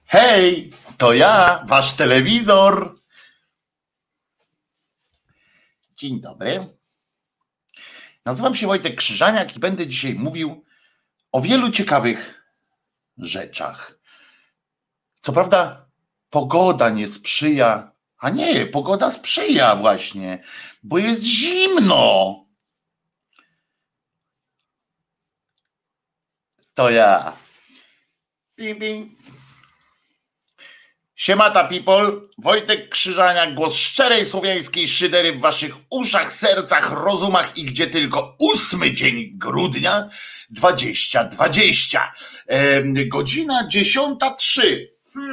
Hej, to ja, wasz telewizor. Dzień dobry. Nazywam się Wojtek Krzyżaniak i będę dzisiaj mówił o wielu ciekawych rzeczach. Co prawda, pogoda nie sprzyja, a nie, pogoda sprzyja właśnie, bo jest zimno. To ja. Bing, bing. Siemata people, Wojtek Krzyżaniak, głos szczerej słowiańskiej szydery w waszych uszach, sercach, rozumach i gdzie tylko. 8 dzień grudnia 2020, godzina 10:03.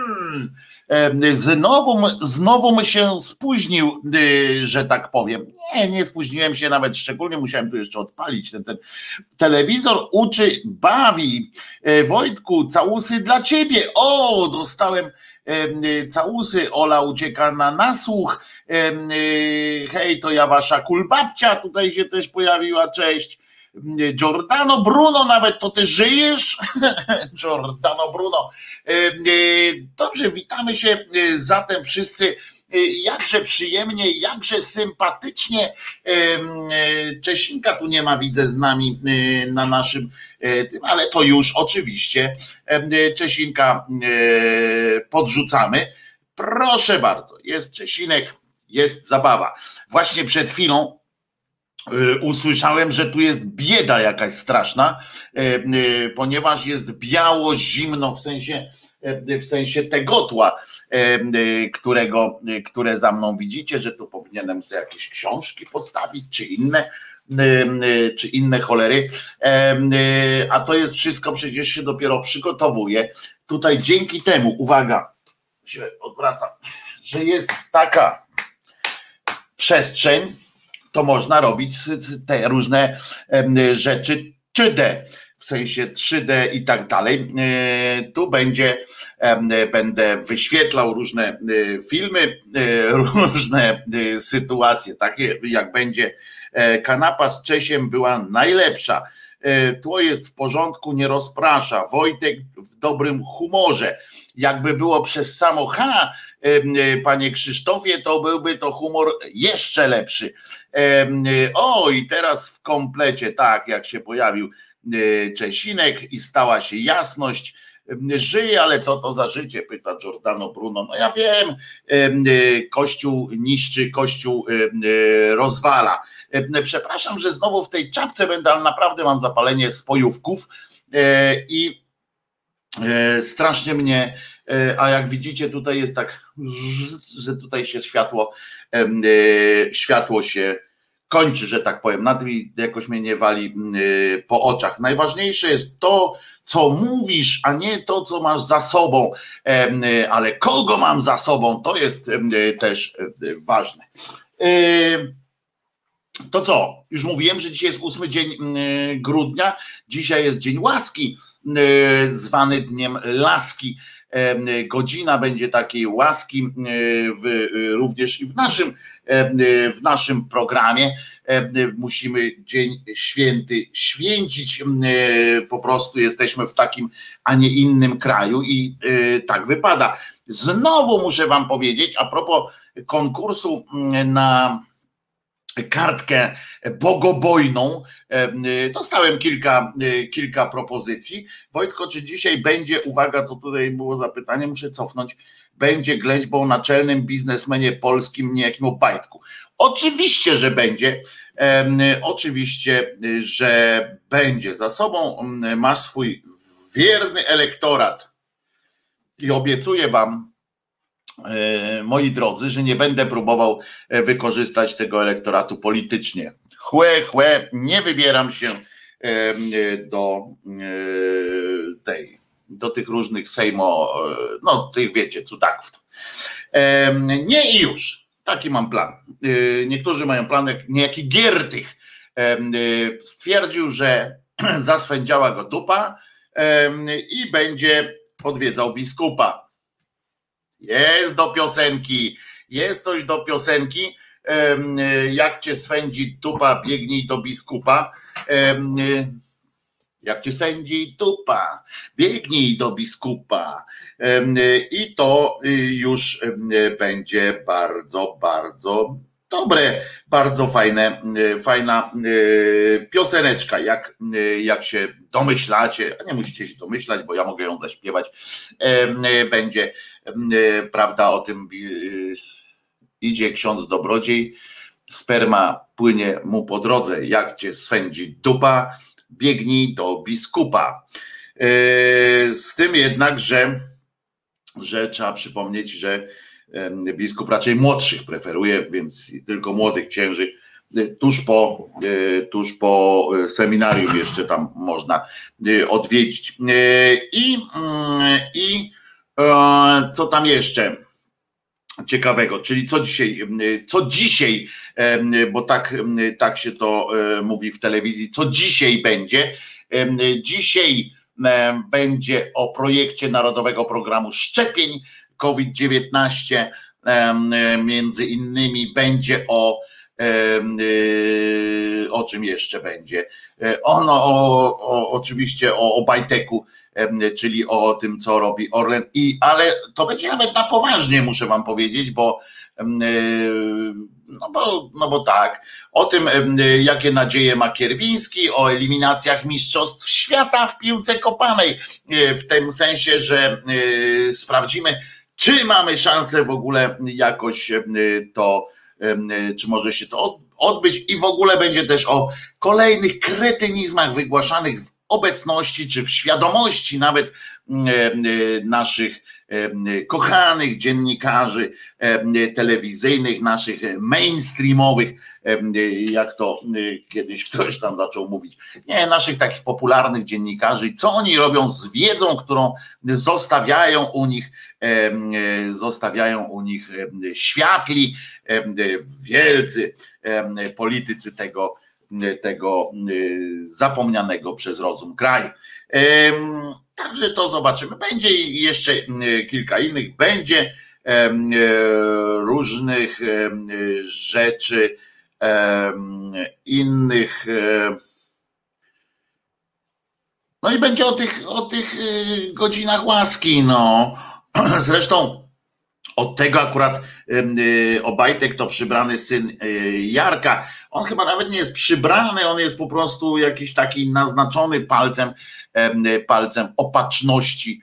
Znowu się spóźnił, że tak powiem. Nie spóźniłem się nawet szczególnie, musiałem tu jeszcze odpalić ten telewizor, uczy, bawi. Wojtku, całusy dla ciebie. O, dostałem całusy, Ola ucieka na nasłuch. Hej, to ja wasza kulbabcia tutaj się też pojawiła, cześć. Giordano Bruno, nawet to ty żyjesz? Giordano Bruno. Dobrze, witamy się zatem wszyscy jakże przyjemnie, jakże sympatycznie. Czesinka tu nie ma, widzę, z nami na naszym tym, ale to już oczywiście Czesinka podrzucamy. Proszę bardzo, jest Czesinek, jest zabawa. Właśnie przed chwilą usłyszałem, że tu jest bieda jakaś straszna, ponieważ jest biało, zimno, w sensie tego tła, które za mną widzicie, że tu powinienem sobie jakieś książki postawić, czy inne cholery, a to jest wszystko, przecież się dopiero przygotowuje. Tutaj dzięki temu, uwaga, się odwracam, że jest taka przestrzeń, to można robić te różne rzeczy 3D, w sensie 3D i tak dalej. Tu będę wyświetlał różne filmy, różne sytuacje, takie jak będzie kanapa z Czesiem była najlepsza. Tło jest w porządku, nie rozprasza. Wojtek w dobrym humorze. Jakby było przez samo H, panie Krzysztofie, to byłby to humor jeszcze lepszy. O, i teraz w komplecie, tak jak się pojawił Czesinek i stała się jasność. Żyje, ale co to za życie? Pyta Giordano Bruno. No ja wiem, Kościół niszczy, Kościół rozwala. Przepraszam, że znowu w tej czapce będę, ale naprawdę mam zapalenie spojówków i strasznie mnie, a jak widzicie tutaj jest tak, że tutaj się światło się kończy, że tak powiem, na tym jakoś mnie nie wali po oczach. Najważniejsze jest to, co mówisz, a nie to, co masz za sobą, ale kogo mam za sobą, to jest też ważne. To co? Już mówiłem, że dzisiaj jest 8 dzień grudnia, dzisiaj jest Dzień Łaski, zwany Dniem Laski. Godzina będzie takiej łaski również i w naszym programie. Musimy Dzień Święty święcić, po prostu jesteśmy w takim, a nie innym kraju i tak wypada. Znowu muszę wam powiedzieć, a propos konkursu na kartkę bogobojną, dostałem kilka propozycji. Wojtko, czy dzisiaj będzie, uwaga, co tutaj było za pytanie, muszę cofnąć, będzie ględźbą naczelnym biznesmenie polskim, niejakim Obajtku. Oczywiście, że będzie, oczywiście, że będzie. Za sobą masz swój wierny elektorat i obiecuję wam, moi drodzy, że nie będę próbował wykorzystać tego elektoratu politycznie. Nie wybieram się do tych różnych no tych wiecie, cudaków. Nie i już. Taki mam plan. Niektórzy mają plan, jak niejaki Giertych stwierdził, że zaswędziała go dupa i będzie odwiedzał biskupa. Jest do piosenki, jest coś do piosenki. Jak cię swędzi dupa, biegnij do biskupa. jak cię swędzi dupa, biegnij do biskupa. I to już będzie bardzo, bardzo dobre, bardzo fajna pioseneczka, jak się domyślacie, a nie musicie się domyślać, bo ja mogę ją zaśpiewać, będzie, prawda, o tym idzie ksiądz dobrodziej, sperma płynie mu po drodze, jak cię swędzi dupa, biegnij do biskupa. Z tym jednak, że trzeba przypomnieć, że biskup raczej młodszych preferuje, więc tylko młodych księży tuż po seminarium jeszcze tam można odwiedzić. I co tam jeszcze ciekawego, czyli co dzisiaj, bo tak się to mówi w telewizji, co dzisiaj będzie. Dzisiaj będzie o projekcie Narodowego Programu Szczepień COVID-19, między innymi będzie o czym jeszcze będzie? Oczywiście o Obajteku, czyli o tym, co robi Orlen, ale to będzie nawet na poważnie, muszę wam powiedzieć, bo tak, o tym, jakie nadzieje ma Kierwiński, o eliminacjach mistrzostw świata w piłce kopanej, w tym sensie, że sprawdzimy, czy mamy szansę w ogóle jakoś to, czy może się to odbyć, i w ogóle będzie też o kolejnych kretynizmach wygłaszanych w obecności, czy w świadomości nawet naszych kochanych dziennikarzy telewizyjnych, naszych mainstreamowych, jak to kiedyś ktoś tam zaczął mówić, nie, naszych takich popularnych dziennikarzy, co oni robią z wiedzą, którą zostawiają u nich światli, wielcy politycy tego zapomnianego przez rozum kraju. Także to zobaczymy. Będzie jeszcze kilka innych, będzie różnych rzeczy innych. No i będzie o tych godzinach łaski. No. Zresztą od tego akurat Obajtek to przybrany syn Jarka. On chyba nawet nie jest przybrany, on jest po prostu jakiś taki naznaczony palcem opatrzności.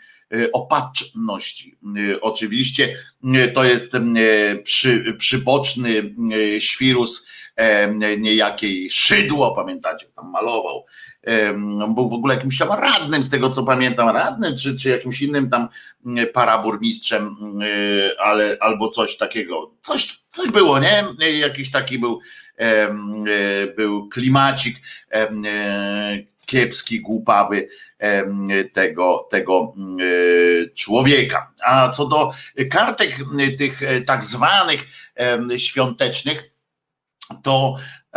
Oczywiście to jest przyboczny świrus niejakiej Szydło, pamiętacie, tam malował. Był w ogóle jakimś tam radnym, z tego co pamiętam, radnym, czy jakimś innym tam paraburmistrzem, albo coś takiego. Coś było, nie? Jakiś taki był klimacik kiepski, głupawy tego człowieka. A co do kartek tych tak zwanych świątecznych, to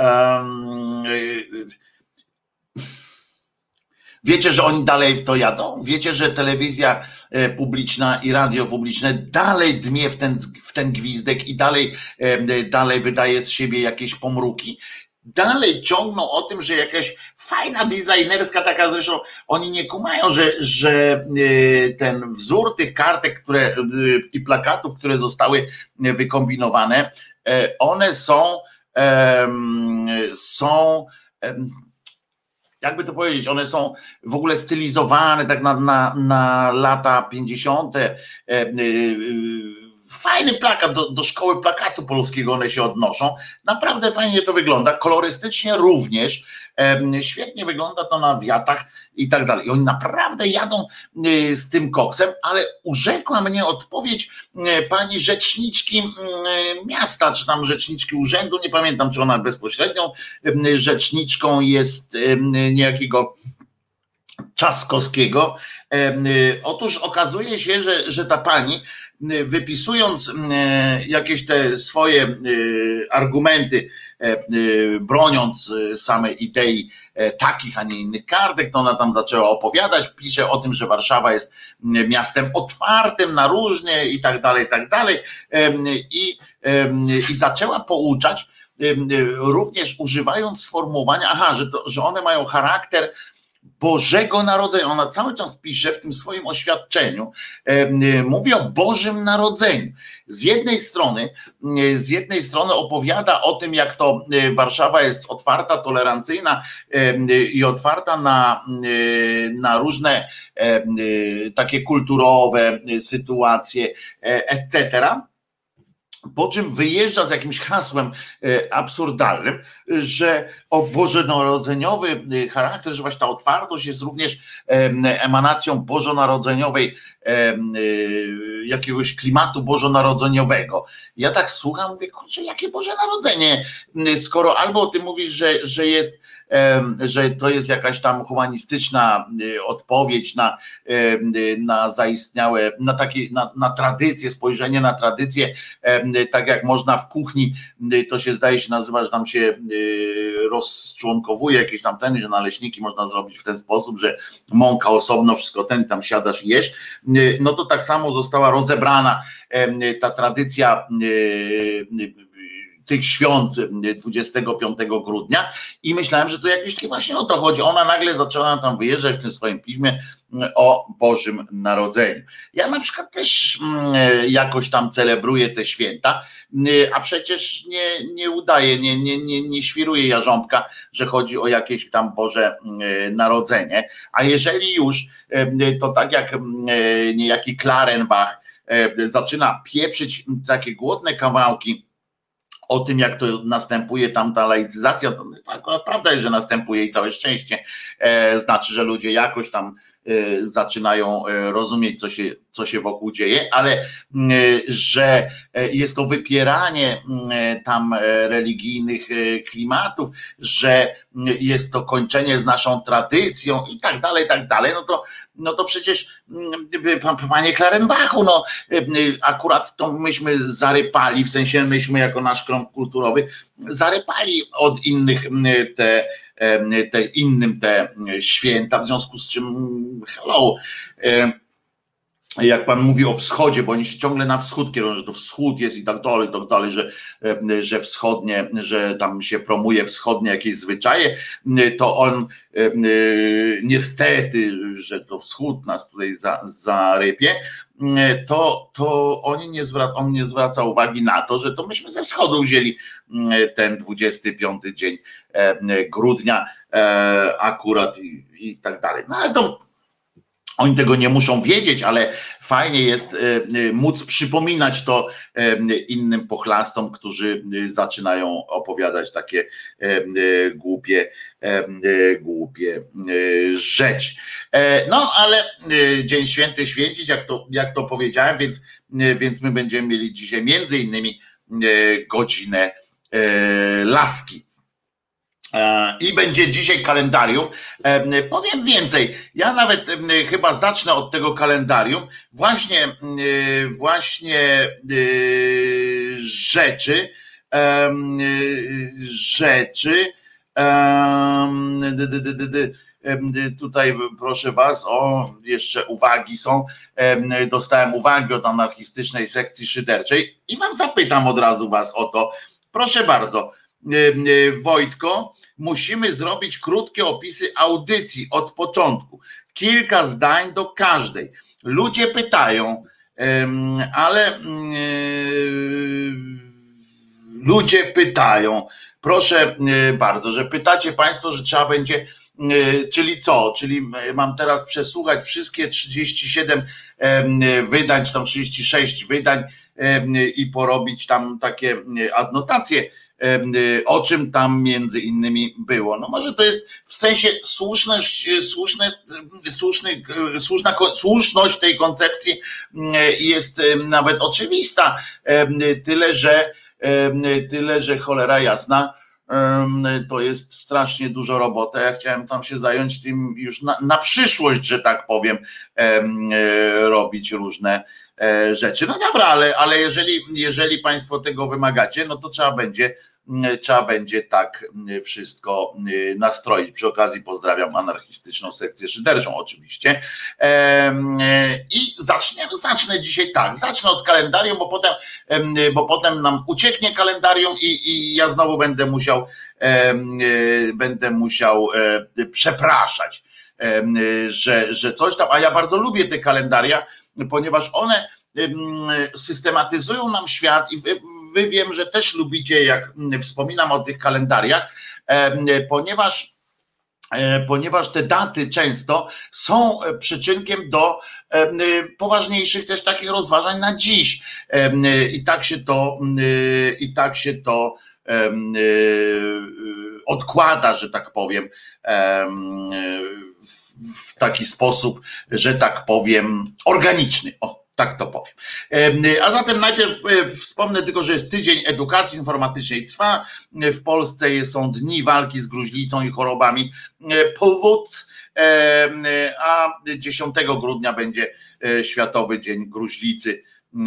wiecie, że oni dalej w to jadą? Wiecie, że telewizja publiczna i radio publiczne dalej dmie w ten gwizdek i dalej wydaje z siebie jakieś pomruki? Dalej ciągną o tym, że jakaś fajna designerska taka, zresztą oni nie kumają, że ten wzór tych kartek i plakatów, które zostały wykombinowane, one są jakby to powiedzieć, one są w ogóle stylizowane tak na lata 50. Fajny plakat, do szkoły plakatu polskiego one się odnoszą. Naprawdę fajnie to wygląda, kolorystycznie również. Świetnie wygląda to na wiatach i tak dalej. I oni naprawdę jadą z tym koksem, ale urzekła mnie odpowiedź pani rzeczniczki miasta, czy tam rzeczniczki urzędu, nie pamiętam, czy ona bezpośrednią rzeczniczką jest niejakiego Trzaskowskiego. Otóż okazuje się, że ta pani, wypisując jakieś te swoje argumenty, broniąc samej idei takich, a nie innych kartek, to ona tam zaczęła opowiadać, pisze o tym, że Warszawa jest miastem otwartym na różnie i tak dalej, i zaczęła pouczać, również używając sformułowania, że one mają charakter Bożego Narodzenia. Ona cały czas pisze w tym swoim oświadczeniu, mówi o Bożym Narodzeniu. Z jednej strony opowiada o tym, jak to Warszawa jest otwarta, tolerancyjna i otwarta na różne takie kulturowe sytuacje, etc. Po czym wyjeżdża z jakimś hasłem absurdalnym, że o bożonarodzeniowy charakter, że właśnie ta otwartość jest również emanacją bożonarodzeniowej, jakiegoś klimatu bożonarodzeniowego. Ja tak słucham, mówię, kurczę, jakie Boże Narodzenie, skoro albo ty mówisz, że to jest jakaś tam humanistyczna odpowiedź na zaistniałe, na tradycję, spojrzenie na tradycję, tak jak można w kuchni, to się zdaje się nazywa, że tam się rozczłonkowuje jakieś tam że naleśniki można zrobić w ten sposób, że mąka osobno, wszystko tam siadasz i jesz, no to tak samo została rozebrana ta tradycja tych świąt 25 grudnia i myślałem, że to jakieś właśnie o to chodzi. Ona nagle zaczęła tam wyjeżdżać w tym swoim piśmie o Bożym Narodzeniu. Ja na przykład też jakoś tam celebruję te święta, a przecież nie udaję, nie świruję jarząbka, że chodzi o jakieś tam Boże Narodzenie. A jeżeli już, to tak jak niejaki Klarenbach zaczyna pieprzyć takie głodne kawałki o tym, jak to następuje tam ta laicyzacja, to akurat prawda jest, że następuje i całe szczęście, znaczy, że ludzie jakoś tam zaczynają rozumieć, co się wokół dzieje, ale że jest to wypieranie tam religijnych klimatów, że jest to kończenie z naszą tradycją i tak dalej, no to przecież panie Klarenbachu, no akurat to myśmy zarypali, w sensie myśmy jako nasz krąg kulturowy zarypali od innych te święta, w związku z czym hello, jak pan mówi o wschodzie, bo oni się ciągle na wschód kierują, że to wschód jest i tak dalej, że wschodnie, że tam się promuje wschodnie jakieś zwyczaje, to on niestety, że to wschód nas tutaj zarypie, to on nie zwraca uwagi na to, że to myśmy ze wschodu wzięli ten 25 dzień grudnia akurat i tak dalej. No ale to oni tego nie muszą wiedzieć, ale fajnie jest móc przypominać to innym pochlastom, którzy zaczynają opowiadać takie głupie rzeczy. No ale Dzień Święty święcić, jak to powiedziałem, więc my będziemy mieli dzisiaj między innymi godzinę laski. I będzie dzisiaj kalendarium. Powiem więcej, ja nawet chyba zacznę od tego kalendarium właśnie rzeczy, tutaj proszę was, jeszcze uwagi są, dostałem uwagi od anarchistycznej sekcji szyderczej i wam zapytam od razu was o to, proszę bardzo, Wojtko, musimy zrobić krótkie opisy audycji od początku. Kilka zdań do każdej. Ludzie pytają, ale ludzie pytają, proszę bardzo, że pytacie państwo, że trzeba będzie, czyli co? Czyli mam teraz przesłuchać wszystkie 37 wydań, czy tam 36 wydań i porobić tam takie adnotacje, o czym tam między innymi było. No może to jest w sensie słuszność tej koncepcji jest nawet oczywista, tyle że cholera jasna, to jest strasznie dużo roboty. Ja chciałem tam się zająć tym już na przyszłość, że tak powiem, robić różne rzeczy. No dobra, ale jeżeli państwo tego wymagacie, no to trzeba będzie tak wszystko nastroić. Przy okazji pozdrawiam anarchistyczną sekcję szyderczą oczywiście. I zacznę dzisiaj tak, zacznę od kalendarium, bo potem nam ucieknie kalendarium i ja znowu będę musiał przepraszać. że coś tam, a ja bardzo lubię te kalendaria, ponieważ one systematyzują nam świat i wy wiem, że też lubicie, jak wspominam o tych kalendariach, ponieważ te daty często są przyczynkiem do poważniejszych też takich rozważań na dziś. I tak się to odkłada, że tak powiem, w taki sposób, że tak powiem, organiczny. O, tak to powiem. A zatem najpierw wspomnę tylko, że jest tydzień edukacji informatycznej trwa. W Polsce są dni walki z gruźlicą i chorobami płuc, a 10 grudnia będzie Światowy Dzień Gruźlicy.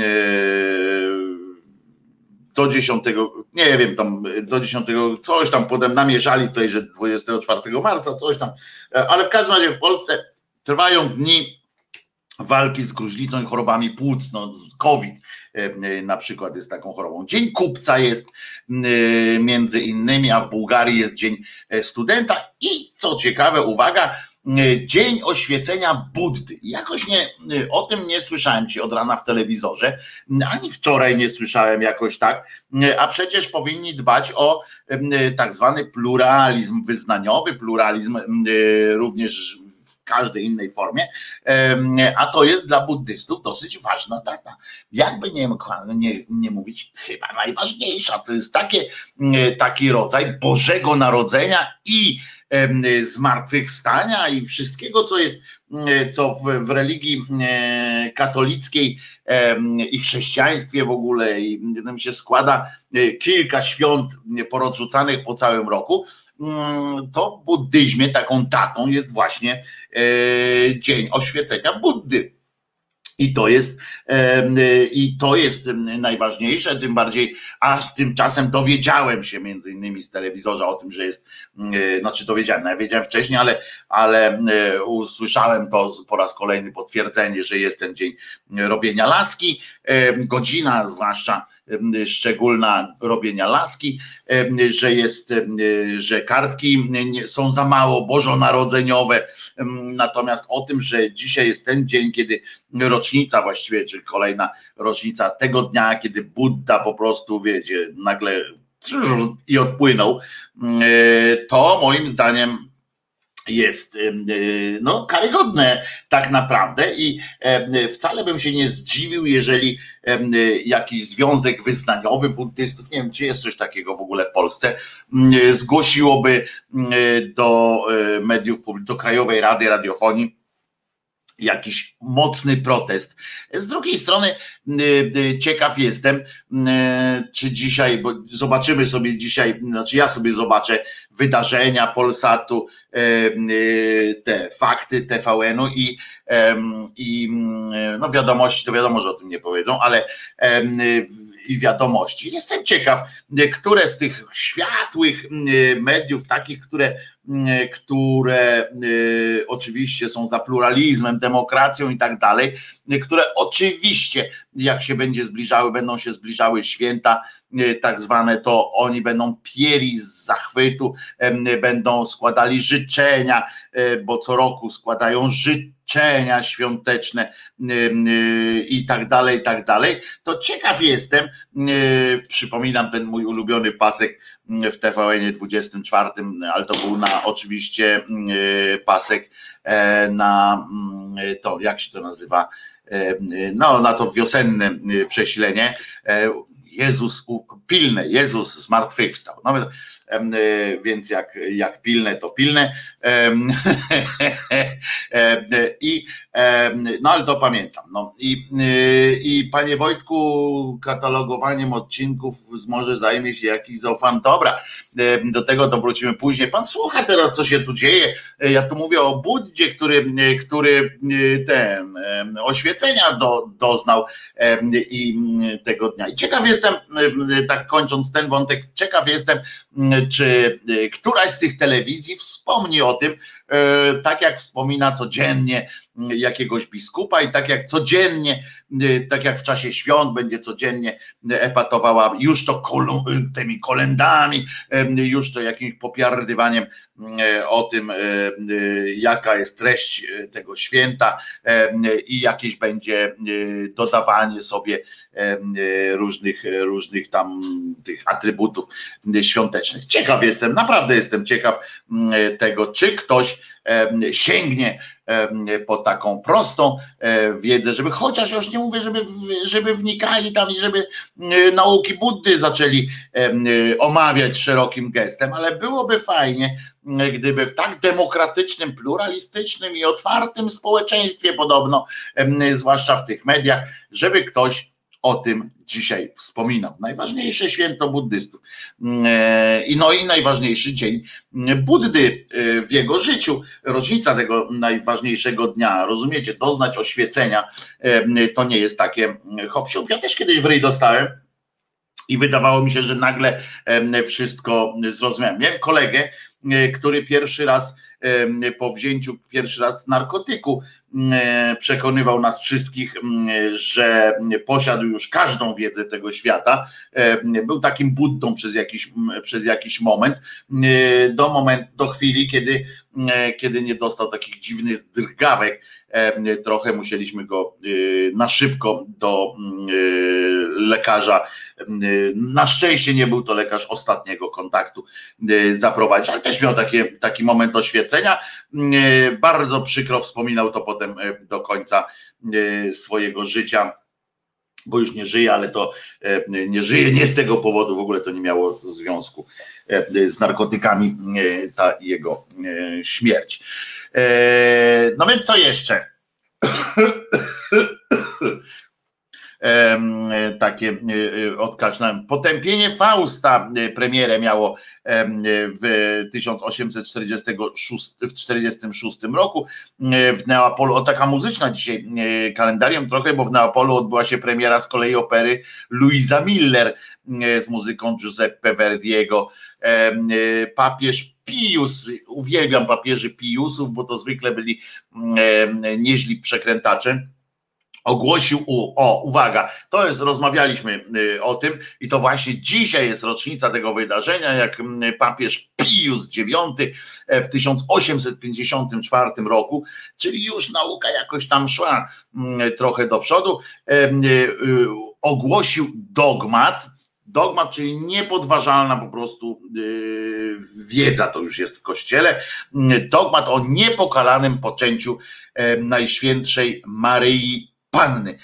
Do 10, nie wiem, tam do 10, coś tam potem namieszali tutaj, że 24 marca, coś tam, ale w każdym razie w Polsce trwają dni walki z gruźlicą i chorobami płuc, no COVID na przykład jest taką chorobą. Dzień kupca jest między innymi, a w Bułgarii jest Dzień Studenta i co ciekawe, uwaga, Dzień Oświecenia Buddy. Jakoś o tym nie słyszałem ci od rana w telewizorze, ani wczoraj nie słyszałem jakoś tak, a przecież powinni dbać o tak zwany pluralizm wyznaniowy, pluralizm również w każdej innej formie, a to jest dla buddystów dosyć ważna data. Jakby nie mówić, chyba najważniejsza. To jest taki rodzaj Bożego Narodzenia i zmartwychwstania i wszystkiego, co w religii katolickiej i chrześcijaństwie w ogóle, i nam się składa kilka świąt porozrzucanych po całym roku, to w buddyzmie taką datą jest właśnie Dzień Oświecenia Buddy. I to jest najważniejsze, tym bardziej, a tymczasem dowiedziałem się między innymi z telewizorza o tym, że jest, znaczy dowiedziałem, ja wiedziałem wcześniej, ale usłyszałem to po raz kolejny potwierdzenie, że jest ten dzień robienia laski, godzina zwłaszcza szczególna robienia laski, że kartki są za mało bożonarodzeniowe, natomiast o tym, że dzisiaj jest ten dzień, kiedy rocznica właściwie, czy kolejna rocznica tego dnia, kiedy Budda po prostu, wiecie, nagle i odpłynął, to moim zdaniem jest no karygodne tak naprawdę i wcale bym się nie zdziwił, jeżeli jakiś związek wyznaniowy buddystów, nie wiem, czy jest coś takiego w ogóle w Polsce, zgłosiłoby do mediów, do Krajowej Rady Radiofonii jakiś mocny protest. Z drugiej strony ciekaw jestem, czy dzisiaj, bo zobaczymy sobie dzisiaj, znaczy ja sobie zobaczę wydarzenia Polsatu, te fakty TVN-u i no wiadomości, to wiadomo, że o tym nie powiedzą, ale i wiadomości. Jestem ciekaw, które z tych światłych mediów, takich, które oczywiście są za pluralizmem, demokracją i tak dalej, które oczywiście jak się będą się zbliżały święta tak zwane, to oni będą pieli z zachwytu, będą składali życzenia, bo co roku składają życzenia świąteczne i tak dalej, to ciekaw jestem, przypominam ten mój ulubiony pasek w TVN 24, ale to był oczywiście pasek na to, jak się to nazywa, no na to wiosenne przesilenie, Jezus zmartwychwstał. No, więc jak pilne, to pilne. No ale to pamiętam. No. I panie Wojtku, katalogowaniem odcinków może zajmie się jakiś zaufany. Dobra, do tego to wrócimy później. Pan słucha teraz, co się tu dzieje. Ja tu mówię o Buddzie, który ten oświecenia doznał i tego dnia. I ciekaw jestem, tak kończąc ten wątek, ciekaw jestem, czy któraś z tych telewizji wspomni o tym, tak jak wspomina codziennie jakiegoś biskupa i tak jak codziennie, tak jak w czasie świąt będzie codziennie epatowała już to tymi kolendami, już to jakimś popiardywaniem o tym, jaka jest treść tego święta i jakieś będzie dodawanie sobie różnych tam tych atrybutów świątecznych. Ciekaw jestem, naprawdę jestem ciekaw tego, czy ktoś sięgnie po taką prostą wiedzę, żeby chociaż, już nie mówię, żeby wnikali tam i żeby nauki Buddy zaczęli omawiać szerokim gestem, ale byłoby fajnie, gdyby w tak demokratycznym, pluralistycznym i otwartym społeczeństwie podobno, zwłaszcza w tych mediach, żeby ktoś o tym dzisiaj wspominał. Najważniejsze święto buddystów i najważniejszy dzień Buddy w jego życiu, rocznica tego najważniejszego dnia, rozumiecie, doznać oświecenia, to nie jest takie hop-siup. Ja też kiedyś w ryj dostałem i wydawało mi się, że nagle wszystko zrozumiałem. Miałem kolegę, który pierwszy raz po wzięciu narkotyku przekonywał nas wszystkich, że posiadł już każdą wiedzę tego świata. Był takim Buddą przez jakiś moment, do chwili, kiedy nie dostał takich dziwnych drgawek. Trochę musieliśmy go na szybko do lekarza, na szczęście nie był to lekarz ostatniego kontaktu, zaprowadzić, ale też miał taki moment oświecenia. Bardzo przykro wspominał to potem do końca swojego życia, bo już nie żyje, ale to nie żyje nie z tego powodu, w ogóle to nie miało związku z narkotykami, ta jego śmierć. No więc co jeszcze? Takie odkaszlałem. Potępienie Fausta premierę miało w 1846 roku w Neapolu. Taka muzyczna dzisiaj kalendarium trochę, bo w Neapolu odbyła się premiera z kolei opery Louisa Miller z muzyką Giuseppe Verdiego. Papież Pius, uwielbiam papieży Piusów, bo to zwykle byli nieźli przekrętacze. Ogłosił, uwaga, rozmawialiśmy o tym i to właśnie dzisiaj jest rocznica tego wydarzenia, jak papież Pius IX w 1854 roku, czyli już nauka jakoś tam szła trochę do przodu, ogłosił dogmat, czyli niepodważalna po prostu wiedza, to już jest w Kościele, dogmat o niepokalanym poczęciu Najświętszej Maryi Panny.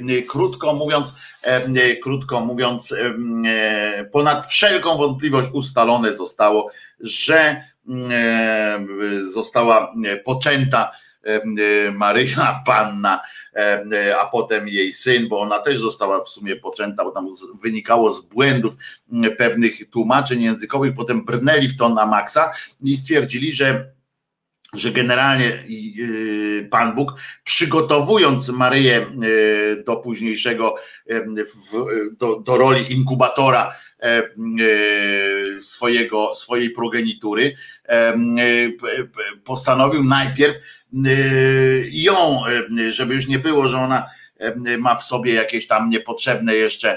Krótko mówiąc, ponad wszelką wątpliwość ustalone zostało, że została poczęta Maryja Panna, a potem jej syn, bo ona też została w sumie poczęta, bo tam wynikało z błędów pewnych tłumaczeń językowych, potem brnęli w to na maksa i stwierdzili, że generalnie Pan Bóg, przygotowując Maryję do późniejszego, do roli inkubatora swojej progenitury, postanowił najpierw ją, żeby już nie było, że ona ma w sobie jakieś tam niepotrzebne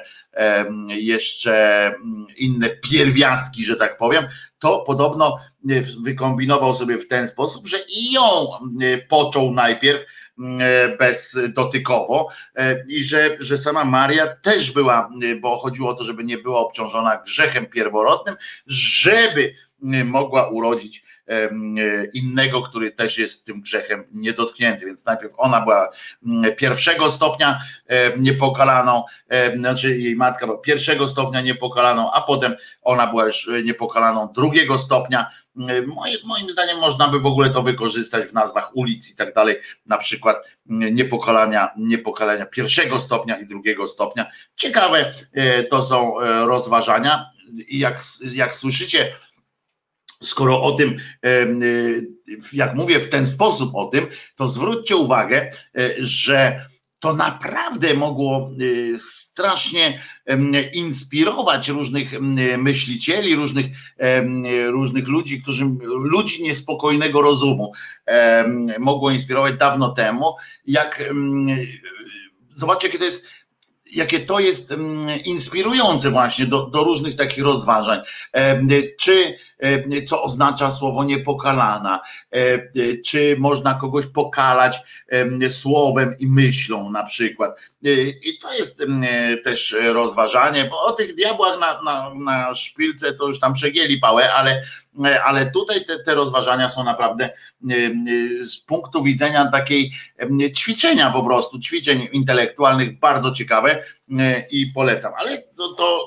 jeszcze inne pierwiastki, że tak powiem, to podobno wykombinował sobie w ten sposób, że i ją począł najpierw bezdotykowo i że sama Maria też była, bo chodziło o to, żeby nie była obciążona grzechem pierworodnym, żeby mogła urodzić innego, który też jest tym grzechem niedotknięty, więc najpierw ona była pierwszego stopnia niepokalaną, znaczy jej matka była pierwszego stopnia niepokalaną, a potem ona była już niepokalaną drugiego stopnia. Moim zdaniem można by w ogóle to wykorzystać w nazwach ulic i tak dalej, na przykład niepokalania pierwszego stopnia i drugiego stopnia. Ciekawe to są rozważania i jak słyszycie, skoro o tym, jak mówię w ten sposób o tym, to zwróćcie uwagę, że to naprawdę mogło strasznie inspirować różnych myślicieli, różnych ludzi, ludzi niespokojnego rozumu. Mogło inspirować dawno temu, zobaczcie, jakie to jest inspirujące właśnie do różnych takich rozważań. Czy co oznacza słowo niepokalana, czy można kogoś pokalać słowem i myślą na przykład. I to jest też rozważanie, bo o tych diabłach na szpilce to już tam przegięli pałę, ale tutaj te rozważania są naprawdę z punktu widzenia takiej ćwiczenia po prostu, ćwiczeń intelektualnych bardzo ciekawe i polecam, ale to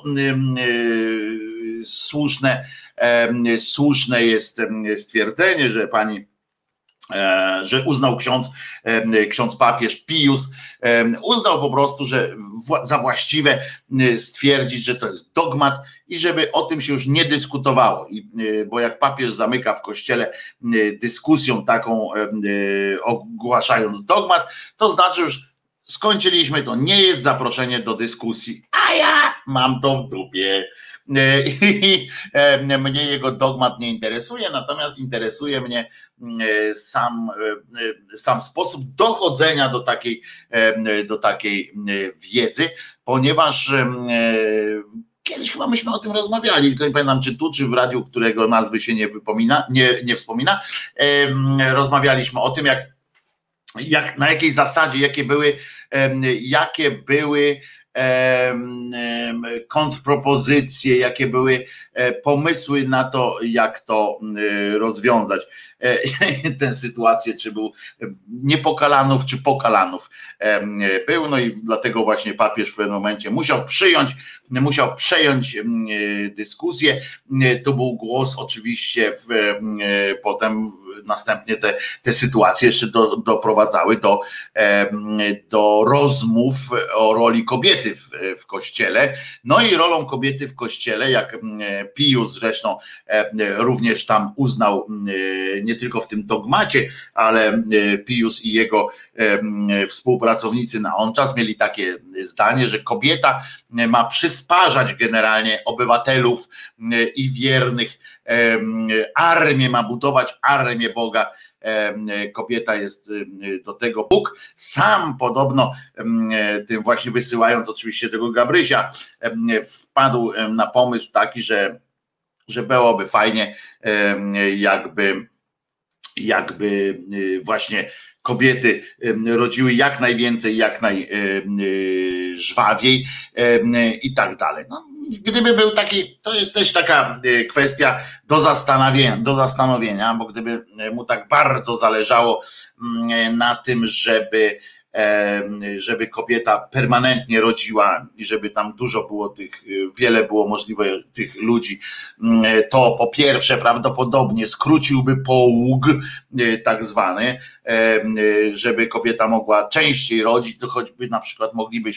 słuszne jest stwierdzenie, że że uznał ksiądz papież Pius, uznał po prostu, że za właściwe stwierdzić, że to jest dogmat i żeby o tym się już nie dyskutowało, bo jak papież zamyka w kościele dyskusją taką, ogłaszając dogmat, to znaczy już skończyliśmy, to nie jest zaproszenie do dyskusji, a ja mam to w dupie. I mnie jego dogmat nie interesuje, natomiast interesuje mnie sam sposób dochodzenia do takiej wiedzy, ponieważ kiedyś chyba myśmy o tym rozmawiali, tylko nie pamiętam czy tu, czy w radiu, którego nazwy się nie wspomina, rozmawialiśmy o tym, na jakiej zasadzie, jakie były kontrpropozycje, jakie były pomysły na to, jak to rozwiązać. Tę sytuację, czy był niepokalanów, czy pokalanów był, no i dlatego właśnie papież w pewnym momencie musiał przejąć dyskusję. To był głos oczywiście potem następnie te sytuacje jeszcze doprowadzały do rozmów o roli kobiety w Kościele. No i rolą kobiety w Kościele, jak Pius zresztą również tam uznał, nie tylko w tym dogmacie, ale Pius i jego współpracownicy na on czas mieli takie zdanie, że kobieta ma przysparzać generalnie obywatelów i wiernych, armię, ma budować armię Boga. Kobieta jest do tego. Bóg sam podobno, tym właśnie wysyłając oczywiście tego Gabrysia, wpadł na pomysł taki, że byłoby fajnie, jakby właśnie kobiety rodziły jak najwięcej, jak najżwawiej i tak dalej. No, gdyby był taki, to jest też taka kwestia do zastanowienia, bo gdyby mu tak bardzo zależało na tym, żeby kobieta permanentnie rodziła i żeby tam dużo było wiele było możliwe tych ludzi, to po pierwsze prawdopodobnie skróciłby połóg tak zwany, żeby kobieta mogła częściej rodzić, to choćby na przykład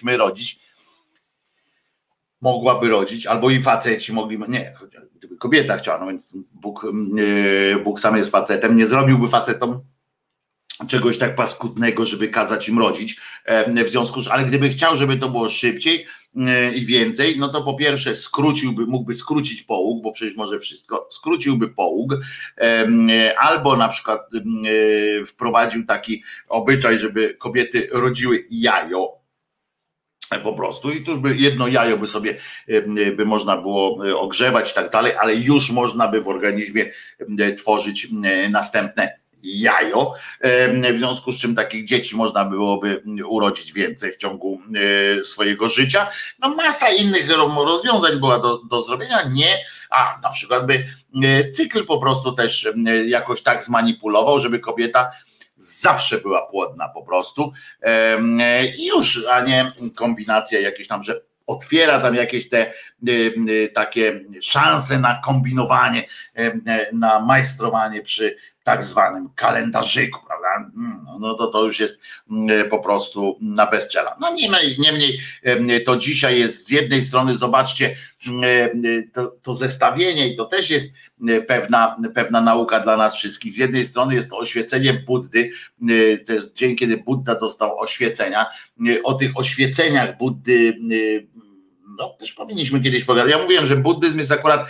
mogłaby rodzić, albo i faceci mogliby, nie, gdyby kobieta chciała, no więc Bóg sam jest facetem, nie zrobiłby facetom czegoś tak paskudnego, żeby kazać im rodzić, w związku z, ale gdyby chciał, żeby to było szybciej i więcej, no to po pierwsze mógłby skrócić połóg, bo przecież może wszystko, skróciłby połóg, albo na przykład wprowadził taki obyczaj, żeby kobiety rodziły jajo, po prostu i to już jedno jajo by można było ogrzewać i tak dalej, ale już można by w organizmie tworzyć następne jajo, w związku z czym takich dzieci można byłoby urodzić więcej w ciągu swojego życia. No masa innych rozwiązań była do zrobienia, a na przykład by cykl po prostu też jakoś tak zmanipulował, żeby kobieta zawsze była płodna po prostu i już, a nie kombinacja jakieś tam, że otwiera tam jakieś te takie szanse na kombinowanie, na majstrowanie przy tak zwanym kalendarzyku, prawda? No to już jest po prostu na bezczela. No niemniej to dzisiaj jest z jednej strony, zobaczcie, to zestawienie i to też jest pewna nauka dla nas wszystkich. Z jednej strony jest to oświecenie Buddy, to jest dzień, kiedy Budda dostał oświecenia. O tych oświeceniach Buddy no też powinniśmy kiedyś pogadać. Ja mówiłem, że buddyzm jest akurat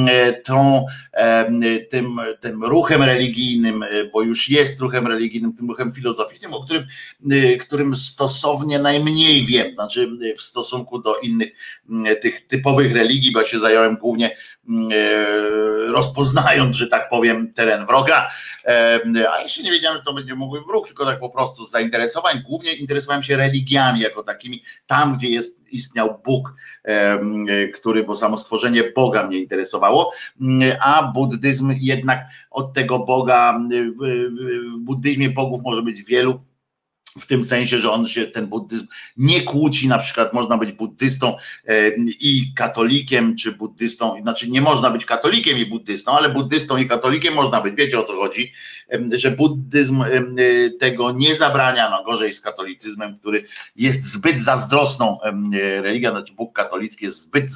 tym ruchem religijnym, bo już jest ruchem religijnym, tym ruchem filozoficznym, o którym stosownie najmniej wiem, znaczy w stosunku do innych tych typowych religii, bo ja się zająłem głównie rozpoznając, że tak powiem, teren wroga, a jeszcze nie wiedziałem, że to będzie mógł wróg, tylko tak po prostu z zainteresowań, głównie interesowałem się religiami jako takimi, tam gdzie istniał Bóg, bo samo stworzenie Boga mnie interesowało, a buddyzm jednak od tego Boga, w buddyzmie bogów może być wielu, w tym sensie, że ten buddyzm nie kłóci, na przykład można być buddystą i katolikiem, czy buddystą, znaczy nie można być katolikiem i buddystą, ale buddystą i katolikiem można być, wiecie o co chodzi, że buddyzm tego nie zabrania, no gorzej z katolicyzmem, który jest zbyt zazdrosną religią, znaczy Bóg katolicki jest zbyt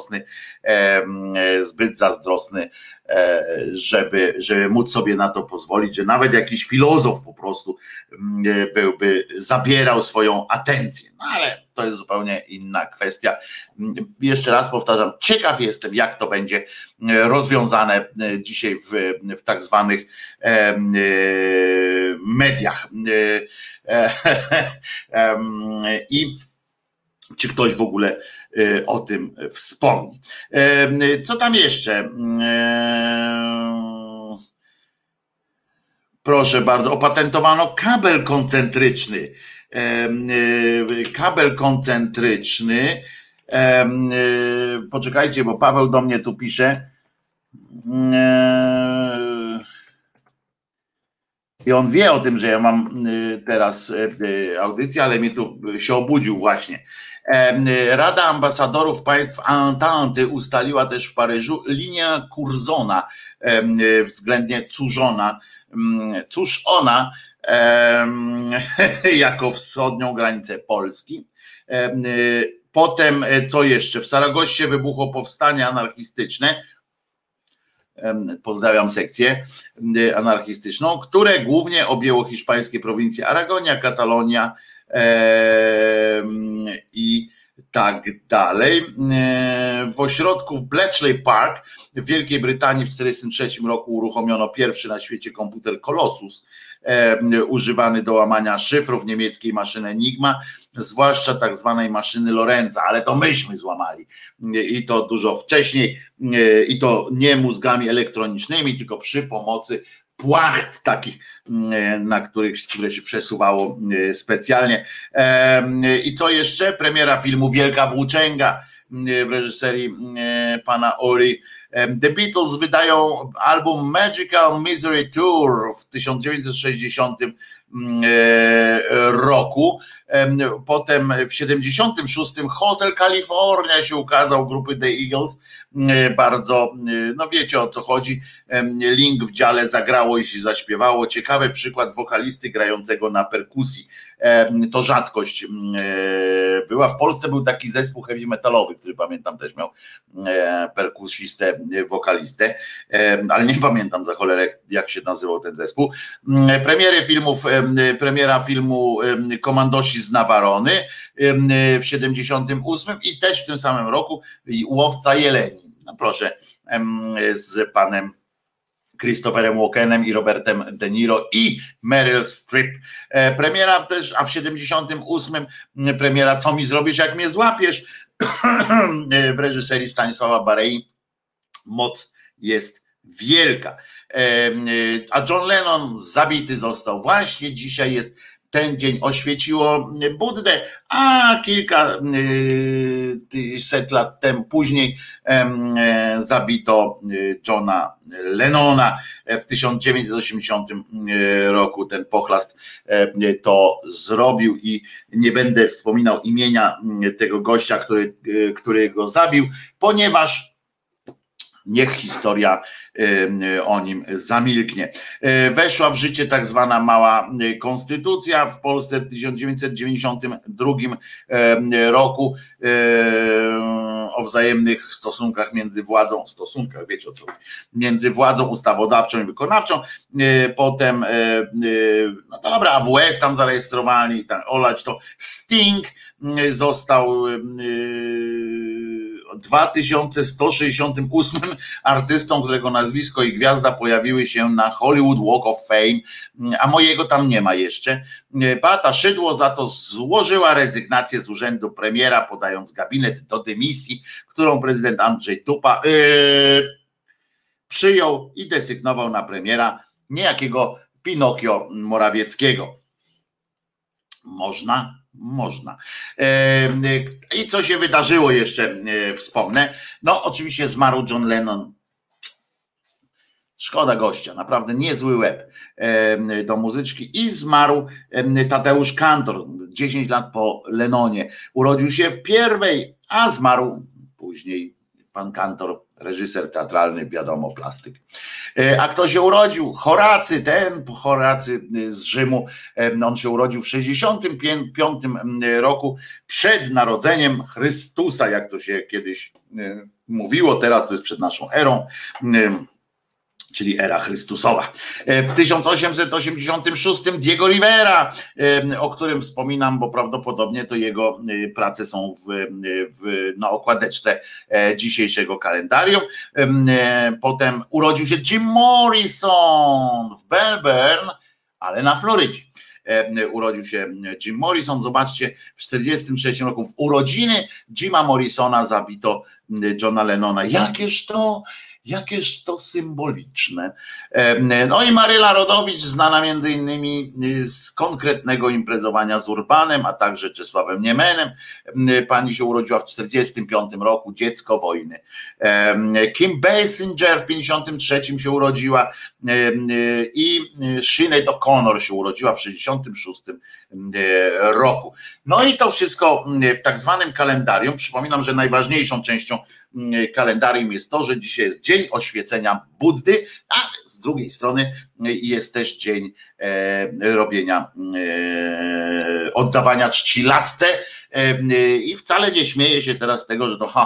zazdrosny, żeby móc sobie na to pozwolić, że nawet jakiś filozof po prostu zabierał swoją atencję. No ale to jest zupełnie inna kwestia. Jeszcze raz powtarzam, ciekaw jestem, jak to będzie rozwiązane dzisiaj w tak zwanych mediach. I czy ktoś w ogóle o tym wspomni. Co tam jeszcze? Proszę bardzo, opatentowano kabel koncentryczny. Kabel koncentryczny. Poczekajcie, bo Paweł do mnie tu pisze. I on wie o tym, że ja mam teraz audycję, ale mnie tu się obudził właśnie. Rada Ambasadorów Państw Entente ustaliła też w Paryżu linię Curzona względnie Curzona. Cóż ona jako wschodnią granicę Polski. Potem co jeszcze? W Saragossie wybuchło powstanie anarchistyczne. Pozdrawiam sekcję anarchistyczną, które głównie objęło hiszpańskie prowincje Aragonia, Katalonia i tak dalej. W ośrodku w Bletchley Park w Wielkiej Brytanii w 1943 roku uruchomiono pierwszy na świecie komputer Colossus, używany do łamania szyfrów niemieckiej maszyny Enigma, zwłaszcza tak zwanej maszyny Lorenza, ale to myśmy złamali i to dużo wcześniej, i to nie mózgami elektronicznymi, tylko przy pomocy płacht takich, które się przesuwało specjalnie. I co jeszcze? Premiera filmu Wielka Włóczęga w reżyserii pana Ori. The Beatles wydają album Magical Mystery Tour w 1960 roku. Potem w 76 Hotel California się ukazał grupy The Eagles. Bardzo, no wiecie o co chodzi. Link w dziale zagrało i się zaśpiewało. Ciekawy przykład wokalisty grającego na perkusji. To rzadkość była. W Polsce był taki zespół heavy metalowy, który pamiętam też miał perkusistę, wokalistę, ale nie pamiętam za cholerę jak się nazywał ten zespół. Premiera filmu Komandosi z Navarony w 78 i też w tym samym roku Łowca Jeleni. No proszę, z panem Christopherem Walkenem i Robertem De Niro i Meryl Streep. Premiera też, a w 78 premiera Co mi zrobisz, jak mnie złapiesz w reżyserii Stanisława Barei. Moc jest wielka. A John Lennon zabity został. Właśnie dzisiaj jest ten dzień, oświeciło Buddę, a kilka set lat temu później zabito Johna Lennona w 1980 roku. Ten pochlast to zrobił i nie będę wspominał imienia tego gościa, który go zabił, ponieważ niech historia o nim zamilknie. Weszła w życie tak zwana mała konstytucja w Polsce w 1992 roku o wzajemnych stosunkach między władzą, wiecie o co chodzi, między władzą ustawodawczą i wykonawczą. Potem, no dobra, AWS tam zarejestrowali, tam olać to. Sting został 2168 artystą, którego nazwisko i gwiazda pojawiły się na Hollywood Walk of Fame, a mojego tam nie ma jeszcze. Beata Szydło za to złożyła rezygnację z urzędu premiera, podając gabinet do dymisji, którą prezydent Andrzej Duda przyjął i desygnował na premiera niejakiego Pinokio Morawieckiego. Można. I co się wydarzyło jeszcze, wspomnę. No oczywiście zmarł John Lennon. Szkoda gościa, naprawdę niezły łeb do muzyczki. I zmarł Tadeusz Kantor, 10 lat po Lennonie. Urodził się w pierwszej, a zmarł później. Pan Kantor, reżyser teatralny, wiadomo, plastyk. A kto się urodził? Horacy z Rzymu. On się urodził w 65 roku przed narodzeniem Chrystusa, jak to się kiedyś mówiło, teraz to jest przed naszą erą, czyli era Chrystusowa. W 1886 Diego Rivera, o którym wspominam, bo prawdopodobnie to jego prace są na okładeczce dzisiejszego kalendarium. Potem urodził się Jim Morrison w Melbourne, ale na Florydzie. Urodził się Jim Morrison. Zobaczcie, w 1943 roku w urodziny Jima Morrisona zabito Johna Lennona. Jakież to symboliczne. No i Maryla Rodowicz, znana między innymi z konkretnego imprezowania z Urbanem, a także Czesławem Niemenem. Pani się urodziła w 1945 roku, dziecko wojny. Kim Basinger w 1953 się urodziła i Sinead O'Connor się urodziła w 1966 roku. No i to wszystko w tak zwanym kalendarium. Przypominam, że najważniejszą częścią kalendarium jest to, że dzisiaj jest dzień oświecenia Buddy, a z drugiej strony jest też dzień robienia, oddawania czci lasce i wcale nie śmieję się teraz z tego, że to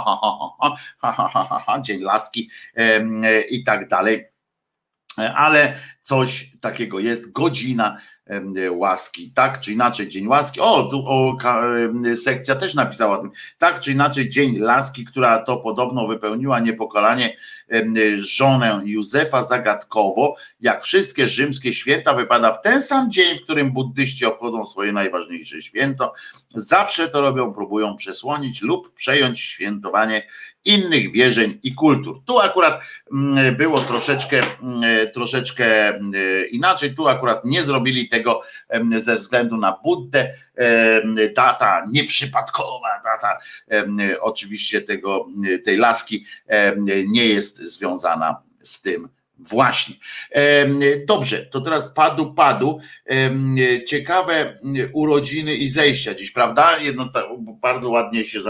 dzień laski i tak dalej, ale coś takiego jest, godzina łaski, tak czy inaczej dzień łaski, sekcja też napisała o tym, tak czy inaczej dzień laski, która to podobno wypełniła niepokalanie żonę Józefa zagadkowo, jak wszystkie rzymskie święta wypada w ten sam dzień, w którym buddyści obchodzą swoje najważniejsze święto, zawsze to robią, próbują przesłonić lub przejąć świętowanie innych wierzeń i kultur. Tu akurat było troszeczkę inaczej, tu akurat nie zrobili tego ze względu na Buddę, data nieprzypadkowa, data oczywiście tej laski nie jest związana z tym właśnie. Dobrze, to teraz padł. Ciekawe urodziny i zejścia dziś, prawda? Jedno bardzo ładnie się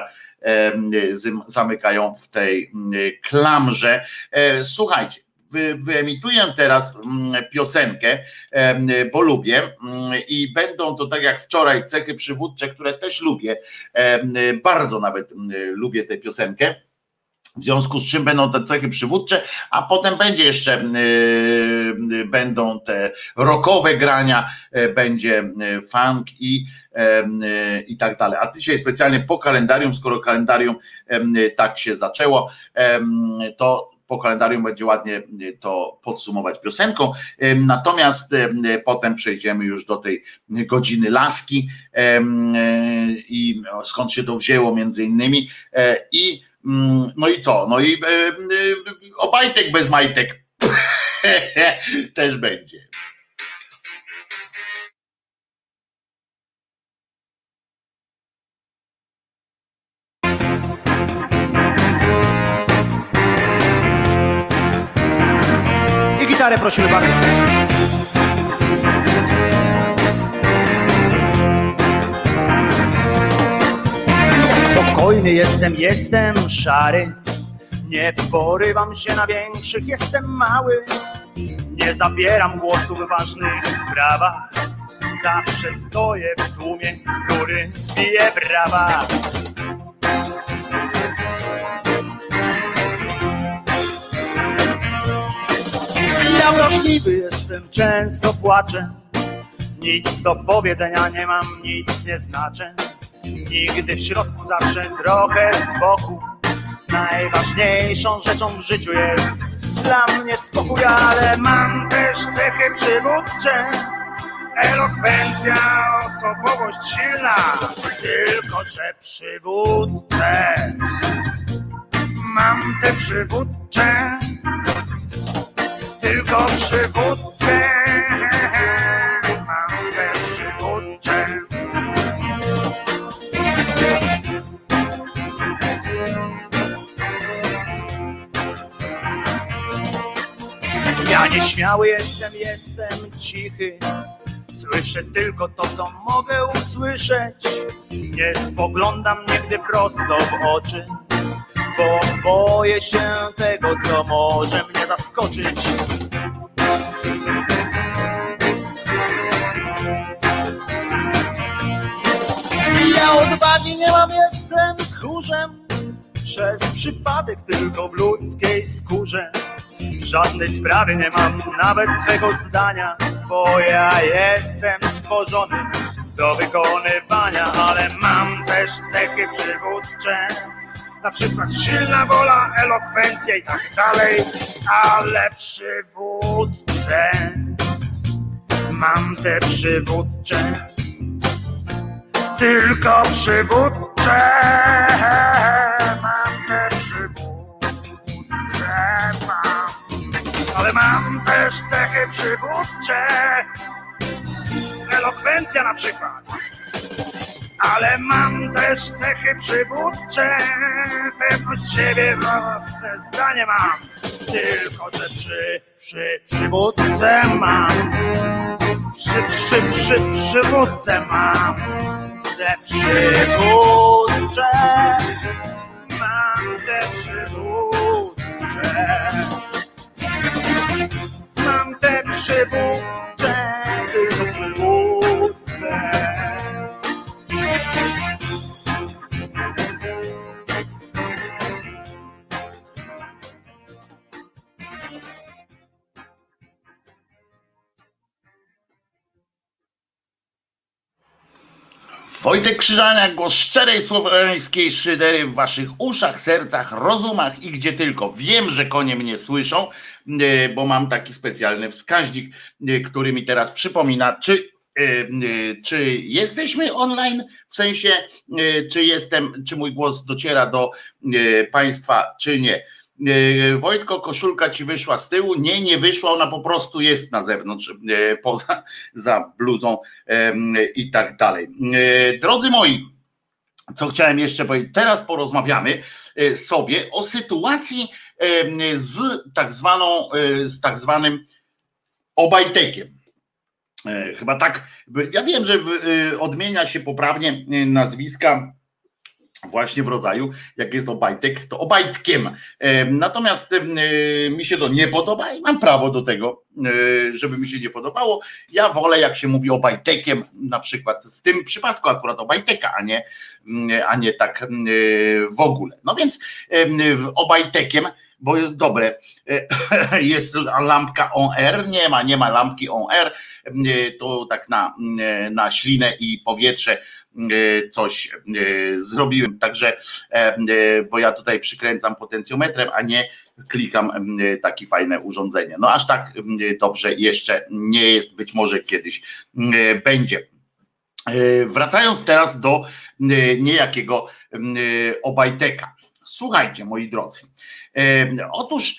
zamykają w tej klamrze. Słuchajcie, wyemituję teraz piosenkę, bo lubię i będą to tak jak wczoraj cechy przywódcze, które też lubię, bardzo nawet lubię tę piosenkę. W związku z czym będą te cechy przywódcze, a potem będą te rockowe grania, będzie funk i tak dalej. A dzisiaj specjalnie po kalendarium, skoro kalendarium tak się zaczęło, to po kalendarium będzie ładnie to podsumować piosenką, natomiast potem przejdziemy już do tej godziny laski i skąd się to wzięło między innymi no i co? No i obajtek bez majtek też będzie. I gitarę prosimy bardzo. Spokojny jestem szary, Nie porywam się na większych, jestem mały. Nie zabieram głosu w ważnych sprawach. Zawsze stoję w tłumie, który bije brawa. Ja wrażliwy jestem, często płaczę. Nic do powiedzenia nie mam, nic nie znaczę. Nigdy w środku, zawsze trochę z boku. Najważniejszą rzeczą w życiu jest dla mnie spokój, ale mam też cechy przywódcze. Elokwencja, osobowość silna, tylko że przywódcę. Mam te przywódcze, tylko przywódcę. Mam te przywódcze. Ja nieśmiały jestem cichy. Słyszę tylko to, co mogę usłyszeć. Nie spoglądam nigdy prosto w oczy, bo boję się tego, co może mnie zaskoczyć. Ja odwagi nie mam, jestem tchórzem. Przez przypadek tylko w ludzkiej skórze. W żadnej sprawie nie mam nawet swego zdania, bo ja jestem stworzony do wykonywania, ale mam też cechy przywódcze. Na przykład silna wola, elokwencja i tak dalej, ale przywódcę. Mam te przywódcze, tylko przywódcze. Mam te przywódcze, ale mam też cechy przywódcze. Elokwencja na przykład. Ale mam też cechy przywódcze. Pewność siebie, własne zdanie mam. Tylko te przywódce mam. Przywódce mam. Te przywódcze. Mam te przywódcze. Mam te przywódcze, tylko przywódce. Wojtek Krzyżaniak, głos szczerej słowiańskiej szydery w waszych uszach, sercach, rozumach i gdzie tylko. Wiem, że konie mnie słyszą, bo mam taki specjalny wskaźnik, który mi teraz przypomina, czy jesteśmy online, w sensie, czy mój głos dociera do państwa, czy nie. Wojtko, koszulka ci wyszła z tyłu? Nie wyszła, ona po prostu jest na zewnątrz, poza za bluzą i tak dalej. Drodzy moi, co chciałem jeszcze powiedzieć, teraz porozmawiamy sobie o sytuacji z tak zwanym Obajtekiem. Chyba tak, ja wiem, że odmienia się poprawnie nazwiska właśnie w rodzaju, jak jest Obajtek, to Obajtkiem. Natomiast mi się to nie podoba i mam prawo do tego, żeby mi się nie podobało. Ja wolę, jak się mówi Obajtekiem, na przykład w tym przypadku akurat Obajteka, a nie tak w ogóle. No więc Obajtekiem, bo jest dobre, jest lampka on air, nie ma lampki on air, to tak na ślinę i powietrze coś zrobiłem, także, bo ja tutaj przykręcam potencjometrem, a nie klikam takie fajne urządzenie. No aż tak dobrze jeszcze nie jest, być może kiedyś będzie. Wracając teraz do niejakiego Obajteka. Słuchajcie, moi drodzy, otóż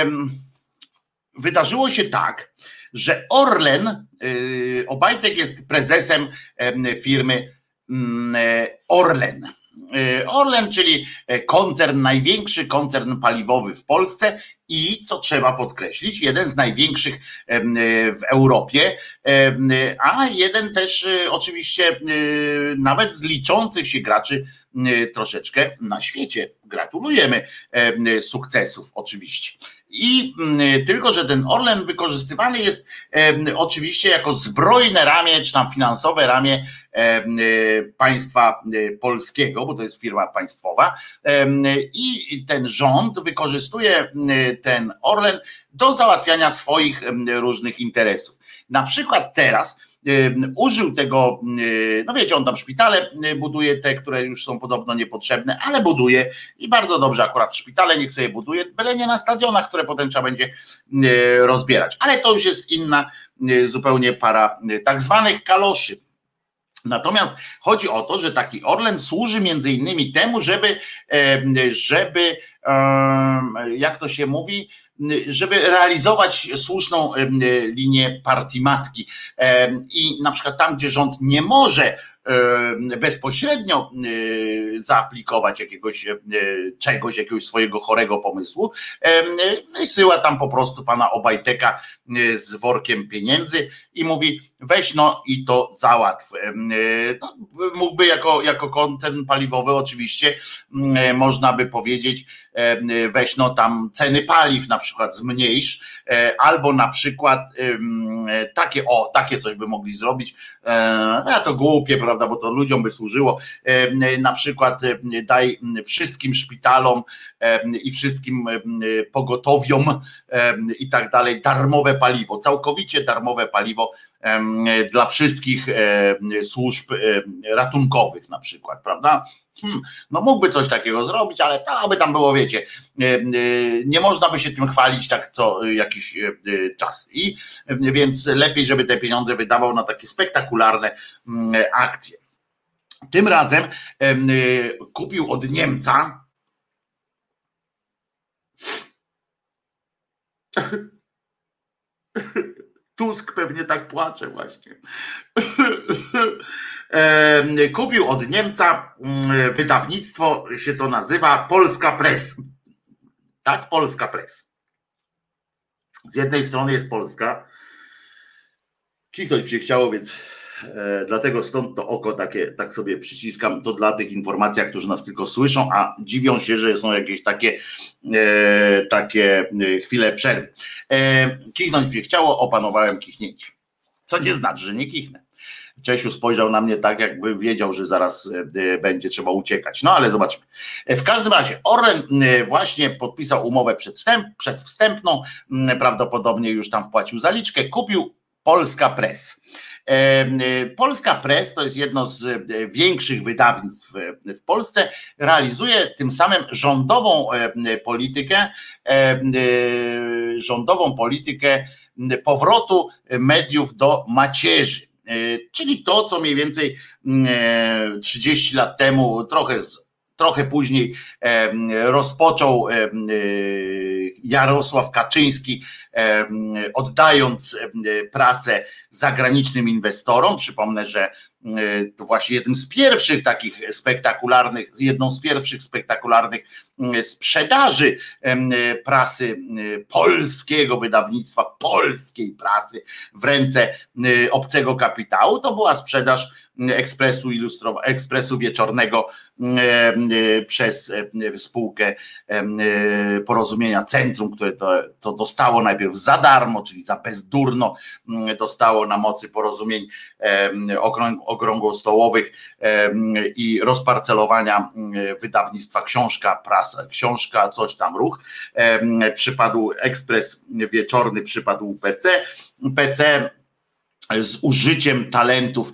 wydarzyło się tak, że Orlen, Obajtek jest prezesem firmy Orlen. Orlen, czyli koncern, największy koncern paliwowy w Polsce i, co trzeba podkreślić, jeden z największych w Europie, a jeden też oczywiście nawet z liczących się graczy troszeczkę na świecie. Gratulujemy sukcesów oczywiście. I tylko, że ten Orlen wykorzystywany jest oczywiście jako zbrojne ramię, czy tam finansowe ramię państwa polskiego, bo to jest firma państwowa, i ten rząd wykorzystuje ten Orlen do załatwiania swoich różnych interesów. Na przykład teraz użył tego, no wiecie, on tam szpitale buduje, te, które już są podobno niepotrzebne, ale buduje i bardzo dobrze, akurat szpitale niech sobie buduje, byle nie na stadionach, które potem trzeba będzie rozbierać, ale to już jest inna zupełnie para tak zwanych kaloszy. Natomiast chodzi o to, że taki Orlen służy między innymi temu, żeby jak to się mówi, żeby realizować słuszną linię partii matki. I na przykład tam, gdzie rząd nie może bezpośrednio zaaplikować jakiegoś swojego chorego pomysłu, wysyła tam po prostu pana Obajtka z workiem pieniędzy i mówi: weź no i to załatw. No, mógłby jako koncern paliwowy oczywiście można by powiedzieć: weź no tam ceny paliw na przykład zmniejsz, albo na przykład takie coś by mogli zrobić, a to głupie, prawda, bo to ludziom by służyło, na przykład daj wszystkim szpitalom i wszystkim pogotowiom i tak dalej darmowe paliwo, całkowicie darmowe paliwo dla wszystkich służb ratunkowych na przykład, prawda? No mógłby coś takiego zrobić, ale to by tam było, wiecie, nie można by się tym chwalić tak co jakiś czas. I więc lepiej, żeby te pieniądze wydawał na takie spektakularne akcje. Tym razem kupił od Niemca Tusk pewnie tak płacze właśnie. Kupił od Niemca wydawnictwo, się to nazywa Polska Press. Tak, Polska Press. Z jednej strony jest Polska. Kichnąć się chciało, więc dlatego stąd to oko tak sobie przyciskam. To dla tych informacji, którzy nas tylko słyszą, a dziwią się, że są jakieś takie chwile przerwy. Kichnąć się chciało, opanowałem kichnięcie. Co nie znaczy, że nie kichnę. Czesiu spojrzał na mnie tak, jakby wiedział, że zaraz będzie trzeba uciekać. No ale zobaczmy. W każdym razie Orlen właśnie podpisał umowę przedwstępną, prawdopodobnie już tam wpłacił zaliczkę, kupił Polska Press. Polska Press to jest jedno z większych wydawnictw w Polsce, realizuje tym samym rządową politykę powrotu mediów do macierzy. Czyli to, co mniej więcej 30 lat temu, trochę później rozpoczął Jarosław Kaczyński, oddając prasę zagranicznym inwestorom. Przypomnę, że to właśnie jedną z pierwszych spektakularnych sprzedaży prasy polskiego wydawnictwa, polskiej prasy w ręce obcego kapitału, to była sprzedaż Ekspresu Wieczornego przez spółkę Porozumienia Centrum, które to dostało najpierw za darmo, czyli za bezdurno, dostało na mocy porozumień okrągłostołowych i rozparcelowania wydawnictwa książka, coś tam ruch. Przypadł Ekspres Wieczorny, przypadł PC z użyciem talentów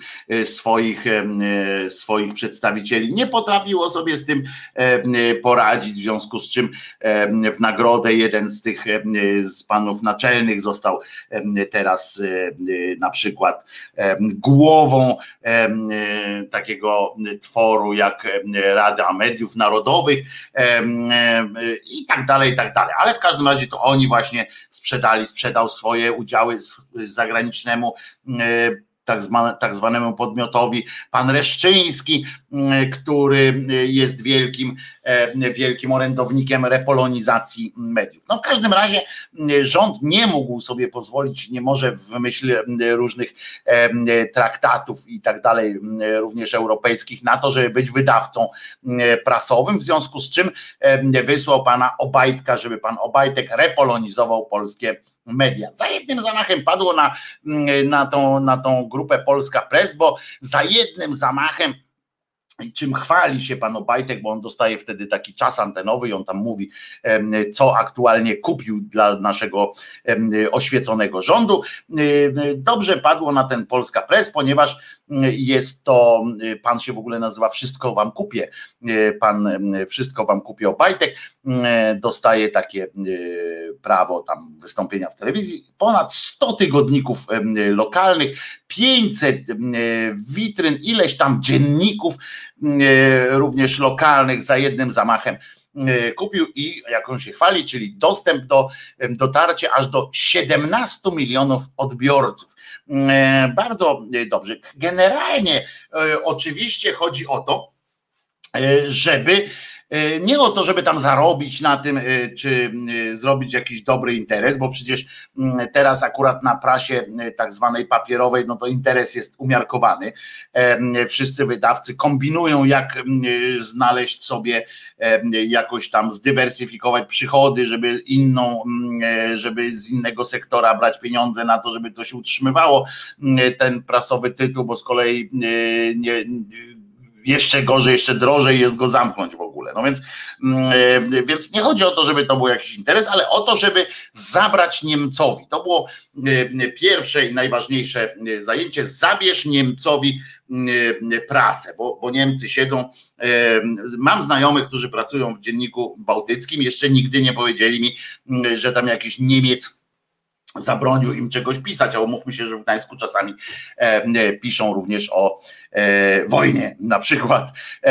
swoich przedstawicieli nie potrafiło sobie z tym poradzić, w związku z czym w nagrodę jeden z tych z panów naczelnych został teraz na przykład głową takiego tworu jak Rada Mediów Narodowych i tak dalej, ale w każdym razie to oni właśnie sprzedał swoje udziały zagranicznemu tak zwanemu podmiotowi, pan Reszczyński, który jest wielkim orędownikiem repolonizacji mediów. No w każdym razie rząd nie mógł sobie pozwolić, nie może w myśl różnych traktatów i tak dalej, również europejskich, na to, żeby być wydawcą prasowym, w związku z czym wysłał pana Obajtka, żeby pan Obajtek repolonizował polskie media. Za jednym zamachem padło na tą grupę Polska Press, bo za jednym zamachem, czym chwali się pan Obajtek, bo on dostaje wtedy taki czas antenowy i on tam mówi, co aktualnie kupił dla naszego oświeconego rządu. Dobrze padło na ten Polska Press, ponieważ jest to, pan się w ogóle nazywa Wszystko wam kupię, pan Wszystko wam kupię Obajtek, dostaje takie prawo tam wystąpienia w telewizji, ponad 100 tygodników lokalnych, 500 witryn, ileś tam dzienników również lokalnych za jednym zamachem kupił i jak on się chwali, czyli dostęp dotarcie aż do 17 milionów odbiorców. Bardzo dobrze. Generalnie oczywiście chodzi o to, żeby nie o to, żeby tam zarobić na tym, czy zrobić jakiś dobry interes, bo przecież teraz akurat na prasie tak zwanej papierowej, no to interes jest umiarkowany. Wszyscy wydawcy kombinują, jak znaleźć sobie, jakoś tam zdywersyfikować przychody, żeby z innego sektora brać pieniądze na to, żeby to się utrzymywało, ten prasowy tytuł, bo z kolei jeszcze gorzej, jeszcze drożej jest go zamknąć w ogóle. No więc nie chodzi o to, żeby to był jakiś interes, ale o to, żeby zabrać Niemcowi. To było pierwsze i najważniejsze zajęcie. Zabierz Niemcowi prasę, bo Niemcy siedzą. Mam znajomych, którzy pracują w Dzienniku Bałtyckim, jeszcze nigdy nie powiedzieli mi, że tam jakiś Niemiec zabronił im czegoś pisać, a umówmy się, że w Gdańsku czasami piszą również o wojnie na przykład.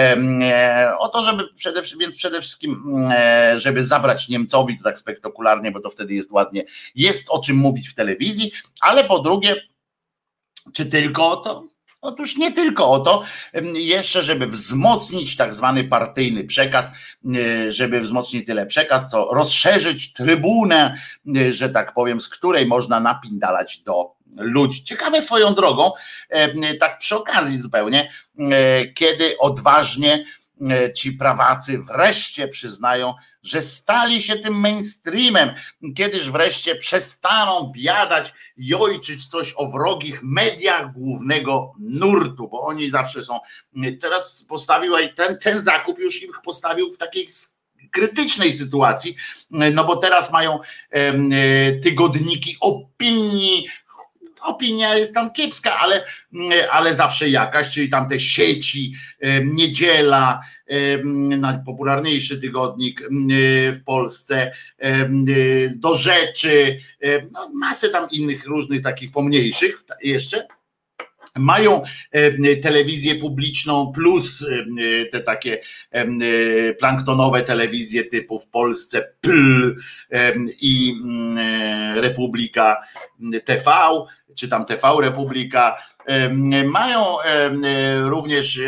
O to, żeby przede wszystkim, żeby zabrać Niemcowi, to tak spektakularnie, bo to wtedy jest ładnie, jest o czym mówić w telewizji, ale po drugie, czy tylko o to? Otóż nie tylko o to, jeszcze żeby wzmocnić tak zwany partyjny przekaz, żeby wzmocnić tyle przekaz, co rozszerzyć trybunę, że tak powiem, z której można napindalać do ludzi. Ciekawe swoją drogą, tak przy okazji zupełnie, kiedy odważnie ci prawacy wreszcie przyznają, że stali się tym mainstreamem, kiedyż wreszcie przestaną biadać i ojczyć coś o wrogich mediach głównego nurtu, bo oni zawsze są, teraz postawił, ten zakup już ich postawił w takiej krytycznej sytuacji, no bo teraz mają tygodniki opinii, opinia jest tam kiepska, ale zawsze jakaś, czyli tam te sieci, Niedziela, najpopularniejszy tygodnik w Polsce, Do Rzeczy, no masę tam innych różnych takich pomniejszych jeszcze. Mają telewizję publiczną plus te takie planktonowe telewizje typu w Polsce PL i Republika TV, czy tam TV Republika. Mają również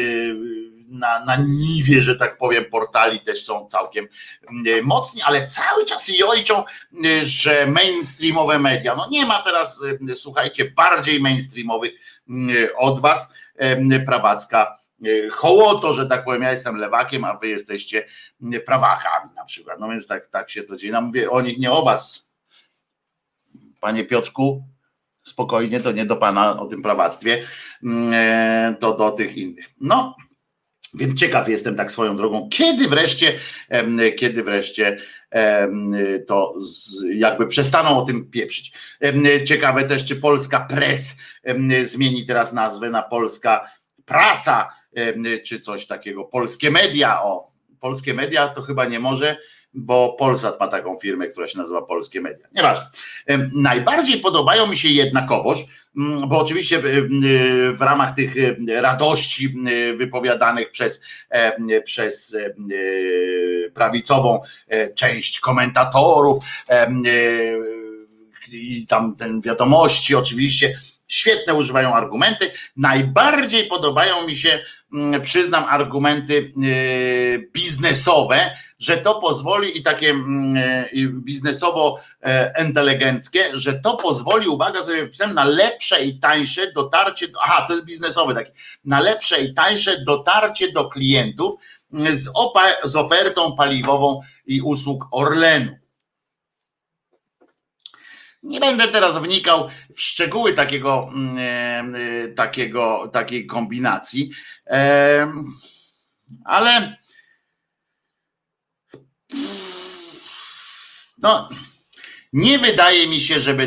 na niwie, że tak powiem, portali też są całkiem mocni, ale cały czas jojczą, że mainstreamowe media, no nie ma teraz, słuchajcie, bardziej mainstreamowych od was, prawacka hołoto, że tak powiem, ja jestem lewakiem, a wy jesteście prawakami na przykład, no więc tak się to dzieje. No mówię o nich, nie o was, panie Piotrku, spokojnie, to nie do pana o tym prawactwie, to do tych innych. No, więc ciekaw jestem tak swoją drogą, kiedy wreszcie to jakby przestaną o tym pieprzyć. Ciekawe też, czy Polska Press zmieni teraz nazwę na Polska Prasa, czy coś takiego. Polskie Media, Polskie Media to chyba nie może, bo Polsat ma taką firmę, która się nazywa Polskie Media. Nieważne. Najbardziej podobają mi się jednakowoż, bo oczywiście w ramach tych radości wypowiadanych przez prawicową część komentatorów i tam ten wiadomości oczywiście Świetne używają argumenty. Najbardziej podobają mi się, przyznam, argumenty biznesowe, że to pozwoli i takie biznesowo-inteligenckie, że to pozwoli, uwaga, sobie wpisałem, na lepsze i tańsze dotarcie, to jest biznesowy taki, na lepsze i tańsze dotarcie do klientów z ofertą paliwową i usług Orlenu. Nie będę teraz wnikał w szczegóły takiej kombinacji, ale no, nie wydaje mi się, żeby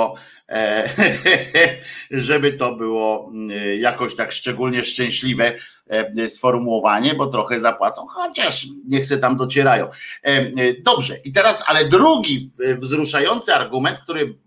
to było jakoś tak szczególnie szczęśliwe sformułowanie, bo trochę zapłacą, chociaż niech se tam docierają. Dobrze, i teraz, ale drugi wzruszający argument, który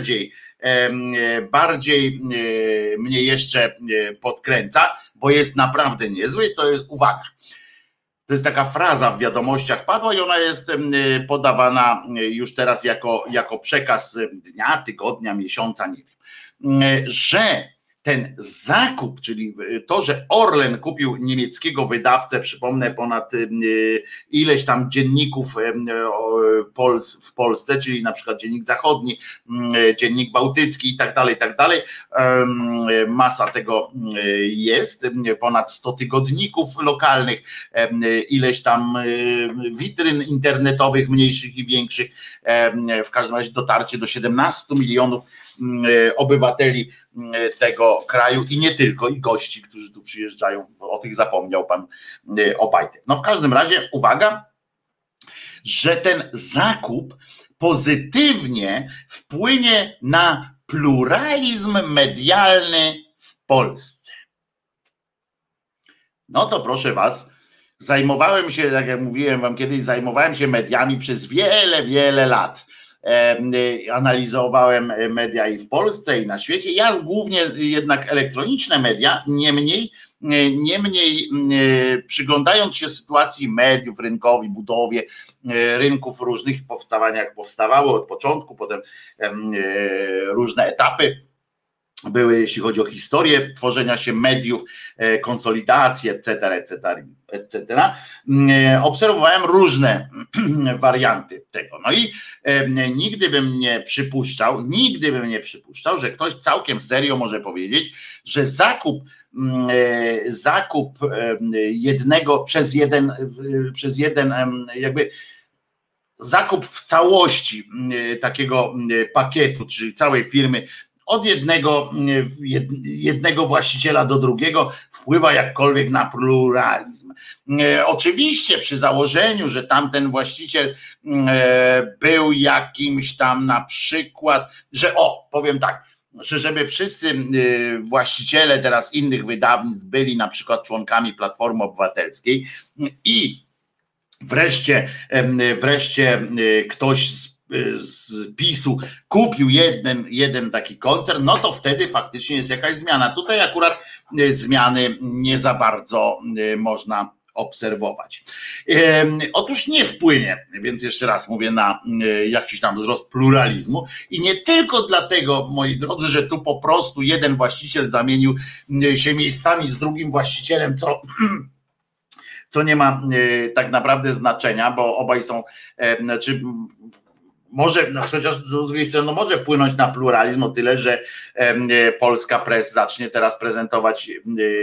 bardziej mnie jeszcze podkręca, bo jest naprawdę niezły, to jest, uwaga, to jest taka fraza w wiadomościach padła i ona jest podawana już teraz jako przekaz dnia, tygodnia, miesiąca, nie wiem, że ten zakup, czyli to, że Orlen kupił niemieckiego wydawcę, przypomnę, ponad ileś tam dzienników w Polsce, czyli na przykład Dziennik Zachodni, Dziennik Bałtycki i tak dalej, masa tego jest, ponad 100 tygodników lokalnych, ileś tam witryn internetowych, mniejszych i większych, w każdym razie dotarcie do 17 milionów obywateli tego kraju i nie tylko, i gości, którzy tu przyjeżdżają, bo o tych zapomniał pan Obajtek. No w każdym razie uwaga, że ten zakup pozytywnie wpłynie na pluralizm medialny w Polsce. No to proszę was, zajmowałem się, tak jak mówiłem wam kiedyś, zajmowałem się mediami przez wiele lat. Analizowałem media i w Polsce, i na świecie. Ja głównie jednak elektroniczne media, niemniej przyglądając się sytuacji mediów, rynkowi, budowie rynków różnych, powstawania jak powstawały od początku, potem różne etapy były, jeśli chodzi o historię tworzenia się mediów, konsolidacje, etc. Obserwowałem różne warianty tego. No i nigdy bym nie przypuszczał, że ktoś całkiem serio może powiedzieć, że zakup jednego przez jeden jakby zakup w całości takiego pakietu, czyli całej firmy, od jednego właściciela do drugiego wpływa jakkolwiek na pluralizm. Oczywiście przy założeniu, że tamten właściciel był jakimś tam na przykład, że powiem tak, że żeby wszyscy właściciele teraz innych wydawnictw byli na przykład członkami Platformy Obywatelskiej i wreszcie ktoś z PiS-u kupił jeden taki koncern, no to wtedy faktycznie jest jakaś zmiana. Tutaj akurat zmiany nie za bardzo można obserwować. Otóż nie wpłynie, więc jeszcze raz mówię, na jakiś tam wzrost pluralizmu i nie tylko dlatego, moi drodzy, że tu po prostu jeden właściciel zamienił się miejscami z drugim właścicielem, co nie ma tak naprawdę znaczenia, bo obaj są, znaczy może, chociaż z drugiej strony może wpłynąć na pluralizm o tyle, że Polska Press zacznie teraz prezentować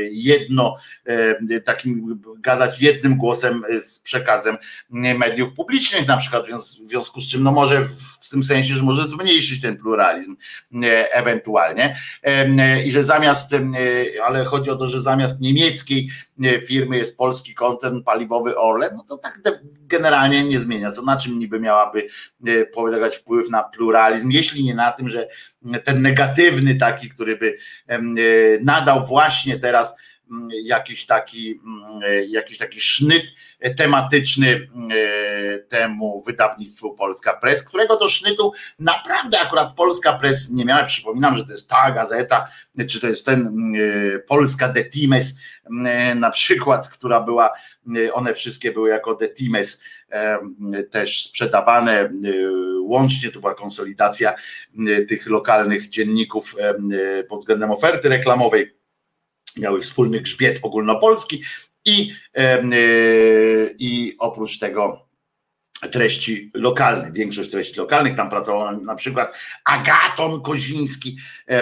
gadać jednym głosem z przekazem mediów publicznych na przykład, w związku z czym no może w tym sensie, że może zmniejszyć ten pluralizm ewentualnie i że ale chodzi o to, że zamiast niemieckiej firmy jest polski koncern paliwowy Orlen, no to tak generalnie nie zmienia. Co na czym niby miałaby polegać wpływ na pluralizm, jeśli nie na tym, że ten negatywny taki, który by nadał właśnie teraz jakiś taki sznyt tematyczny temu wydawnictwu Polska Press, którego to sznytu naprawdę akurat Polska Press nie miała. Przypominam, że to jest ta gazeta, czy to jest ten Polska de Times na przykład, która była, one wszystkie były jako de Times też sprzedawane łącznie, to była konsolidacja tych lokalnych dzienników pod względem oferty reklamowej, miały wspólny grzbiet ogólnopolski i oprócz tego treści lokalne, większość treści lokalnych, tam pracował na przykład Agaton Koziński,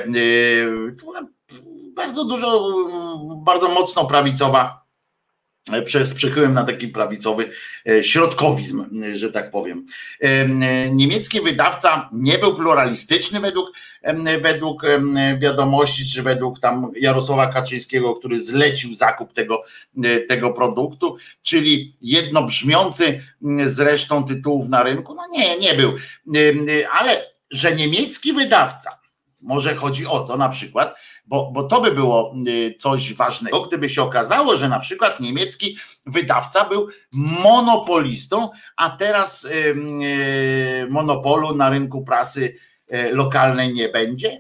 bardzo dużo, bardzo mocno prawicowa, z przychyłem na taki prawicowy środkowizm, że tak powiem. Niemiecki wydawca nie był pluralistyczny według wiadomości, czy według tam Jarosława Kaczyńskiego, który zlecił zakup tego produktu, czyli jednobrzmiący z resztą tytułów na rynku. No nie był. Ale że niemiecki wydawca, może chodzi o to na przykład, bo to by było coś ważnego, gdyby się okazało, że na przykład niemiecki wydawca był monopolistą, a teraz monopolu na rynku prasy lokalnej nie będzie?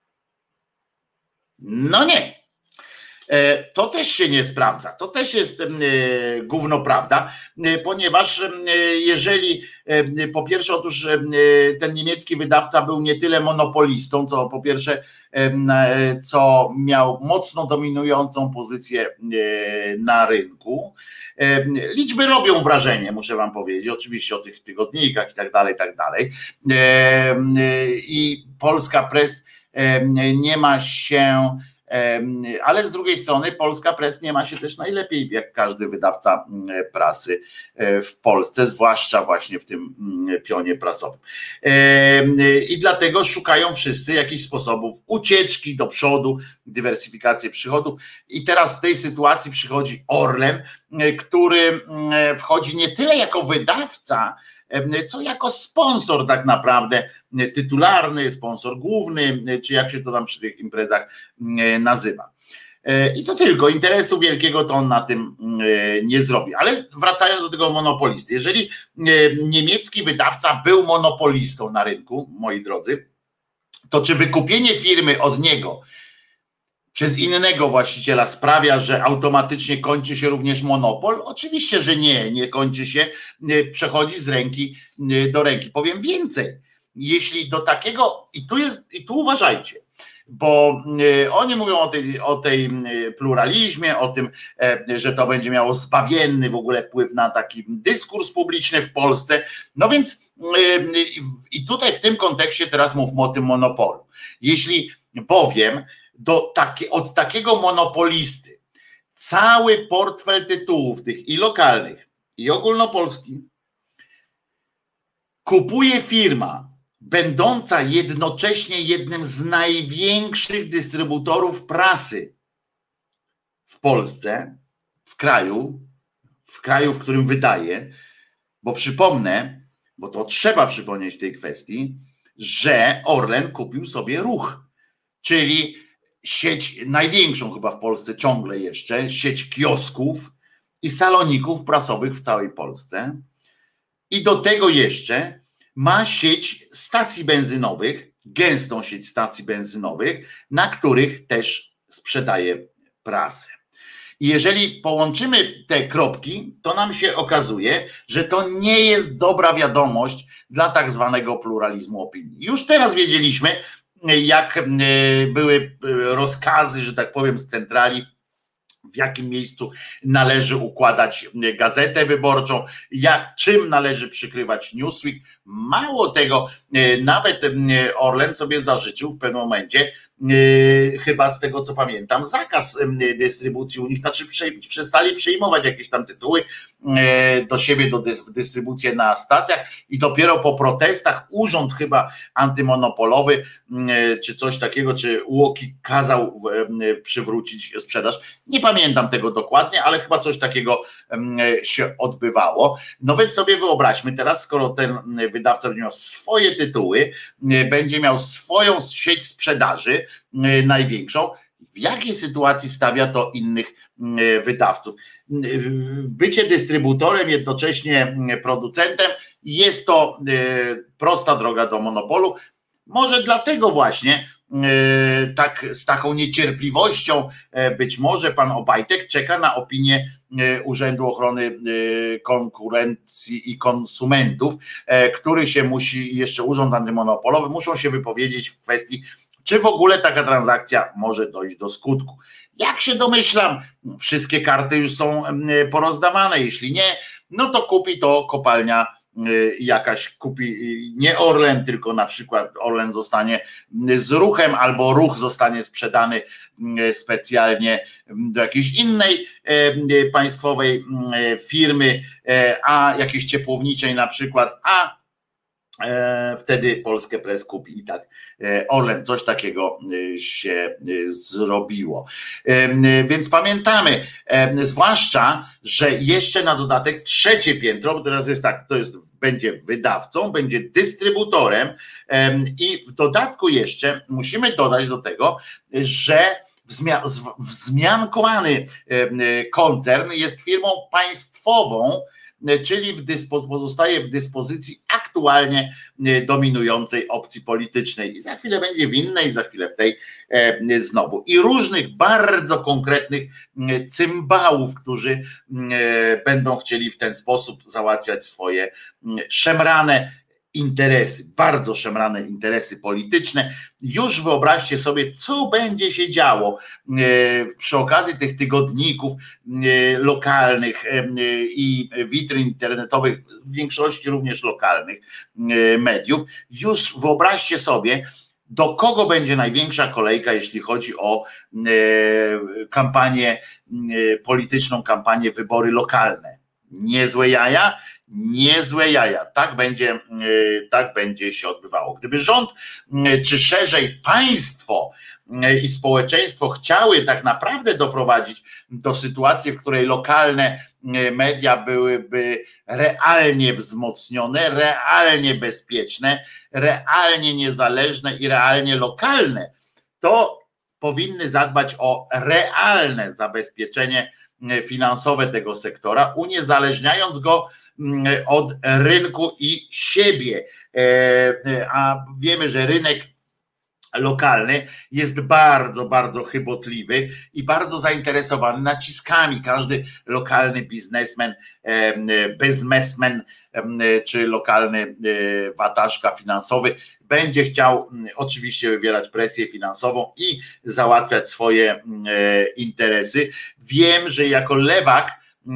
No nie. To też się nie sprawdza, to też jest gówno prawda, ponieważ jeżeli po pierwsze, otóż ten niemiecki wydawca był nie tyle monopolistą, co po pierwsze, co miał mocno dominującą pozycję na rynku. Liczby robią wrażenie, muszę wam powiedzieć, oczywiście o tych tygodnikach i tak dalej, i Polska Press nie ma się, ale z drugiej strony Polska Press nie ma się też najlepiej jak każdy wydawca prasy w Polsce, zwłaszcza właśnie w tym pionie prasowym. I dlatego szukają wszyscy jakichś sposobów ucieczki do przodu, dywersyfikacji przychodów. I teraz w tej sytuacji przychodzi Orlen, który wchodzi nie tyle jako wydawca, co jako sponsor tak naprawdę, tytularny, sponsor główny, czy jak się to tam przy tych imprezach nazywa. I to tylko, interesu wielkiego to on na tym nie zrobi. Ale wracając do tego monopolisty, jeżeli niemiecki wydawca był monopolistą na rynku, moi drodzy, to czy wykupienie firmy od niego przez innego właściciela sprawia, że automatycznie kończy się również monopol? Oczywiście, że nie kończy się, przechodzi z ręki do ręki. Powiem więcej, jeśli do takiego, i tu uważajcie, bo oni mówią o tej pluralizmie, o tym, że to będzie miało zbawienny w ogóle wpływ na taki dyskurs publiczny w Polsce. No więc i tutaj w tym kontekście teraz mówmy o tym monopolu. Jeśli bowiem od takiego monopolisty cały portfel tytułów tych i lokalnych, i ogólnopolskich kupuje firma będąca jednocześnie jednym z największych dystrybutorów prasy w Polsce, w kraju, w którym wydaje, bo przypomnę, bo to trzeba przypomnieć w tej kwestii, że Orlen kupił sobie Ruch, czyli sieć największą chyba w Polsce ciągle jeszcze, sieć kiosków i saloników prasowych w całej Polsce. I do tego jeszcze ma sieć stacji benzynowych, gęstą sieć stacji benzynowych, na których też sprzedaje prasę. I jeżeli połączymy te kropki, to nam się okazuje, że to nie jest dobra wiadomość dla tak zwanego pluralizmu opinii. Już teraz wiedzieliśmy, jak były rozkazy, że tak powiem, z centrali, w jakim miejscu należy układać gazetę wyborczą, czym należy przykrywać Newsweek. Mało tego, nawet Orlen sobie zażyczył w pewnym momencie, chyba z tego co pamiętam, zakaz dystrybucji u nich, znaczy przestali przyjmować jakieś tam tytuły do siebie, w dystrybucję na stacjach i dopiero po protestach urząd chyba antymonopolowy, czy coś takiego, czy UOKiK kazał przywrócić sprzedaż. Nie pamiętam tego dokładnie, ale chyba coś takiego się odbywało. No więc sobie wyobraźmy teraz, skoro ten wydawca będzie miał swoje tytuły, będzie miał swoją sieć sprzedaży największą, w jakiej sytuacji stawia to innych wydawców. Bycie dystrybutorem, jednocześnie producentem, jest to prosta droga do monopolu. Może dlatego właśnie tak z taką niecierpliwością być może pan Obajtek czeka na opinię Urzędu Ochrony Konkurencji i Konsumentów, który się musi, jeszcze Urząd Antymonopolowy, muszą się wypowiedzieć w kwestii, czy w ogóle taka transakcja może dojść do skutku. Jak się domyślam, wszystkie karty już są porozdawane, jeśli nie, no to kupi to kopalnia jakaś, kupi nie Orlen, tylko na przykład Orlen zostanie z Ruchem, albo Ruch zostanie sprzedany specjalnie do jakiejś innej państwowej firmy, a jakiejś ciepłowniczej na przykład, a wtedy Polskę Press kupi i tak Orlen, coś takiego się zrobiło. Więc pamiętamy, zwłaszcza, że jeszcze na dodatek trzecie piętro, bo teraz jest tak, będzie wydawcą, będzie dystrybutorem i w dodatku jeszcze musimy dodać do tego, że wzmiankowany koncern jest firmą państwową, czyli pozostaje w dyspozycji aktualnie dominującej opcji politycznej. I za chwilę będzie w innej, za chwilę w tej znowu. I różnych bardzo konkretnych cymbałów, którzy będą chcieli w ten sposób załatwiać swoje szemrane interesy, bardzo szemrane interesy polityczne. Już wyobraźcie sobie, co będzie się działo przy okazji tych tygodników lokalnych i witryn internetowych, w większości również lokalnych mediów. Już wyobraźcie sobie, do kogo będzie największa kolejka, jeśli chodzi o kampanię polityczną, kampanię wybory lokalne. Niezłe jaja? Niezłe jaja. Tak będzie się odbywało. Gdyby rząd, czy szerzej państwo i społeczeństwo chciały tak naprawdę doprowadzić do sytuacji, w której lokalne media byłyby realnie wzmocnione, realnie bezpieczne, realnie niezależne i realnie lokalne, to powinny zadbać o realne zabezpieczenie finansowe tego sektora, uniezależniając go od rynku i siebie. A wiemy, że rynek lokalny jest bardzo, bardzo chybotliwy i bardzo zainteresowany naciskami. Każdy lokalny biznesmen, czy lokalny watażka finansowy będzie chciał oczywiście wywierać presję finansową i załatwiać swoje interesy. Wiem, że jako lewak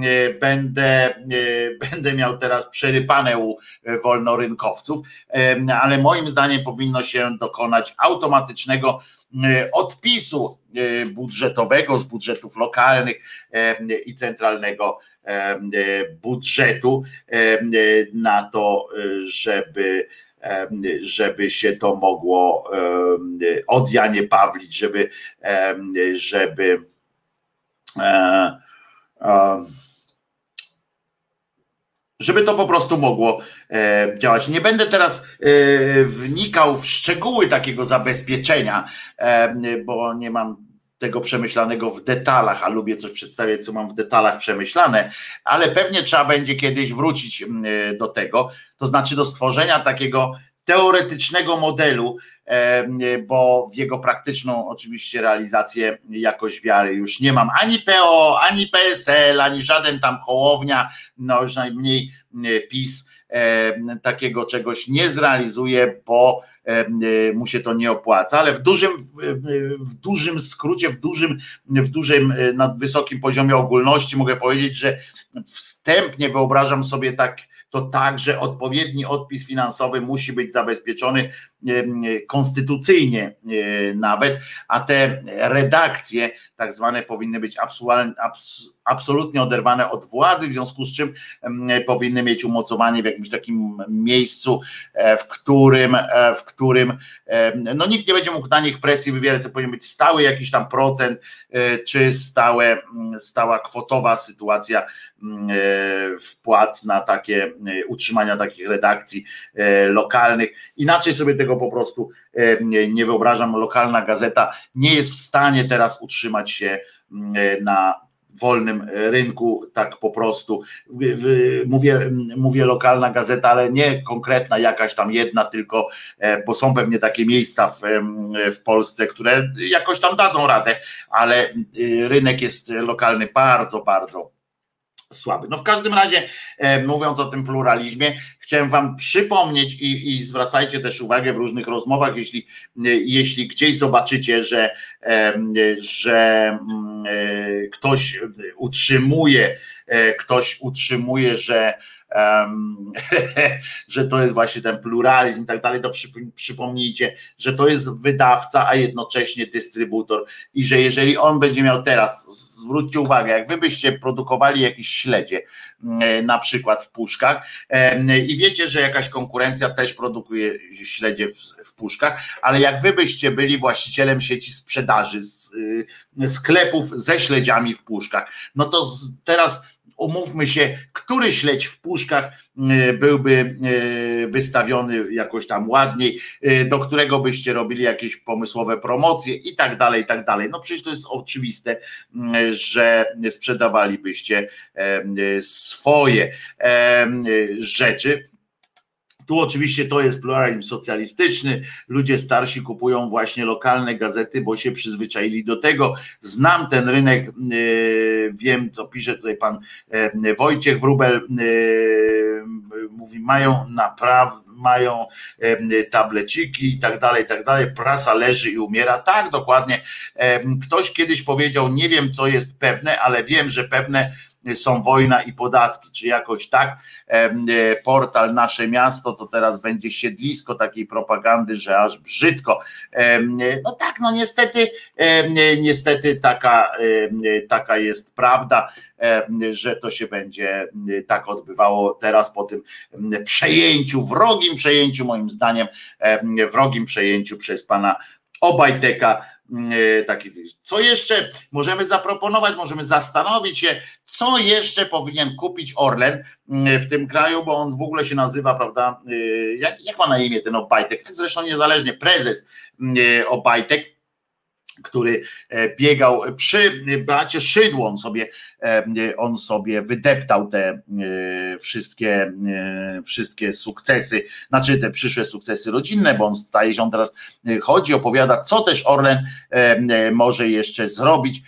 będę miał teraz przerypane u wolnorynkowców, ale moim zdaniem powinno się dokonać automatycznego odpisu budżetowego z budżetów lokalnych i centralnego budżetu na to, żeby się to mogło od Janie Pawlić, żeby to po prostu mogło działać. Nie będę teraz wnikał w szczegóły takiego zabezpieczenia, bo nie mam tego przemyślanego w detalach, a lubię coś przedstawiać, co mam w detalach przemyślane, ale pewnie trzeba będzie kiedyś wrócić do tego, to znaczy do stworzenia takiego teoretycznego modelu, bo w jego praktyczną oczywiście realizację jakoś wiary już nie mam. Ani PO, ani PSL, ani żaden tam Hołownia, no już najmniej PiS takiego czegoś nie zrealizuje, bo mu się to nie opłaca, ale w dużym skrócie, w dużym, na wysokim poziomie ogólności mogę powiedzieć, że wstępnie wyobrażam sobie tak, że odpowiedni odpis finansowy musi być zabezpieczony konstytucyjnie nawet, a te redakcje tak zwane powinny być absolutnie oderwane od władzy, w związku z czym powinny mieć umocowanie w jakimś takim miejscu, w którym no nikt nie będzie mógł na nich presji wywierać, to powinien być stały jakiś tam procent, czy stała kwotowa sytuacja wpłat na takie utrzymania takich redakcji lokalnych. Inaczej sobie tego po prostu nie wyobrażam. Lokalna gazeta nie jest w stanie teraz utrzymać się na wolnym rynku, tak po prostu. Mówię lokalna gazeta, ale nie konkretna jakaś tam jedna, tylko, bo są pewnie takie miejsca w Polsce, które jakoś tam dadzą radę, ale rynek jest lokalny bardzo, bardzo słaby. No w każdym razie, mówiąc o tym pluralizmie, chciałem wam przypomnieć i zwracajcie też uwagę w różnych rozmowach, jeśli gdzieś zobaczycie, że ktoś utrzymuje, że to jest właśnie ten pluralizm i tak dalej, to przypomnijcie, że to jest wydawca, a jednocześnie dystrybutor i że jeżeli on będzie miał teraz, zwróćcie uwagę, jak wy byście produkowali jakieś śledzie na przykład w puszkach i wiecie, że jakaś konkurencja też produkuje śledzie w puszkach, ale jak wy byście byli właścicielem sieci sprzedaży sklepów ze śledziami w puszkach, no to teraz umówmy się, który śledź w puszkach byłby wystawiony jakoś tam ładniej, do którego byście robili jakieś pomysłowe promocje i tak dalej, i tak dalej. No przecież to jest oczywiste, że sprzedawalibyście swoje rzeczy. Tu oczywiście to jest pluralizm socjalistyczny, ludzie starsi kupują właśnie lokalne gazety, bo się przyzwyczaili do tego. Znam ten rynek, wiem co pisze tutaj pan Wojciech Wróbel, mówi mają tableciki i tak dalej, prasa leży i umiera. Tak, dokładnie. Ktoś kiedyś powiedział, nie wiem co jest pewne, ale wiem, że pewne są wojna i podatki, czy jakoś tak. Portal Nasze Miasto to teraz będzie siedlisko takiej propagandy, że aż brzydko. No tak, no niestety taka jest prawda, że to się będzie tak odbywało teraz po tym wrogim przejęciu, moim zdaniem, wrogim przejęciu przez pana Obajtka. Co jeszcze możemy zaproponować, możemy zastanowić się, co jeszcze powinien kupić Orlen w tym kraju, bo on w ogóle się nazywa, prawda, jak ma na imię ten Obajtek, zresztą niezależnie, prezes Obajtek, który biegał przy Beacie Szydło, on sobie wydeptał te wszystkie sukcesy, znaczy te przyszłe sukcesy rodzinne, bo on staje się, on teraz chodzi, opowiada, co też Orlen może jeszcze zrobić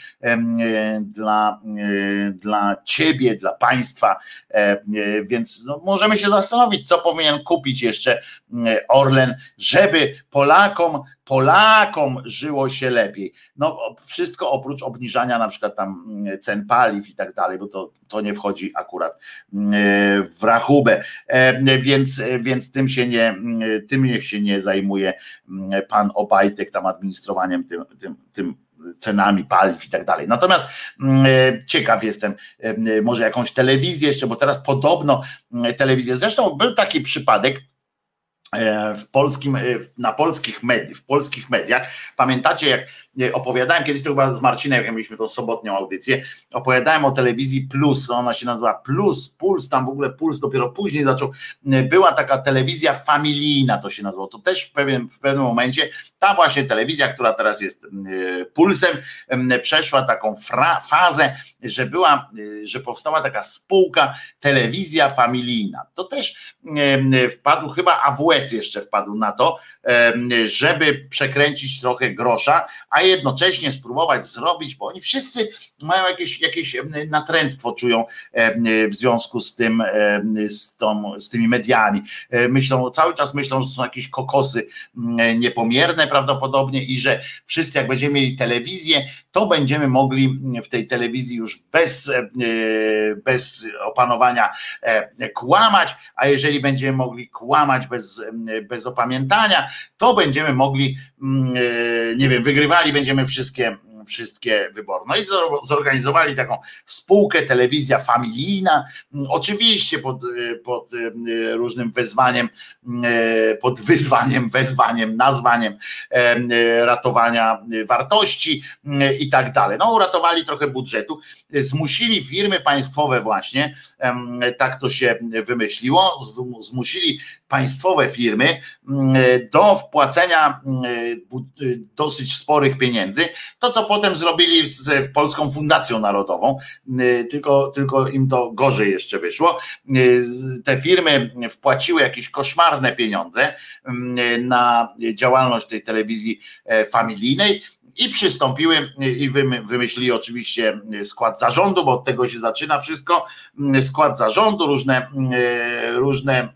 dla ciebie, dla państwa, więc no, możemy się zastanowić, co powinien kupić jeszcze Orlen, żeby Polakom żyło się lepiej. No wszystko oprócz obniżania na przykład tam cen paliw i tak dalej, bo to nie wchodzi akurat w rachubę, więc tym niech się nie zajmuje pan Obajtek tam administrowaniem tym cenami paliw i tak dalej. Natomiast ciekaw jestem, może jakąś telewizję jeszcze, bo teraz podobno telewizję, zresztą był taki przypadek w polskich mediach. Pamiętacie, jak opowiadałem kiedyś, to chyba z Marcinem, jak mieliśmy tą sobotnią audycję, opowiadałem o telewizji Plus, ona się nazywa Puls, tam w ogóle Puls dopiero później zaczął, była taka telewizja familijna, to się nazywało, to też w pewnym momencie ta właśnie telewizja, która teraz jest Pulsem, przeszła taką fazę, że powstała taka spółka telewizja familijna. To też wpadł, chyba AWS jeszcze wpadł na to, żeby przekręcić trochę grosza, a jednocześnie spróbować zrobić, bo oni wszyscy mają jakieś natręctwo czują w związku z tym, z tymi mediami. Cały czas myślą, że są jakieś kokosy niepomierne prawdopodobnie i że wszyscy jak będziemy mieli telewizję, to będziemy mogli w tej telewizji już bez opanowania kłamać, a jeżeli będziemy mogli kłamać bez opamiętania, to będziemy mogli, nie wiem, wygrywali będziemy wszystkie wszystkie wybory. No i zorganizowali taką spółkę Telewizja Familijna, oczywiście pod różnym nazwaniem ratowania wartości i tak dalej. No uratowali trochę budżetu, zmusili firmy państwowe właśnie, tak to się wymyśliło, zmusili państwowe firmy do wpłacenia dosyć sporych pieniędzy, to co potem zrobili z Polską Fundacją Narodową, tylko im to gorzej jeszcze wyszło. Te firmy wpłaciły jakieś koszmarne pieniądze na działalność tej telewizji familijnej i przystąpiły i wymyślili oczywiście skład zarządu, bo od tego się zaczyna wszystko, skład zarządu, różne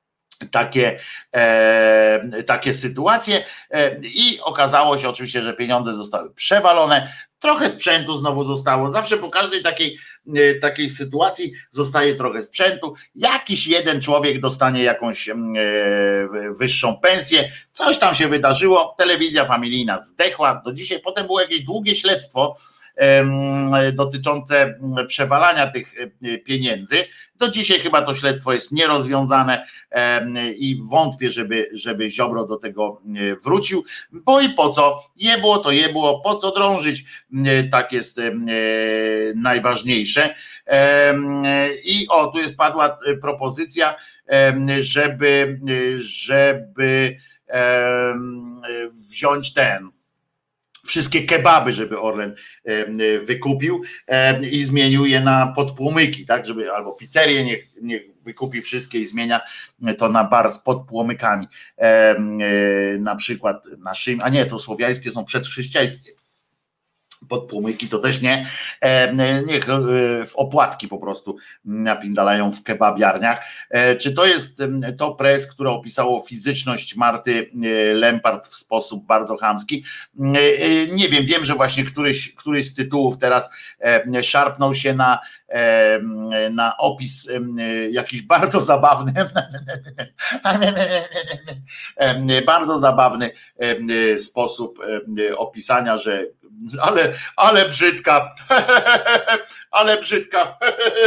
takie sytuacje i okazało się oczywiście, że pieniądze zostały przewalone, trochę sprzętu znowu zostało, zawsze po każdej takiej sytuacji zostaje trochę sprzętu, jakiś jeden człowiek dostanie jakąś wyższą pensję, coś tam się wydarzyło, telewizja familijna zdechła do dzisiaj, potem było jakieś długie śledztwo dotyczące przewalania tych pieniędzy. Do dzisiaj chyba to śledztwo jest nierozwiązane i wątpię, żeby Ziobro do tego wrócił, bo i po co? Jebło to jebło, po co drążyć? Tak jest najważniejsze. I tu jest padła propozycja, żeby wziąć wszystkie kebaby, żeby Orlen wykupił i zmienił je na podpłomyki, tak, żeby albo pizzerię niech wykupi wszystkie i zmienia to na bar z podpłomykami, na przykład a nie, to słowiańskie są przedchrześcijańskie. Podpłomyki to też niech w opłatki po prostu napindalają w kebabiarniach. Czy to jest to press, które opisało fizyczność Marty Lempart w sposób bardzo chamski? Nie wiem, że właśnie któryś z tytułów teraz szarpnął się na opis jakiś bardzo zabawny sposób opisania, że ale brzydka, ale brzydka.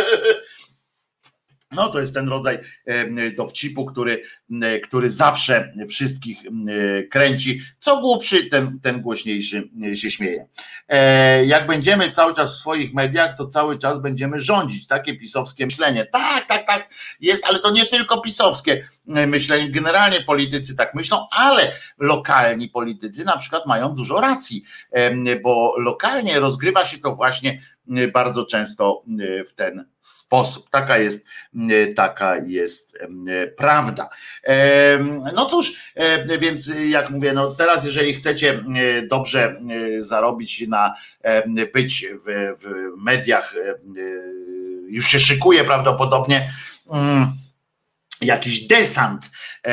No to jest ten rodzaj dowcipu, który zawsze wszystkich kręci. Co głupszy, ten głośniejszy się śmieje. Jak będziemy cały czas w swoich mediach, to cały czas będziemy rządzić. Takie pisowskie myślenie. Tak, jest, ale to nie tylko pisowskie myślenie. Generalnie politycy tak myślą, ale lokalni politycy na przykład mają dużo racji, bo lokalnie rozgrywa się to właśnie bardzo często w ten sposób. Taka jest prawda. No cóż, więc jak mówię, no teraz jeżeli chcecie dobrze zarobić być w mediach, już się szykuje prawdopodobnie jakiś desant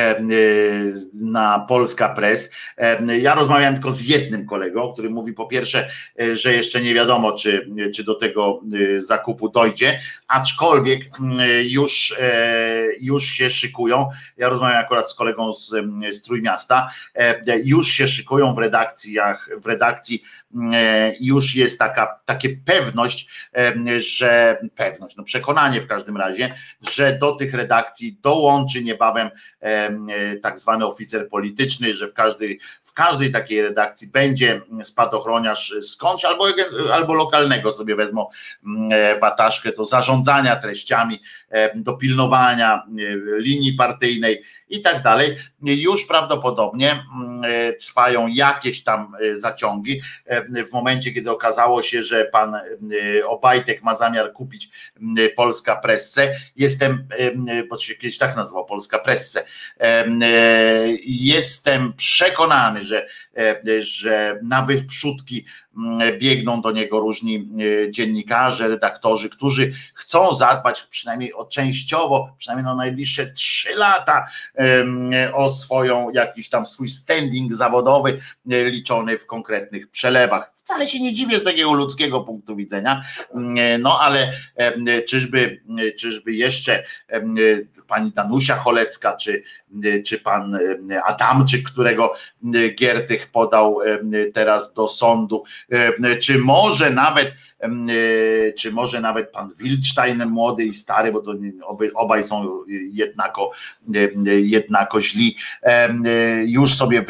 na Polska Press. Ja rozmawiałem tylko z jednym kolegą, który mówi po pierwsze, że jeszcze nie wiadomo, czy do tego zakupu dojdzie, aczkolwiek już się szykują. Ja rozmawiam akurat z kolegą z Trójmiasta, już się szykują w redakcji już jest takie przekonanie w każdym razie, że do tych redakcji dołączy niebawem tak zwany oficer polityczny, że w każdej takiej redakcji będzie spadochroniarz skądś albo lokalnego sobie wezmą wataszkę do zarządzania treściami, do pilnowania linii partyjnej i tak dalej. Już prawdopodobnie trwają jakieś tam zaciągi. W momencie, kiedy okazało się, że pan Obajtek ma zamiar kupić Polska Pressę, bo się kiedyś tak nazywał, Polska Pressę, jestem przekonany, że na wyprzódki biegną do niego różni dziennikarze, redaktorzy, którzy chcą zadbać przynajmniej częściowo, przynajmniej na najbliższe 3 lata o jakiś tam swój standing zawodowy liczony w konkretnych przelewach. wcale się nie dziwię z takiego ludzkiego punktu widzenia, no ale czyżby jeszcze pani Danusia Cholecka, czy pan Adamczyk, którego Giertych podał teraz do sądu, czy może nawet pan Wildstein młody i stary, bo to obaj są jednako źli, już sobie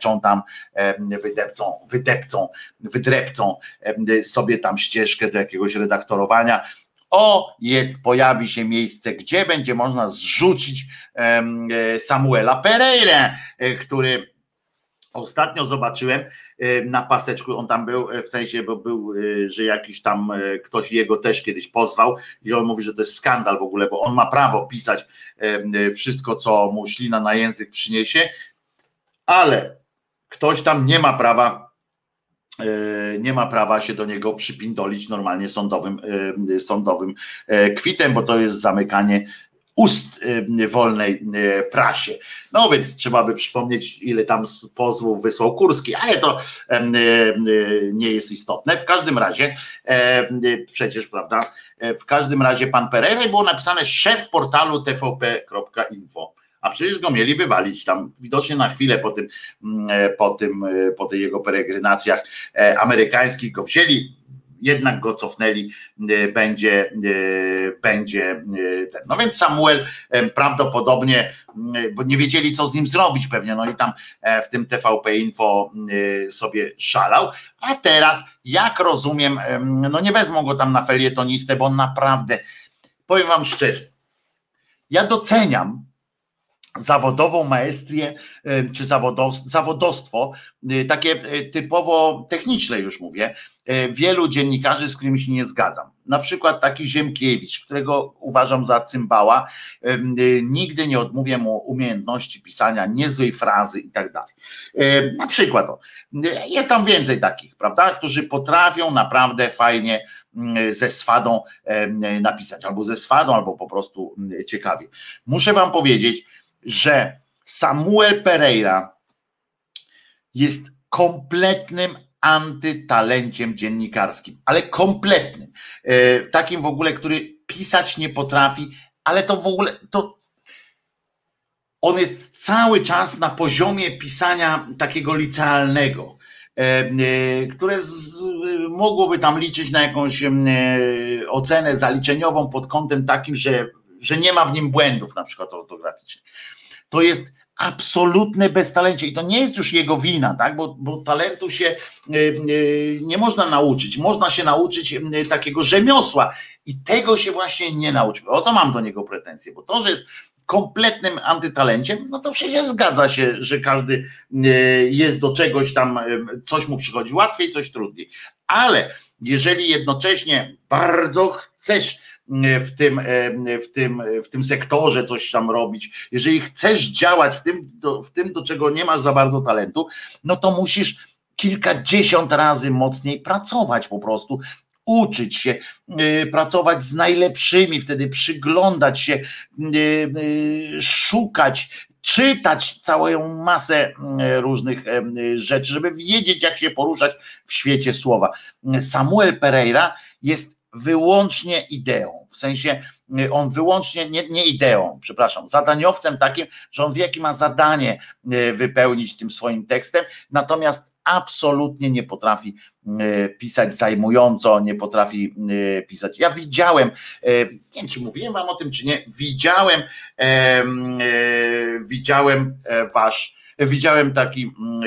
wydrepcą sobie tam ścieżkę do jakiegoś redaktorowania. Pojawi się miejsce, gdzie będzie można zrzucić Samuela Pereirę, który ostatnio zobaczyłem na paseczku, on tam był, w sensie, bo był, że jakiś tam ktoś jego też kiedyś pozwał i on mówi, że to jest skandal w ogóle, bo on ma prawo pisać wszystko, co mu ślina na język przyniesie, ale ktoś tam nie ma prawa się do niego przypindolić normalnie sądowym kwitem, bo to jest zamykanie ust wolnej prasie. No więc trzeba by przypomnieć, ile tam pozwów wysłał Kurski, ale to nie jest istotne. W każdym razie, przecież, prawda, w każdym razie pan Pereira, było napisane szef portalu tvp.info. A przecież go mieli wywalić tam, widocznie na chwilę po tych jego peregrinacjach amerykańskich go wzięli, jednak go cofnęli, będzie ten. No więc Samuel prawdopodobnie, bo nie wiedzieli, co z nim zrobić pewnie, no i tam w tym TVP Info sobie szalał, a teraz, jak rozumiem, no nie wezmą go tam na felietonistę, bo on naprawdę, powiem wam szczerze, ja doceniam zawodową maestrię czy zawodostwo, takie typowo techniczne już mówię, wielu dziennikarzy, z którymi się nie zgadzam. Na przykład taki Ziemkiewicz, którego uważam za cymbała, nigdy nie odmówię mu umiejętności pisania niezłej frazy i tak dalej. Na przykład jest tam więcej takich, prawda, którzy potrafią naprawdę fajnie ze swadą napisać, albo ze swadą, albo po prostu ciekawie. Muszę wam powiedzieć, że Samuel Pereira jest kompletnym antytalenciem dziennikarskim, ale kompletnym. Takim w ogóle, który pisać nie potrafi, ale to w ogóle, to on jest cały czas na poziomie pisania takiego licealnego, które mogłoby tam liczyć na jakąś ocenę zaliczeniową pod kątem takim, że nie ma w nim błędów, na przykład ortograficznych. To jest absolutne beztalencie i to nie jest już jego wina, tak? Bo talentu się nie można nauczyć. Można się nauczyć takiego rzemiosła i tego się właśnie nie nauczył. O to mam do niego pretensje, bo to, że jest kompletnym antytalenciem, no to przecież zgadza się, że każdy jest do czegoś tam, coś mu przychodzi łatwiej, coś trudniej. Ale jeżeli jednocześnie bardzo chcesz w tym sektorze coś tam robić, jeżeli chcesz działać w tym, do czego nie masz za bardzo talentu, no to musisz kilkadziesiąt razy mocniej pracować po prostu, uczyć się, pracować z najlepszymi, wtedy przyglądać się, szukać, czytać całą masę różnych rzeczy, żeby wiedzieć, jak się poruszać w świecie słowa. Samuel Pereira jest wyłącznie ideą, w sensie on wyłącznie, nie ideą, przepraszam, zadaniowcem takim, że on wie, jakie ma zadanie wypełnić tym swoim tekstem, natomiast absolutnie nie potrafi pisać zajmująco, nie potrafi pisać. Ja widziałem, nie wiem, czy mówiłem wam o tym, czy nie, widziałem taki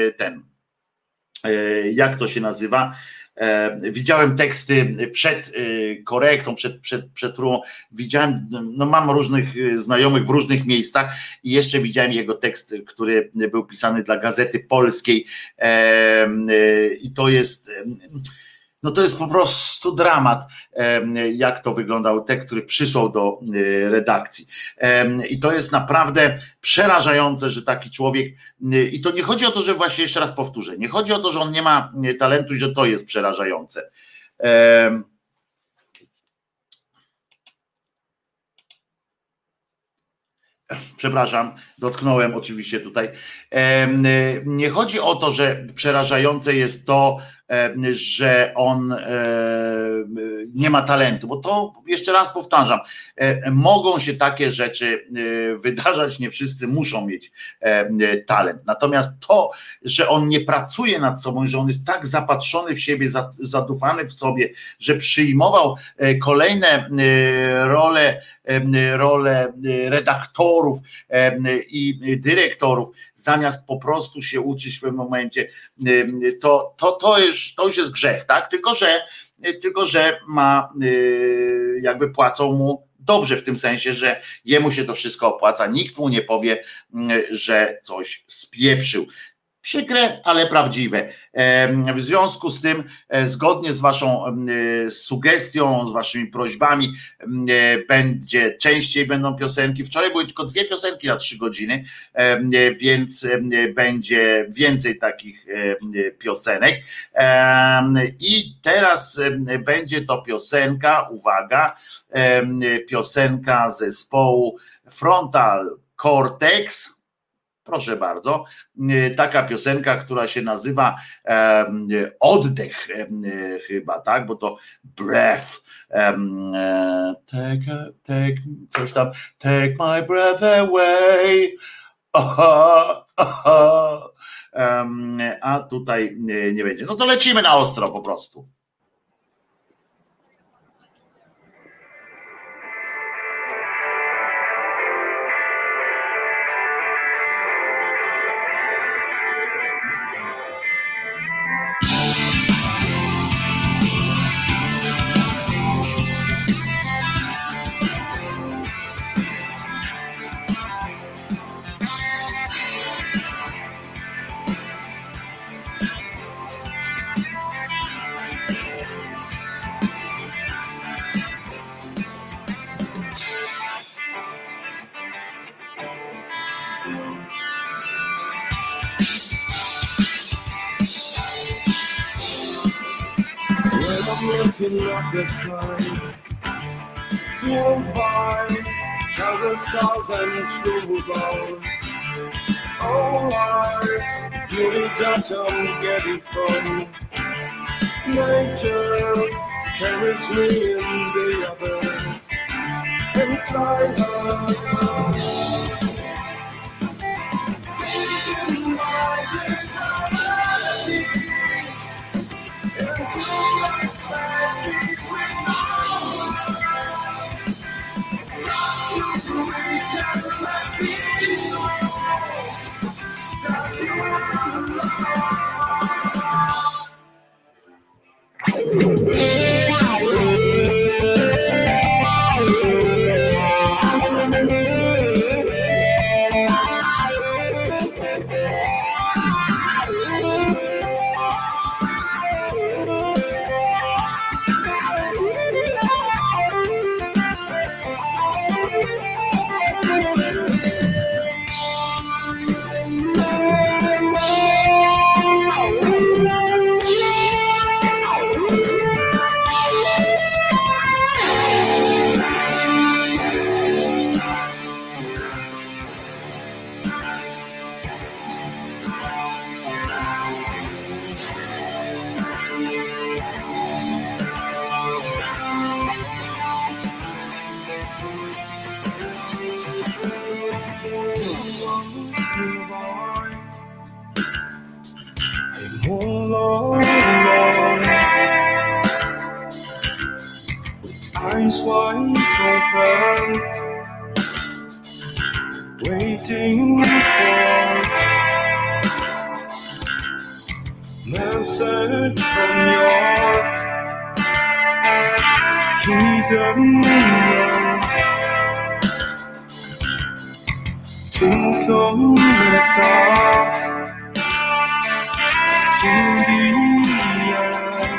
jak to się nazywa, widziałem teksty przed korektą, przed próbą, widziałem, no mam różnych znajomych w różnych miejscach i jeszcze widziałem jego tekst, który był pisany dla Gazety Polskiej i to jest, no to jest po prostu dramat, jak to wyglądał tekst, który przysłał do redakcji. I to jest naprawdę przerażające, że taki człowiek, i to nie chodzi o to, że właśnie jeszcze raz powtórzę, nie chodzi o to, że on nie ma talentu i że to jest przerażające. Przepraszam, dotknąłem oczywiście tutaj. Nie chodzi o to, że przerażające jest to, że on nie ma talentu, bo to jeszcze raz powtarzam, mogą się takie rzeczy wydarzać, nie wszyscy muszą mieć talent. Natomiast to, że on nie pracuje nad sobą, że on jest tak zapatrzony w siebie, zadufany w sobie, że przyjmował kolejne role redaktorów i dyrektorów, zamiast po prostu się uczyć w pewnym momencie, to już jest grzech, tak? Tylko że ma, jakby płacą mu dobrze w tym sensie, że jemu się to wszystko opłaca, nikt mu nie powie, że coś spieprzył. Przykre, ale prawdziwe. W związku z tym, zgodnie z waszą sugestią, z waszymi prośbami, częściej będą piosenki. Wczoraj były tylko 2 piosenki na 3 godziny, więc będzie więcej takich piosenek. I teraz będzie to piosenka, uwaga, piosenka zespołu Frontal Cortex. Proszę bardzo, taka piosenka, która się nazywa Oddech chyba, tak, bo to Breath, coś tam, take my breath away, a tutaj nie będzie. No to lecimy na ostro po prostu. Looking at the sky, fueled by countless stars and true love. Oh, life, beauty that I'm getting from nature carries me in the others inside her. Taking my dignity into my space between us. Stop to reach and let me know that you are love. Eyes wide open, waiting for message from your hidden realm to connect us to the end.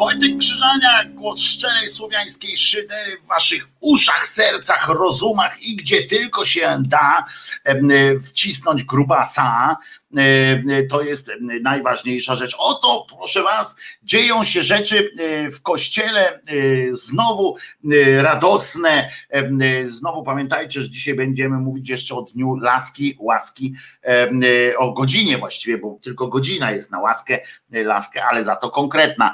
Wojtek Krzyżania, głos szczerej słowiańskiej szydery w waszych uszach, sercach, rozumach i gdzie tylko się da wcisnąć grubasa. To jest najważniejsza rzecz. Oto, proszę was, dzieją się rzeczy w kościele znowu radosne. Znowu pamiętajcie, że dzisiaj będziemy mówić jeszcze o dniu łaski, o godzinie właściwie, bo tylko godzina jest na laskę, ale za to konkretna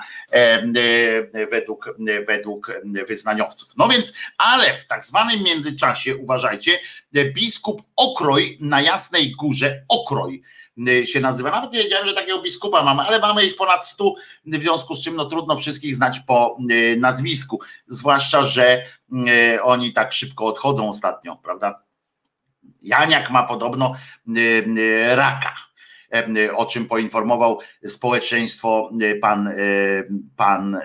według wyznaniowców. No więc, ale w tak zwanym międzyczasie, uważajcie, biskup Okroj na Jasnej Górze, Okroj się nazywa. Nawet nie wiedziałem, że takiego biskupa mamy, ale mamy ich ponad 100, w związku z czym no trudno wszystkich znać po nazwisku, zwłaszcza, że oni tak szybko odchodzą ostatnio, prawda? Janiak ma podobno raka, o czym poinformował społeczeństwo pan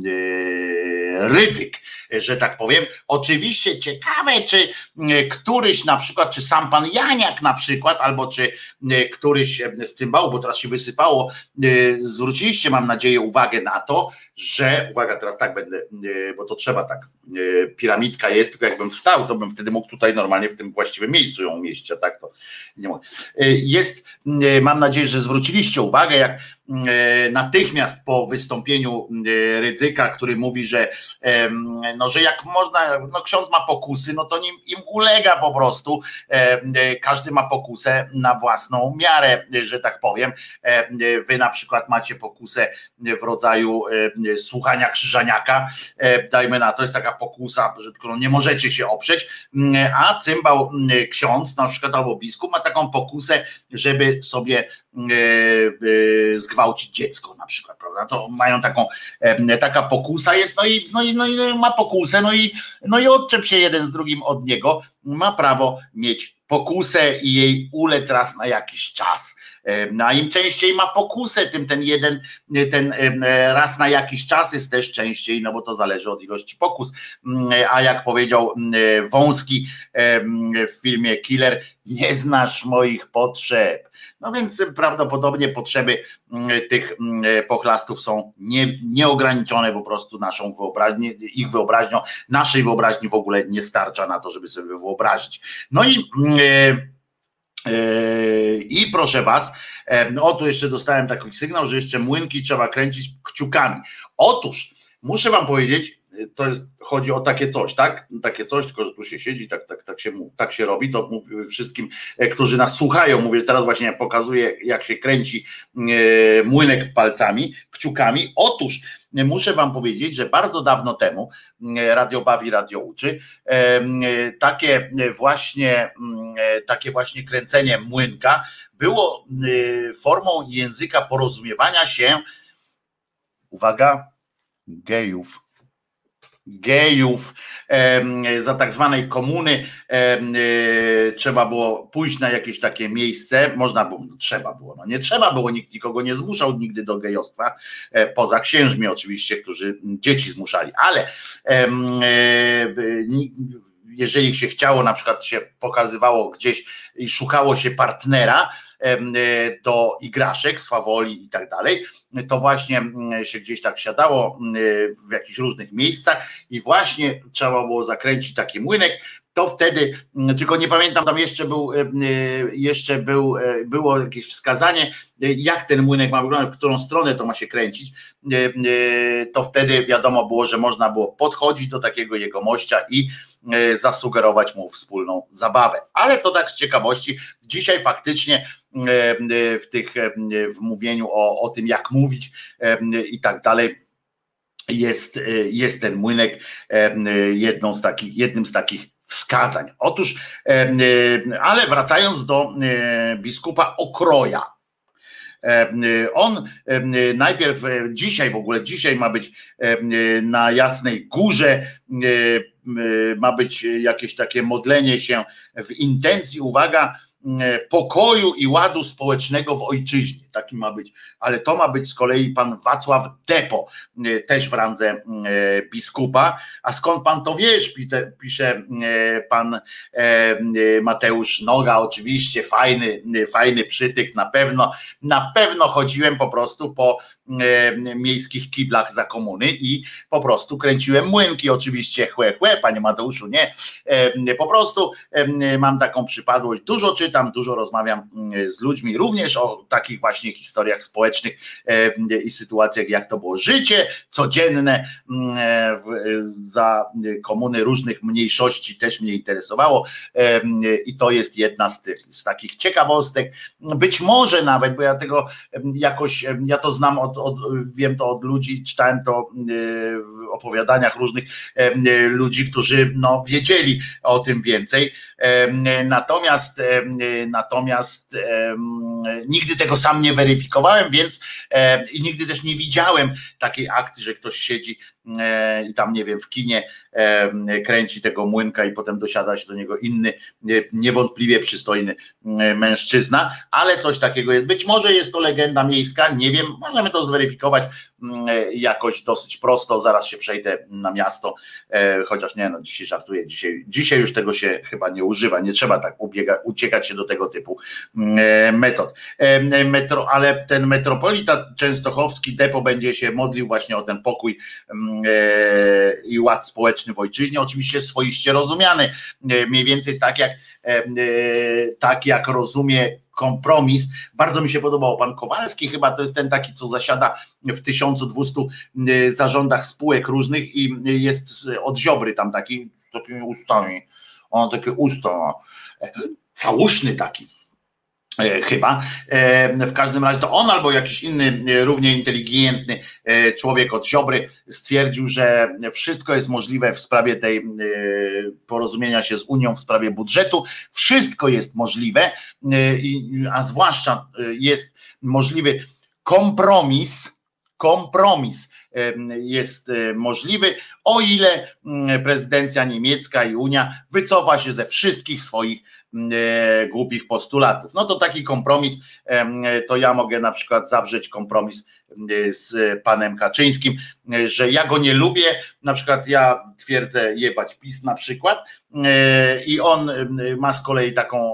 Rydzyk, że tak powiem. Oczywiście ciekawe, czy któryś na przykład, czy sam pan Janiak na przykład, albo czy któryś z cymbałów, bo teraz się wysypało, zwróciliście, mam nadzieję, uwagę na to, że, uwaga, teraz tak będę, bo to trzeba tak, piramidka jest, tylko jakbym wstał, to bym wtedy mógł tutaj normalnie w tym właściwym miejscu ją umieścić, a tak to nie mogę. Jest, mam nadzieję, że zwróciliście uwagę, jak natychmiast po wystąpieniu Rydzyka, który mówi, że no, że jak można, no ksiądz ma pokusy, no to im ulega po prostu, każdy ma pokusę na własną miarę, że tak powiem. Wy na przykład macie pokusę w rodzaju słuchania Krzyżaniaka, dajmy na to, jest taka pokusa, że tylko nie możecie się oprzeć, a cymbał ksiądz na przykład albo biskup ma taką pokusę, żeby sobie zgwałcić dziecko na przykład, prawda? To mają taka pokusa jest, no i ma pokusę, no i odczep się jeden z drugim od niego, ma prawo mieć pokusę i jej ulec raz na jakiś czas. A im częściej ma pokusę, tym ten raz na jakiś czas jest też częściej, no bo to zależy od ilości pokus. A jak powiedział Wąski w filmie Killer, nie znasz moich potrzeb. No więc prawdopodobnie potrzeby tych pochlastów są nieograniczone po prostu naszą wyobraźnią, ich wyobraźnią, naszej wyobraźni w ogóle nie starcza na to, żeby sobie wyobrazić. No i proszę was, o tu jeszcze dostałem taki sygnał, że jeszcze młynki trzeba kręcić kciukami. Otóż muszę wam powiedzieć, chodzi o takie coś, tak? Takie coś, tylko że tu się siedzi, tak się robi, to mówię wszystkim, którzy nas słuchają, mówię, teraz właśnie pokazuję, jak się kręci młynek palcami, kciukami. Otóż muszę wam powiedzieć, że bardzo dawno temu Radio Bawi, Radio Uczy, takie właśnie kręcenie młynka było formą języka porozumiewania się, uwaga, gejów, za tak zwanej komuny trzeba było pójść na jakieś takie miejsce, nie trzeba było, nikt nikogo nie zmuszał nigdy do gejostwa, poza księżmi oczywiście, którzy dzieci zmuszali, ale jeżeli się chciało, na przykład się pokazywało gdzieś i szukało się partnera do igraszek, swawoli i tak dalej, to właśnie się gdzieś tak siadało w jakichś różnych miejscach i właśnie trzeba było zakręcić taki młynek, to wtedy, tylko nie pamiętam, tam było jakieś wskazanie, jak ten młynek ma wyglądać, w którą stronę to ma się kręcić, to wtedy wiadomo było, że można było podchodzić do takiego jegomościa i zasugerować mu wspólną zabawę. Ale to tak z ciekawości, dzisiaj faktycznie w mówieniu o tym, jak mówić i tak dalej, jest ten młynek jednym z takich wskazań. Otóż, ale wracając do biskupa Okroja, on najpierw dzisiaj ma być na Jasnej Górze, ma być jakieś takie modlenie się w intencji, uwaga, pokoju i ładu społecznego w ojczyźnie. taki ma być, ale to ma być z kolei pan Wacław Depo, też w randze biskupa. A skąd pan to wiesz? Pisze pan Mateusz Noga, oczywiście fajny przytyk, na pewno chodziłem po prostu po miejskich kiblach za komuny i po prostu kręciłem młynki, oczywiście panie Mateuszu, nie, po prostu mam taką przypadłość, dużo czytam, dużo rozmawiam z ludźmi, również o takich właśnie historiach społecznych i sytuacjach, jak to było życie codzienne za komuny różnych mniejszości, też mnie interesowało i to jest jedna z takich ciekawostek, być może nawet, bo ja tego jakoś, ja to znam wiem to od ludzi, czytałem to w opowiadaniach różnych ludzi, którzy wiedzieli o tym więcej, natomiast nigdy tego sam nie weryfikowałem, więc i nigdy też nie widziałem takiej akcji, że ktoś siedzi i tam, nie wiem, w kinie kręci tego młynka i potem dosiada się do niego inny, niewątpliwie przystojny mężczyzna, ale coś takiego jest. Być może jest to legenda miejska, nie wiem, możemy to zweryfikować jakoś dosyć prosto, zaraz się przejdę na miasto, chociaż nie, dzisiaj żartuję, dzisiaj już tego się chyba nie używa, nie trzeba tak uciekać się do tego typu metod. Ale ten metropolita częstochowski Depo będzie się modlił właśnie o ten pokój i ład społeczny w ojczyźnie, oczywiście swoiście rozumiany, mniej więcej tak jak rozumie kompromis. Bardzo mi się podobało, pan Kowalski chyba to jest ten taki, co zasiada w 1200 zarządach spółek różnych i jest od Ziobry tam taki, z takimi ustami, on takie usta, całuszny taki. Chyba. W każdym razie to on albo jakiś inny równie inteligentny człowiek od Ziobry stwierdził, że wszystko jest możliwe w sprawie tej porozumienia się z Unią w sprawie budżetu. Wszystko jest możliwe, a zwłaszcza jest możliwy kompromis jest możliwy, o ile prezydencja niemiecka i Unia wycofa się ze wszystkich swoich głupich postulatów. No to taki kompromis, to ja mogę na przykład zawrzeć kompromis z panem Kaczyńskim, że ja go nie lubię, na przykład ja twierdzę jebać PiS na przykład i on ma z kolei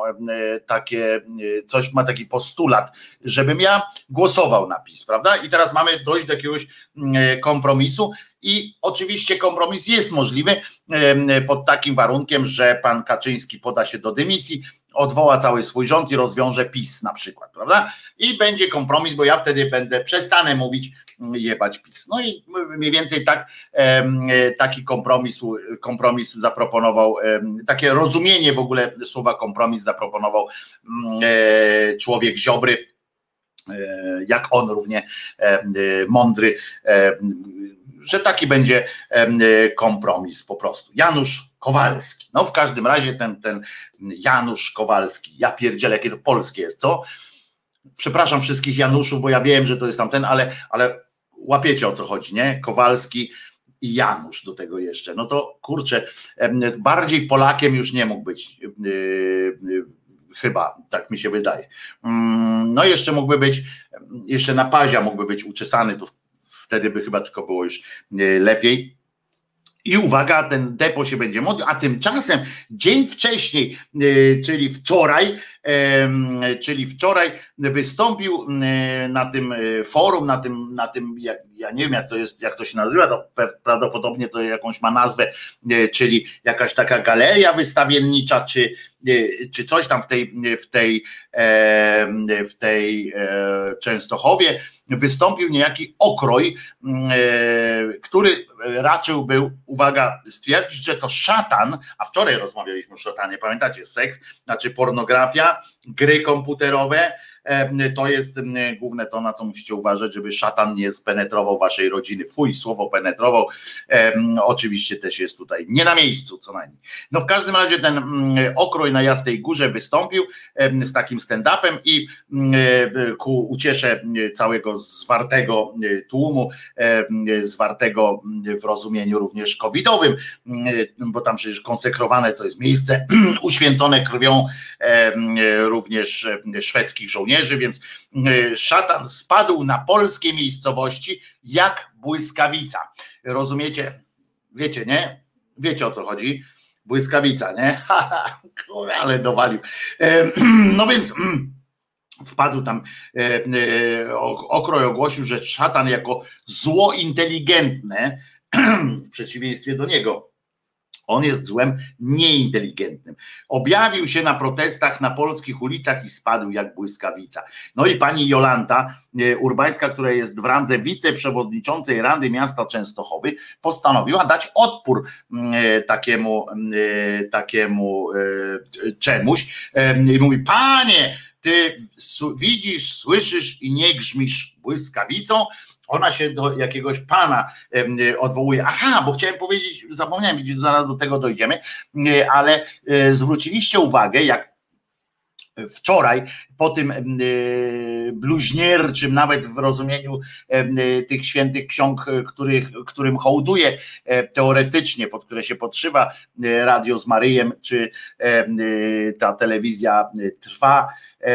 ma taki postulat, żebym ja głosował na PiS, prawda? I teraz mamy dojść do jakiegoś kompromisu i oczywiście kompromis jest możliwy pod takim warunkiem, że pan Kaczyński poda się do dymisji, odwoła cały swój rząd i rozwiąże PiS na przykład, prawda? I będzie kompromis, bo ja wtedy przestanę mówić jebać PiS. No i mniej więcej taki kompromis zaproponował, takie rozumienie w ogóle słowa kompromis zaproponował człowiek Ziobry, jak on równie mądry, że taki będzie kompromis po prostu. Janusz Kowalski. No w każdym razie ten Janusz Kowalski, ja pierdzielę, jakie to polskie jest, co? Przepraszam wszystkich Januszów, bo ja wiem, że to jest tamten, ale łapiecie, o co chodzi, nie? Kowalski i Janusz do tego jeszcze. No to kurczę, bardziej Polakiem już nie mógł być. Chyba, tak mi się wydaje. No jeszcze mógłby być, jeszcze na pazia mógłby być uczesany, to wtedy by chyba tylko było już lepiej. I uwaga, ten Depo się będzie modlił, a tymczasem dzień wcześniej, czyli wczoraj wystąpił na tym forum, na tym ja nie wiem jak to się nazywa, to prawdopodobnie to jakąś ma nazwę, czyli jakaś taka galeria wystawiennicza, czy coś tam w tej Częstochowie wystąpił niejaki Okroj, który raczył był, uwaga, stwierdzić, że to szatan, a wczoraj rozmawialiśmy o szatanie, pamiętacie, seks, znaczy pornografia, gry komputerowe, to jest główne to, na co musicie uważać, żeby szatan nie spenetrował waszej rodziny. Fuj, słowo penetrował, oczywiście też jest tutaj nie na miejscu co najmniej. No w każdym razie ten Okroj na Jasnej Górze wystąpił z takim stand-upem i ku uciesze całego zwartego tłumu, zwartego w rozumieniu również covidowym, bo tam przecież konsekrowane to jest miejsce uświęcone krwią również szwedzkich żołnierzy, żołnierzy, więc szatan spadł na polskie miejscowości jak błyskawica. Rozumiecie? Wiecie, nie? Wiecie, o co chodzi? Błyskawica, nie? Ale dowalił. No więc wpadł tam, Okroj ogłosił, że szatan jako zło inteligentne, w przeciwieństwie do niego, on jest złem nieinteligentnym. Objawił się na protestach na polskich ulicach i spadł jak błyskawica. No i pani Jolanta Urbańska, która jest w randze wiceprzewodniczącej Rady Miasta Częstochowy, postanowiła dać odpór takiemu czemuś. I mówi: panie, ty widzisz, słyszysz i nie grzmisz błyskawicą. Ona się do jakiegoś pana odwołuje. Aha, bo chciałem powiedzieć, zapomniałem, widzieć, zaraz do tego dojdziemy, ale zwróciliście uwagę, jak wczoraj po tym bluźnierczym, nawet w rozumieniu tych świętych ksiąg, którym hołduje teoretycznie, pod które się podszywa Radio z Maryjem, czy ta telewizja Trwa,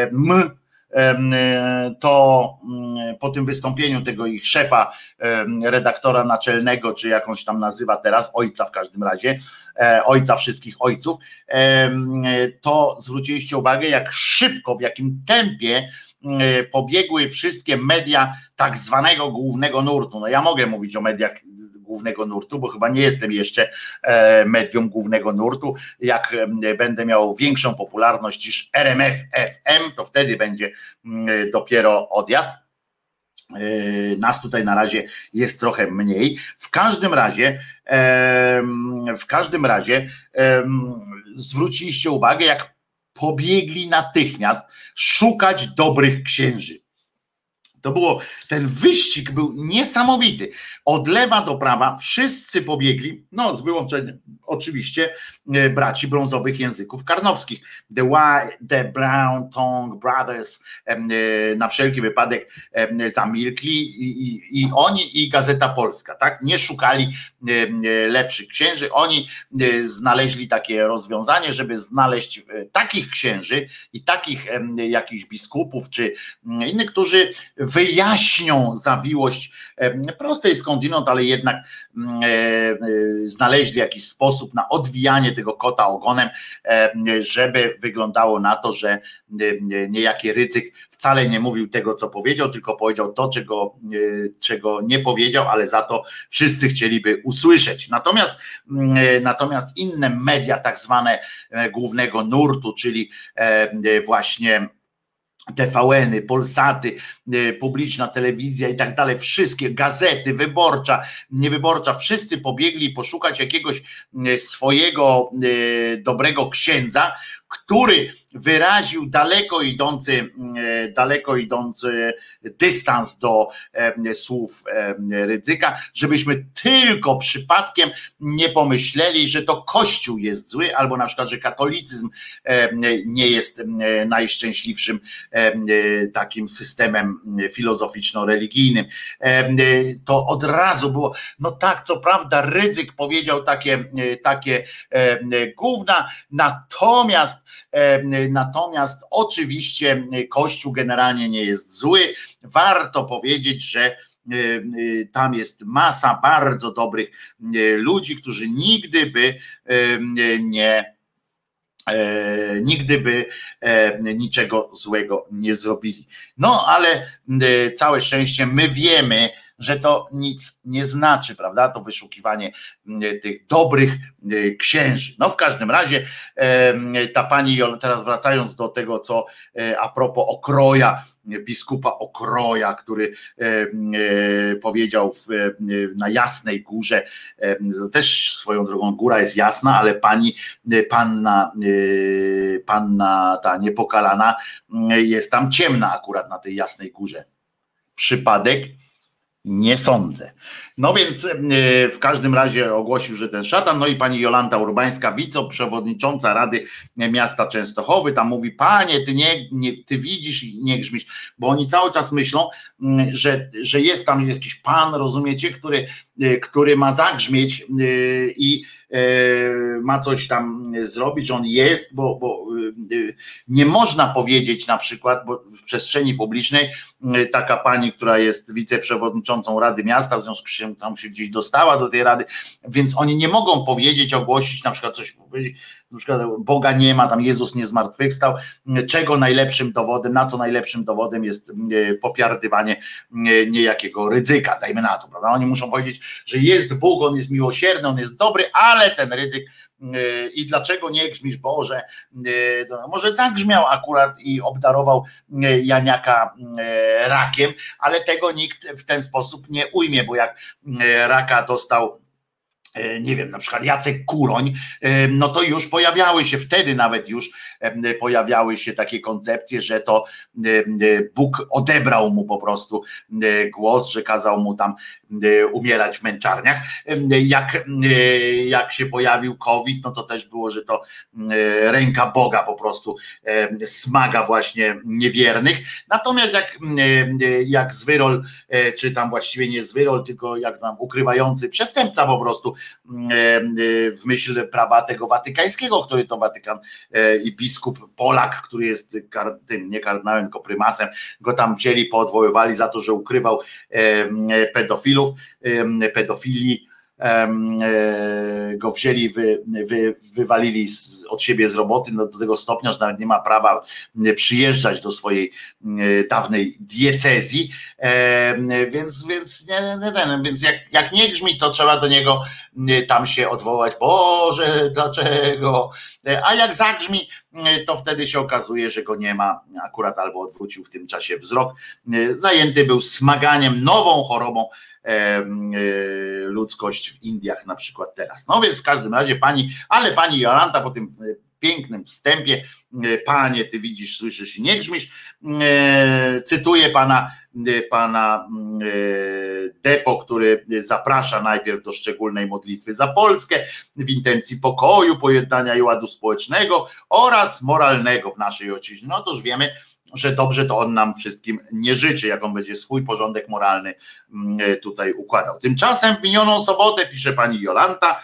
to po tym wystąpieniu tego ich szefa, redaktora naczelnego, czy jakąś tam nazywa teraz, ojca w każdym razie, ojca wszystkich ojców, to zwróciliście uwagę, jak szybko, w jakim tempie pobiegły wszystkie media tak zwanego głównego nurtu. No ja mogę mówić o mediach głównego nurtu, bo chyba nie jestem jeszcze medium głównego nurtu. Jak będę miał większą popularność niż RMF FM, to wtedy będzie dopiero odjazd. Nas tutaj na razie jest trochę mniej. W każdym razie zwróciliście uwagę, jak pobiegli natychmiast szukać dobrych księży. To było, ten wyścig był niesamowity. Od lewa do prawa wszyscy pobiegli, no z wyłączeniem oczywiście braci brązowych języków karnowskich. The Brown Tongue Brothers na wszelki wypadek zamilkli i oni i Gazeta Polska, tak? Nie szukali lepszych księży. Oni znaleźli takie rozwiązanie, żeby znaleźć takich księży i takich jakichś biskupów czy innych, którzy wyjaśnią zawiłość prostej skądinąd, ale jednak znaleźli jakiś sposób na odwijanie tego kota ogonem, żeby wyglądało na to, że niejaki Rydzyk wcale nie mówił tego, co powiedział, tylko powiedział to, czego nie powiedział, ale za to wszyscy chcieliby usłyszeć. Natomiast inne media tak zwane głównego nurtu, czyli właśnie TVN-y, Polsaty, publiczna telewizja i tak dalej, wszystkie gazety, Wyborcza, niewyborcza, wszyscy pobiegli poszukać jakiegoś swojego dobrego księdza, który wyraził daleko idący dystans do słów Rydzyka, żebyśmy tylko przypadkiem nie pomyśleli, że to Kościół jest zły, albo na przykład, że katolicyzm nie jest najszczęśliwszym takim systemem filozoficzno-religijnym. To od razu było, no tak, co prawda Rydzyk powiedział takie gówna, natomiast oczywiście Kościół generalnie nie jest zły. Warto powiedzieć, że tam jest masa bardzo dobrych ludzi, którzy nigdy by niczego złego nie zrobili. No ale całe szczęście my wiemy, że to nic nie znaczy, prawda? To wyszukiwanie tych dobrych księży. No w każdym razie ta pani, teraz wracając do tego, co a propos Okroja, biskupa Okroja, który powiedział na Jasnej Górze, też swoją drogą góra jest jasna, ale panna ta niepokalana jest tam ciemna akurat na tej Jasnej Górze. Przypadek? Nie sądzę. No więc w każdym razie ogłosił, że ten szatan, no i pani Jolanta Urbańska, wiceprzewodnicząca Rady Miasta Częstochowy, tam mówi: panie, ty widzisz i nie grzmisz, bo oni cały czas myślą, że jest tam jakiś pan, rozumiecie, który który ma zagrzmieć i ma coś tam zrobić, że on jest, bo nie można powiedzieć na przykład, bo w przestrzeni publicznej taka pani, która jest wiceprzewodniczącą Rady Miasta, w związku z czym tam się gdzieś dostała do tej rady, więc oni nie mogą powiedzieć, ogłosić na przykład coś powiedzieć, na przykład Boga nie ma, tam Jezus nie zmartwychwstał, czego najlepszym dowodem, na co najlepszym dowodem jest popiardywanie niejakiego Rydzyka, dajmy na to, prawda? Oni muszą powiedzieć, że jest Bóg, on jest miłosierny, on jest dobry, ale ten Rydzyk i dlaczego nie grzmisz Boże, może zagrzmiał akurat i obdarował Janiaka rakiem, ale tego nikt w ten sposób nie ujmie, bo jak raka dostał, nie wiem, na przykład Jacek Kuroń, no to już pojawiały się, wtedy nawet już pojawiały się takie koncepcje, że to Bóg odebrał mu po prostu głos, że kazał mu tam umierać w męczarniach. Jak się pojawił COVID, no to też było, że to ręka Boga po prostu smaga właśnie niewiernych. Natomiast jak Zwyrol, czy tam właściwie nie Zwyrol, tylko jak tam ukrywający przestępca po prostu w myśl prawa tego watykańskiego, który to Watykan i biskup Polak, który jest tym nie kardynałem, tylko prymasem, go tam wzięli, poodwoływali za to, że ukrywał pedofilii, go wzięli, wywalili od siebie z roboty, no do tego stopnia, że nawet nie ma prawa przyjeżdżać do swojej dawnej diecezji, więc jak nie grzmi, to trzeba do niego tam się odwołać, Boże, dlaczego? A jak zagrzmi, to wtedy się okazuje, że go nie ma, akurat albo odwrócił w tym czasie wzrok, zajęty był smaganiem, nową chorobą ludzkość w Indiach na przykład teraz. No więc w każdym razie pani Jolanta po tym pięknym wstępie, panie, ty widzisz, słyszysz i nie grzmisz, cytuję pana Depo, który zaprasza najpierw do szczególnej modlitwy za Polskę w intencji pokoju, pojednania i ładu społecznego oraz moralnego w naszej ojczyźnie. No to już wiemy, że dobrze to on nam wszystkim nie życzy, jak on będzie swój porządek moralny tutaj układał. Tymczasem w minioną sobotę, pisze pani Jolanta,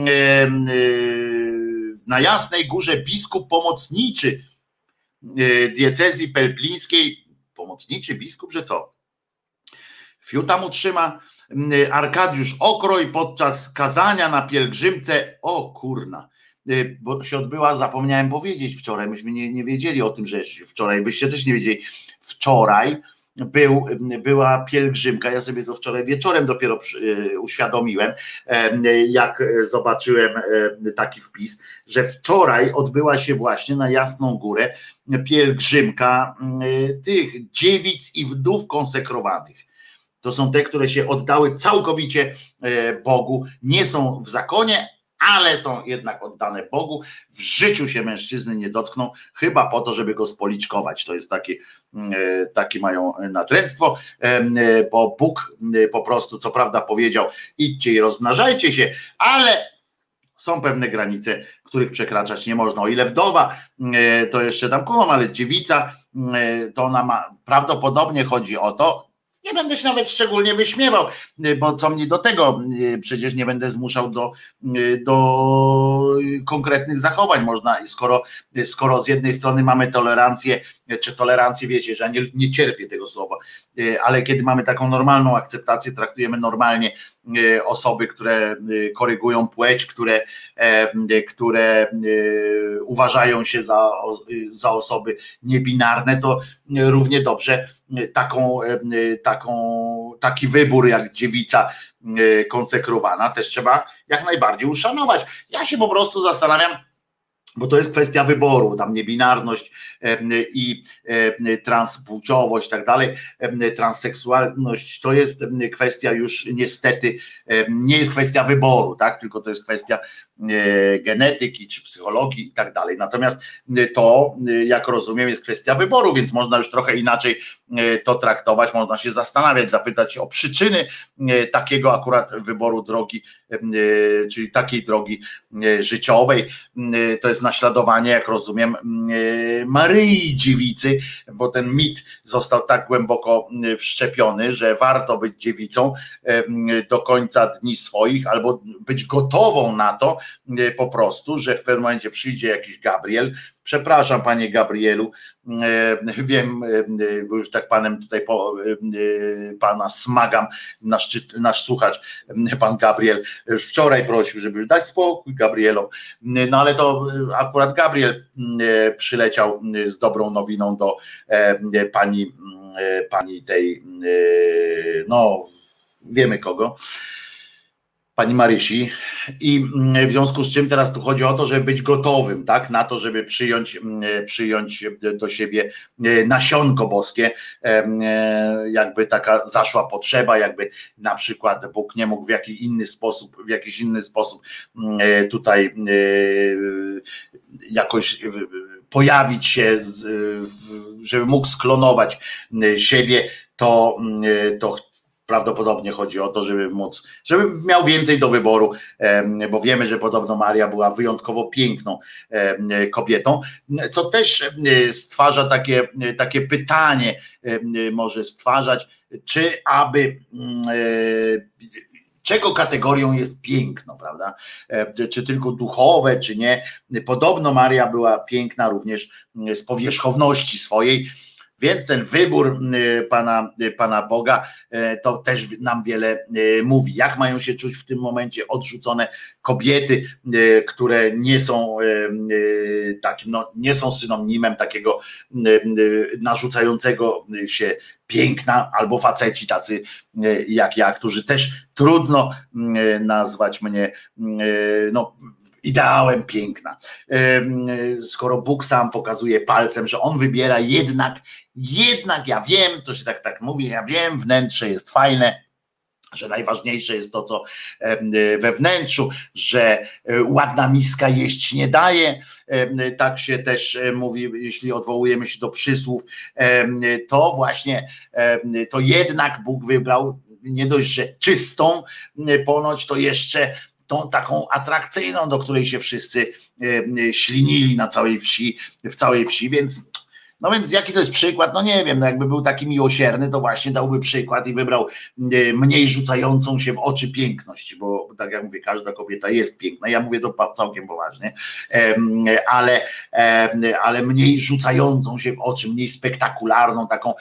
na Jasnej Górze biskup pomocniczy diecezji pelplińskiej, pomocniczy biskup, że co? Fiuta mu trzyma, Arkadiusz Okroj podczas kazania na pielgrzymce, o kurna, bo się odbyła, zapomniałem powiedzieć wczoraj, myśmy nie wiedzieli o tym, że wczoraj, wyście też nie wiedzieli, wczoraj była pielgrzymka, ja sobie to wczoraj wieczorem dopiero uświadomiłem, jak zobaczyłem taki wpis, że wczoraj odbyła się właśnie na Jasną Górę pielgrzymka tych dziewic i wdów konsekrowanych. To są te, które się oddały całkowicie Bogu, nie są w zakonie, ale są jednak oddane Bogu, w życiu się mężczyzny nie dotkną, chyba po to, żeby go spoliczkować. To jest takie mają natręctwo, bo Bóg po prostu, co prawda powiedział, idźcie i rozmnażajcie się, ale są pewne granice, których przekraczać nie można. O ile wdowa, to jeszcze tam kumam, ale dziewica, to ona ma, prawdopodobnie chodzi o to, nie będę się nawet szczególnie wyśmiewał, bo co mnie do tego, przecież nie będę zmuszał do konkretnych zachowań. Można, skoro z jednej strony mamy tolerancję, wiecie, że ja nie cierpię tego słowa, ale kiedy mamy taką normalną akceptację, traktujemy normalnie osoby, które korygują płeć, które uważają się za osoby niebinarne, to równie dobrze taki wybór jak dziewica konsekrowana też trzeba jak najbardziej uszanować. Ja się po prostu zastanawiam, bo to jest kwestia wyboru, tam niebinarność i transpłciowość i tak dalej, transseksualność, to jest kwestia już niestety, nie jest kwestia wyboru, tak? Tylko to jest kwestia genetyki czy psychologii i tak dalej. Natomiast to, jak rozumiem, jest kwestia wyboru, więc można już trochę inaczej to traktować, można się zastanawiać, zapytać o przyczyny takiego akurat wyboru drogi, czyli takiej drogi życiowej. To jest naśladowanie, jak rozumiem, Maryi Dziewicy, bo ten mit został tak głęboko wszczepiony, że warto być dziewicą do końca dni swoich, albo być gotową na to po prostu, że w pewnym momencie przyjdzie jakiś Gabriel. Przepraszam, panie Gabrielu, wiem, bo już tak panem tutaj pana smagam, nasz słuchacz, pan Gabriel, już wczoraj prosił, żeby już dać spokój Gabrielom, no ale to akurat Gabriel przyleciał z dobrą nowiną do pani tej, no wiemy kogo, pani Marysi, i w związku z czym teraz tu chodzi o to, żeby być gotowym, tak, na to, żeby przyjąć do siebie nasionko boskie, jakby taka zaszła potrzeba, jakby na przykład Bóg nie mógł w jakiś inny sposób tutaj jakoś pojawić się, żeby mógł sklonować siebie, to prawdopodobnie chodzi o to, żeby miał więcej do wyboru, bo wiemy, że podobno Maria była wyjątkowo piękną kobietą, co też stwarza takie pytanie, może stwarzać, czy aby czego kategorią jest piękno, prawda? Czy tylko duchowe, czy nie. Podobno Maria była piękna również z powierzchowności swojej, więc ten wybór Pana Boga to też nam wiele mówi. Jak mają się czuć w tym momencie odrzucone kobiety, które nie są takim, no, nie są synonimem takiego narzucającego się piękna, albo faceci tacy jak ja, którzy też trudno nazwać mnie no ideałem piękna. Skoro Bóg sam pokazuje palcem, że on wybiera jednak ja wiem, to się tak mówi, ja wiem, wnętrze jest fajne, że najważniejsze jest to, co we wnętrzu, że ładna miska jeść nie daje, tak się też mówi, jeśli odwołujemy się do przysłów, to właśnie, to jednak Bóg wybrał nie dość, że czystą ponoć, to jeszcze tą taką atrakcyjną, do której się wszyscy ślinili na całej wsi, w całej wsi, więc no więc jaki to jest przykład? No nie wiem, no jakby był taki miłosierny, to właśnie dałby przykład i wybrał mniej rzucającą się w oczy piękność, bo tak jak mówię, każda kobieta jest piękna, ja mówię to całkiem poważnie, ale mniej rzucającą się w oczy, mniej spektakularną, taką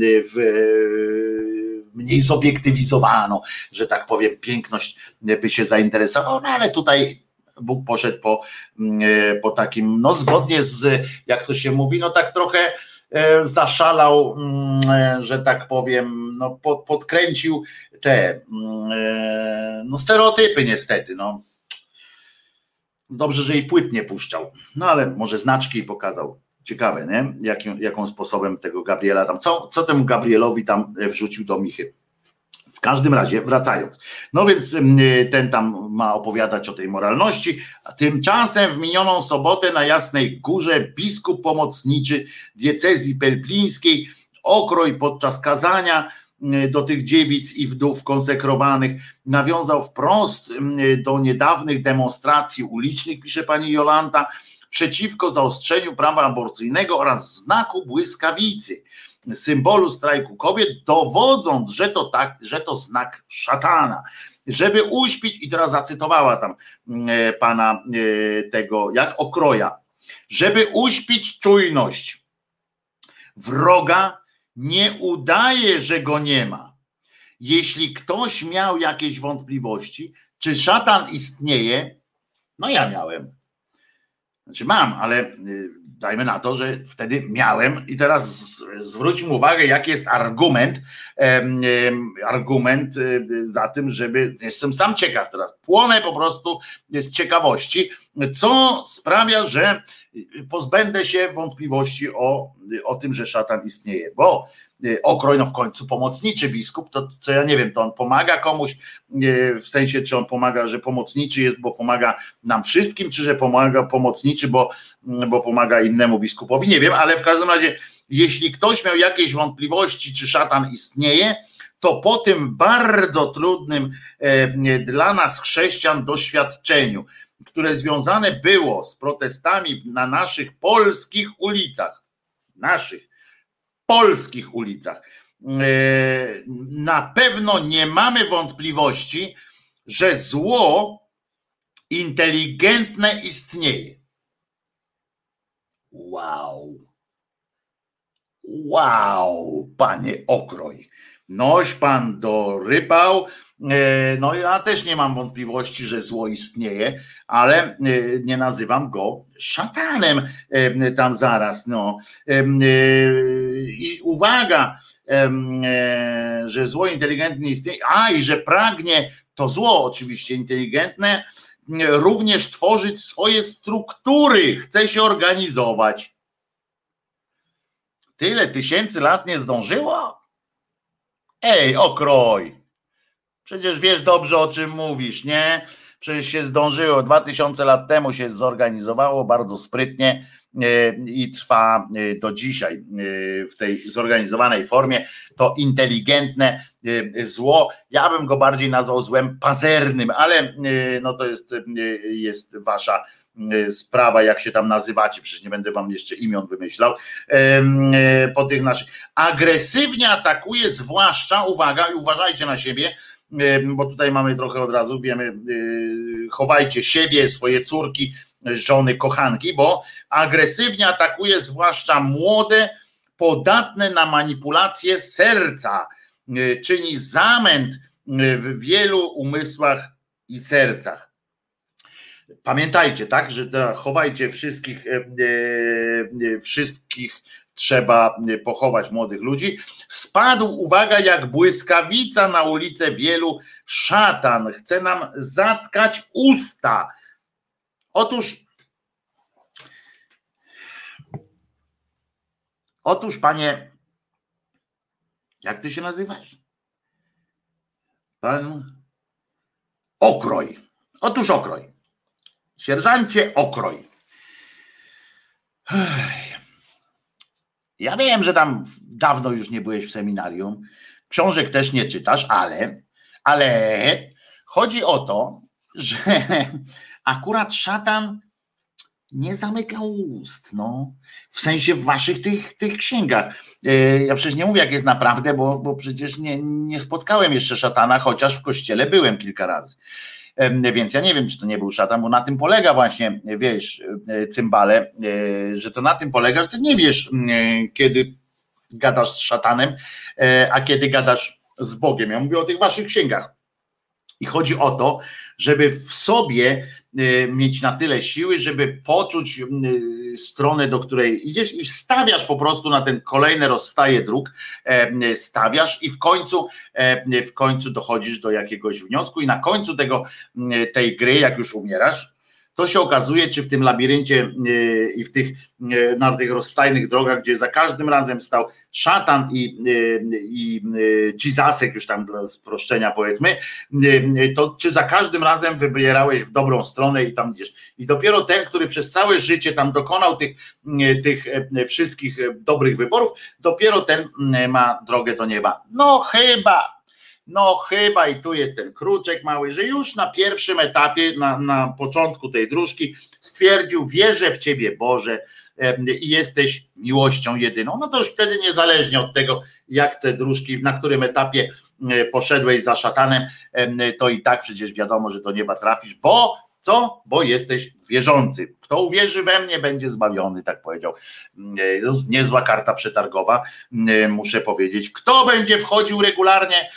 mniej zobiektywizowaną, że tak powiem, piękność by się zainteresował, no ale tutaj Bóg poszedł po takim, no zgodnie z, jak to się mówi, no tak trochę zaszalał, że tak powiem, no podkręcił te no stereotypy niestety, no. Dobrze, że jej płyt nie puszczał, no ale może znaczki pokazał. Ciekawe, nie? Jaką sposobem tego Gabriela tam, co temu Gabrielowi tam wrzucił do michy. W każdym razie, wracając, no więc ten tam ma opowiadać o tej moralności, a tymczasem w minioną sobotę na Jasnej Górze biskup pomocniczy diecezji pelplińskiej okroj podczas kazania do tych dziewic i wdów konsekrowanych nawiązał wprost do niedawnych demonstracji ulicznych, pisze pani Jolanta, przeciwko zaostrzeniu prawa aborcyjnego oraz znaku błyskawicy, symbolu strajku kobiet, dowodząc, że to znak szatana, żeby uśpić, i teraz zacytowała tam pana tego, jak okroja, żeby uśpić czujność wroga, nie udaje, że go nie ma. Jeśli ktoś miał jakieś wątpliwości, czy szatan istnieje, no ja miałem. Znaczy mam, ale dajmy na to, że wtedy miałem, i teraz zwróćmy uwagę, jaki jest argument za tym, żeby, jestem sam ciekaw teraz, płonę po prostu z ciekawości, co sprawia, że pozbędę się wątpliwości o tym, że szatan istnieje, bo Okroj, no w końcu pomocniczy biskup, to co ja nie wiem, to on pomaga komuś, w sensie czy on pomaga, że pomocniczy jest, bo pomaga nam wszystkim, czy że pomaga pomocniczy, bo pomaga innemu biskupowi, nie wiem, ale w każdym razie jeśli ktoś miał jakieś wątpliwości, czy szatan istnieje, to po tym bardzo trudnym dla nas chrześcijan doświadczeniu, które związane było z protestami na naszych polskich ulicach, na pewno nie mamy wątpliwości, że zło inteligentne istnieje. Wow, panie Okroj. Noś pan dorypał. No ja też nie mam wątpliwości, że zło istnieje, ale nie nazywam go szatanem tam zaraz. No. I uwaga, że zło inteligentne istnieje, i że pragnie to zło oczywiście inteligentne również tworzyć swoje struktury, chce się organizować. Tyle tysięcy lat nie zdążyło? Ej, Okroj, przecież wiesz dobrze, o czym mówisz, nie? Przecież się zdążyło, 2000 lat temu się zorganizowało bardzo sprytnie i trwa do dzisiaj w tej zorganizowanej formie. To inteligentne zło, ja bym go bardziej nazwał złem pazernym, ale no to jest wasza sprawa, jak się tam nazywacie, przecież nie będę wam jeszcze imion wymyślał, po tych naszych. Agresywnie atakuje, zwłaszcza, uwaga, i uważajcie na siebie, bo tutaj mamy trochę od razu, wiemy, chowajcie siebie, swoje córki, żony, kochanki, bo agresywnie atakuje zwłaszcza młode, podatne na manipulacje serca, czyni zamęt w wielu umysłach i sercach. Pamiętajcie, tak, że chowajcie wszystkich trzeba pochować młodych ludzi. Spadł, uwaga, jak błyskawica na ulicę wielu szatan. Chce nam zatkać usta. Otóż panie, jak ty się nazywasz? Pan Okroj. Otóż Okroj. Sierżancie Okroj. Ja wiem, że tam dawno już nie byłeś w seminarium, książek też nie czytasz, ale chodzi o to, że akurat szatan nie zamykał ust, no, w sensie w waszych tych księgach. Ja przecież nie mówię, jak jest naprawdę, bo przecież nie spotkałem jeszcze szatana, chociaż w kościele byłem kilka razy. Więc ja nie wiem, czy to nie był szatan, bo na tym polega właśnie, wiesz, cymbale, że to na tym polega, że ty nie wiesz, kiedy gadasz z szatanem, a kiedy gadasz z Bogiem. Ja mówię o tych waszych księgach. I chodzi o to, żeby w sobie mieć na tyle siły, żeby poczuć stronę, do której idziesz i stawiasz po prostu na ten kolejne rozstaje dróg, stawiasz i w końcu dochodzisz do jakiegoś wniosku i na końcu tej gry, jak już umierasz, to się okazuje, czy w tym labiryncie i na tych rozstajnych drogach, gdzie za każdym razem stał szatan i Jesusek, już tam dla sproszczenia powiedzmy, to czy za każdym razem wybierałeś w dobrą stronę i tam idziesz. I dopiero ten, który przez całe życie tam dokonał tych wszystkich dobrych wyborów, dopiero ten ma drogę do nieba. No chyba i tu jest ten kruczek mały, że już na pierwszym etapie, na początku tej dróżki stwierdził, wierzę w Ciebie Boże i jesteś miłością jedyną. No to już wtedy niezależnie od tego, jak te dróżki, na którym etapie poszedłeś za szatanem, to i tak przecież wiadomo, że do nieba trafisz, bo co? Bo jesteś wierzący. Kto uwierzy we mnie, będzie zbawiony, tak powiedział. Niezła karta przetargowa, muszę powiedzieć. Kto będzie wchodził regularnie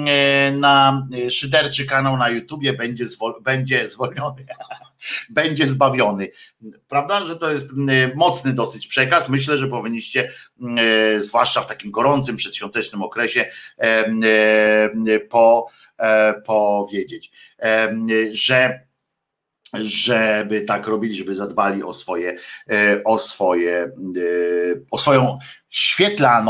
na szyderczy kanał na YouTubie, będzie zwolniony, będzie zbawiony. Prawda, że to jest mocny dosyć przekaz. Myślę, że powinniście, zwłaszcza w takim gorącym przedświątecznym okresie, powiedzieć, żeby tak robili, żeby zadbali o swoją świetlaną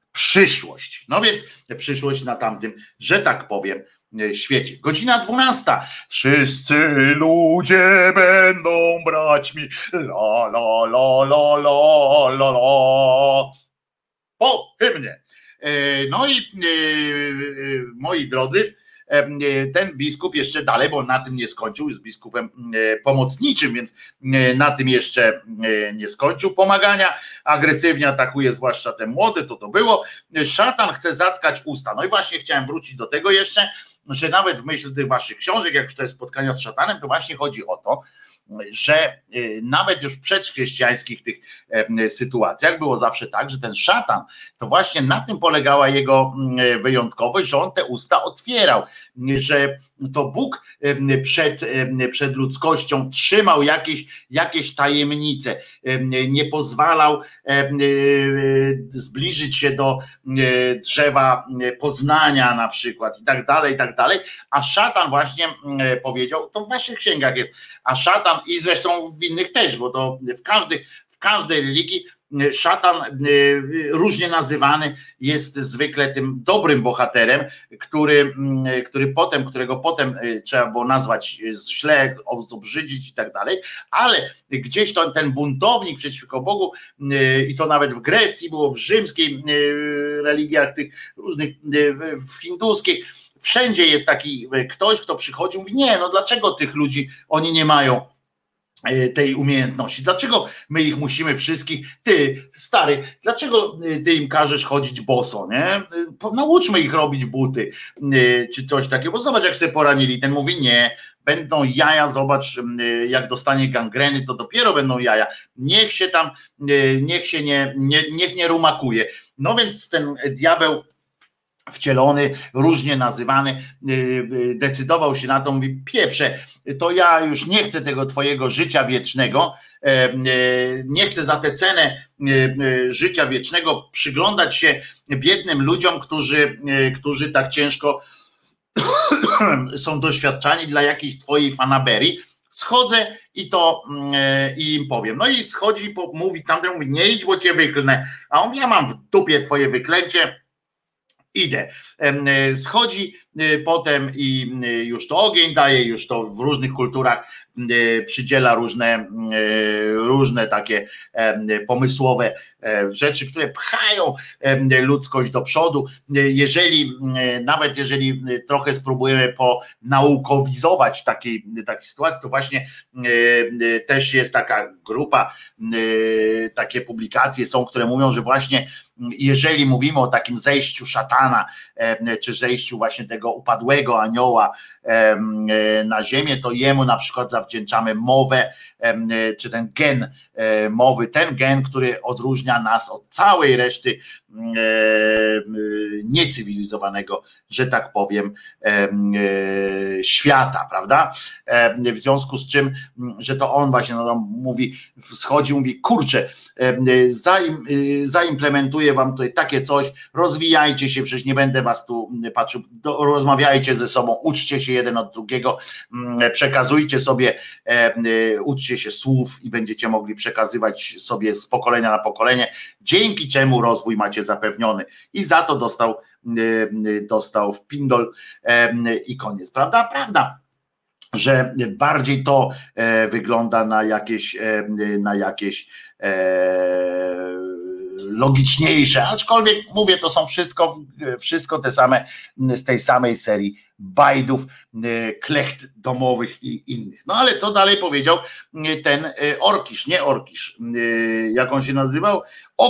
przyszłość. No więc przyszłość na tamtym, że tak powiem, świecie. Godzina 12. Wszyscy ludzie będą braćmi. La la la la la la la. Po hymnie. No i moi drodzy, ten biskup jeszcze dalej, bo na tym nie skończył, jest biskupem pomocniczym, więc na tym jeszcze nie skończył pomagania. Agresywnie atakuje zwłaszcza te młode, to było. Szatan chce zatkać usta. No i właśnie chciałem wrócić do tego jeszcze, że nawet w myśl tych waszych książek, jak już te spotkania z szatanem, to właśnie chodzi o to, że nawet już w przedchrześcijańskich tych sytuacjach było zawsze tak, że ten szatan, to właśnie na tym polegała jego wyjątkowość, że on te usta otwierał, że to Bóg przed ludzkością trzymał jakieś tajemnice, nie pozwalał zbliżyć się do drzewa poznania na przykład i tak dalej, a szatan właśnie powiedział, to w waszych księgach jest, a szatan i zresztą w innych też, bo to w każdej religii szatan różnie nazywany jest zwykle tym dobrym bohaterem, którego potem trzeba było nazwać źle, obrzydzić i tak dalej, ale gdzieś ten buntownik przeciwko Bogu, i to nawet w Grecji było, w rzymskiej religiach tych różnych, w hinduskich, wszędzie jest taki ktoś, kto przychodzi i mówi, nie, no dlaczego tych ludzi, oni nie mają tej umiejętności, dlaczego my ich musimy wszystkich, ty stary, dlaczego ty im każesz chodzić boso, nie? Nauczmy ich robić buty, czy coś takiego, bo zobacz jak sobie poranili, ten mówi nie, będą jaja, zobacz jak dostanie gangreny, to dopiero będą jaja, niech nie rumakuje, no więc ten diabeł wcielony, różnie nazywany, decydował się na to, mówi, pieprze, to ja już nie chcę tego twojego życia wiecznego, nie chcę za tę cenę życia wiecznego przyglądać się biednym ludziom, którzy tak ciężko są doświadczani dla jakiejś twojej fanaberii. Schodzę i im powiem. No i schodzi, mówi tamten, mówi, nie idź, bo cię wyklnę. A on mówi, ja mam w dupie twoje wyklęcie, idę. Schodzi potem i już to ogień daje, już to w różnych kulturach przydziela różne takie pomysłowe rzeczy, które pchają ludzkość do przodu. Nawet jeżeli trochę spróbujemy ponaukowizować takiej sytuacji, to właśnie też jest taka grupa, takie publikacje są, które mówią, że właśnie jeżeli mówimy o takim zejściu szatana, czy zejściu właśnie tego upadłego anioła na ziemię, to jemu na przykład zawdzięczamy mowę, czy ten gen mowy, ten gen, który odróżnia nas od całej reszty niecywilizowanego, że tak powiem, świata, prawda? W związku z czym, że to on właśnie mówi, schodzi, mówi, kurczę, zaimplementuję wam tutaj takie coś, rozwijajcie się, przecież nie będę was tu patrzył, rozmawiajcie ze sobą, uczcie się jeden od drugiego, przekazujcie sobie, uczcie się słów i będziecie mogli przekazywać sobie z pokolenia na pokolenie, dzięki czemu rozwój macie zapewniony. I za to dostał w pindol i koniec. Prawda, że bardziej to wygląda na jakieś logiczniejsze, aczkolwiek mówię, to są wszystko te same, z tej samej serii bajdów, klecht domowych i innych. No ale co dalej powiedział ten Orkisz, nie Orkisz, jak on się nazywał?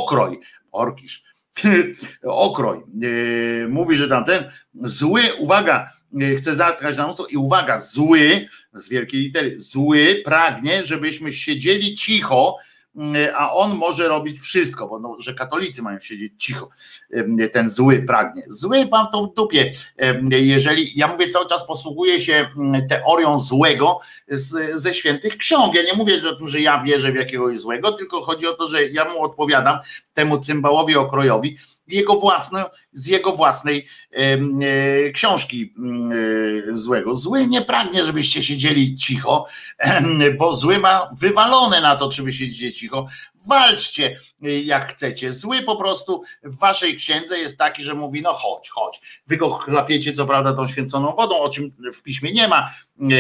Okroj. Mówi, że tamten zły, uwaga, chce zatkać na usta i uwaga, zły, z wielkiej litery, zły pragnie, żebyśmy siedzieli cicho, a on może robić wszystko, bo że katolicy mają siedzieć cicho, ten zły pragnie. Zły mam to w dupie, jeżeli, ja mówię, cały czas posługuję się teorią złego ze świętych ksiąg, ja nie mówię o tym, że ja wierzę w jakiegoś złego, tylko chodzi o to, że ja mu odpowiadam, temu cymbałowi Okrojowi, z jego własnej książki złego. Zły nie pragnie, żebyście siedzieli cicho, bo zły ma wywalone na to, czy wy siedzicie cicho. walczcie jak chcecie. Zły po prostu w waszej księdze jest taki, że mówi, no chodź. Wy go chlapiecie co prawda tą święconą wodą, o czym w piśmie nie ma,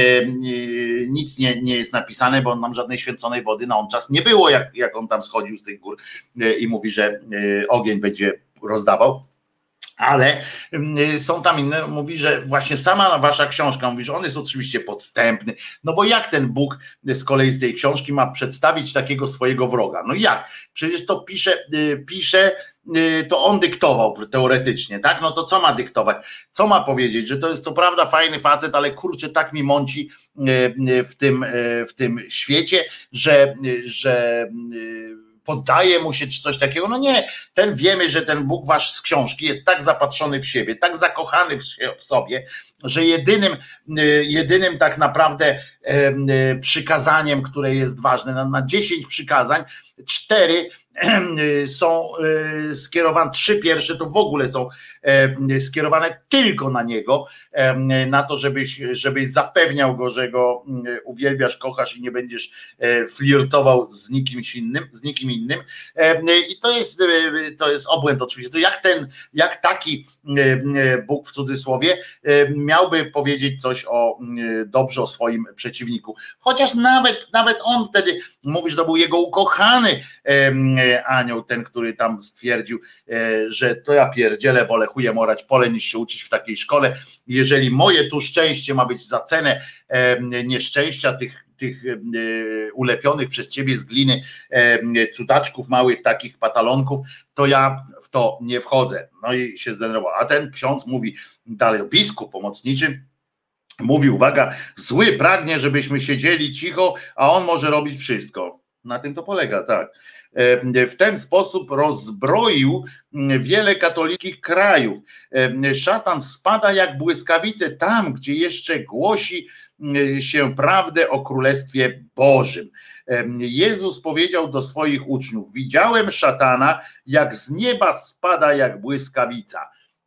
nic nie jest napisane, bo on nam żadnej święconej wody na on czas nie było, jak on tam schodził z tych gór i mówi, że ogień będzie rozdawał. Ale są tam inne, mówi, że właśnie sama wasza książka mówi, że on jest oczywiście podstępny, no bo jak ten Bóg z kolei z tej książki ma przedstawić takiego swojego wroga? No jak? Przecież to pisze, to on dyktował teoretycznie, tak? No to co ma dyktować? Co ma powiedzieć? Że to jest co prawda fajny facet, ale kurczę, tak mi mąci w tym świecie, że poddaje mu się czy coś takiego. No nie, wiemy, że ten Bóg wasz z książki jest tak zapatrzony w siebie, tak zakochany w sobie, że jedynym tak naprawdę przykazaniem, które jest ważne, na 10 przykazań, 4 są skierowane, 3 pierwsze to w ogóle są skierowane tylko na niego, na to, żebyś zapewniał go, że go uwielbiasz, kochasz i nie będziesz flirtował z nikim innym. I to jest obłęd oczywiście. To jak taki Bóg w cudzysłowie miałby powiedzieć coś dobrze o swoim przeciwniku. Chociaż nawet on wtedy mówi, że to był jego ukochany anioł, ten, który tam stwierdził, że to ja pierdzielę, wolę chujem orać pole niż się uczyć w takiej szkole. Jeżeli moje tu szczęście ma być za cenę nieszczęścia tych ulepionych przez ciebie z gliny cudaczków małych, takich patalonków, to ja w to nie wchodzę. No i się zdenerwował. A ten ksiądz mówi dalej, biskup pomocniczy mówi, uwaga, zły pragnie, żebyśmy siedzieli cicho, a on może robić wszystko. Na tym to polega, tak. W ten sposób rozbroił wiele katolickich krajów. Szatan spada jak błyskawice tam, gdzie jeszcze głosi się prawdę o Królestwie Bożym. Jezus powiedział do swoich uczniów: widziałem szatana, jak z nieba spada jak błyskawica.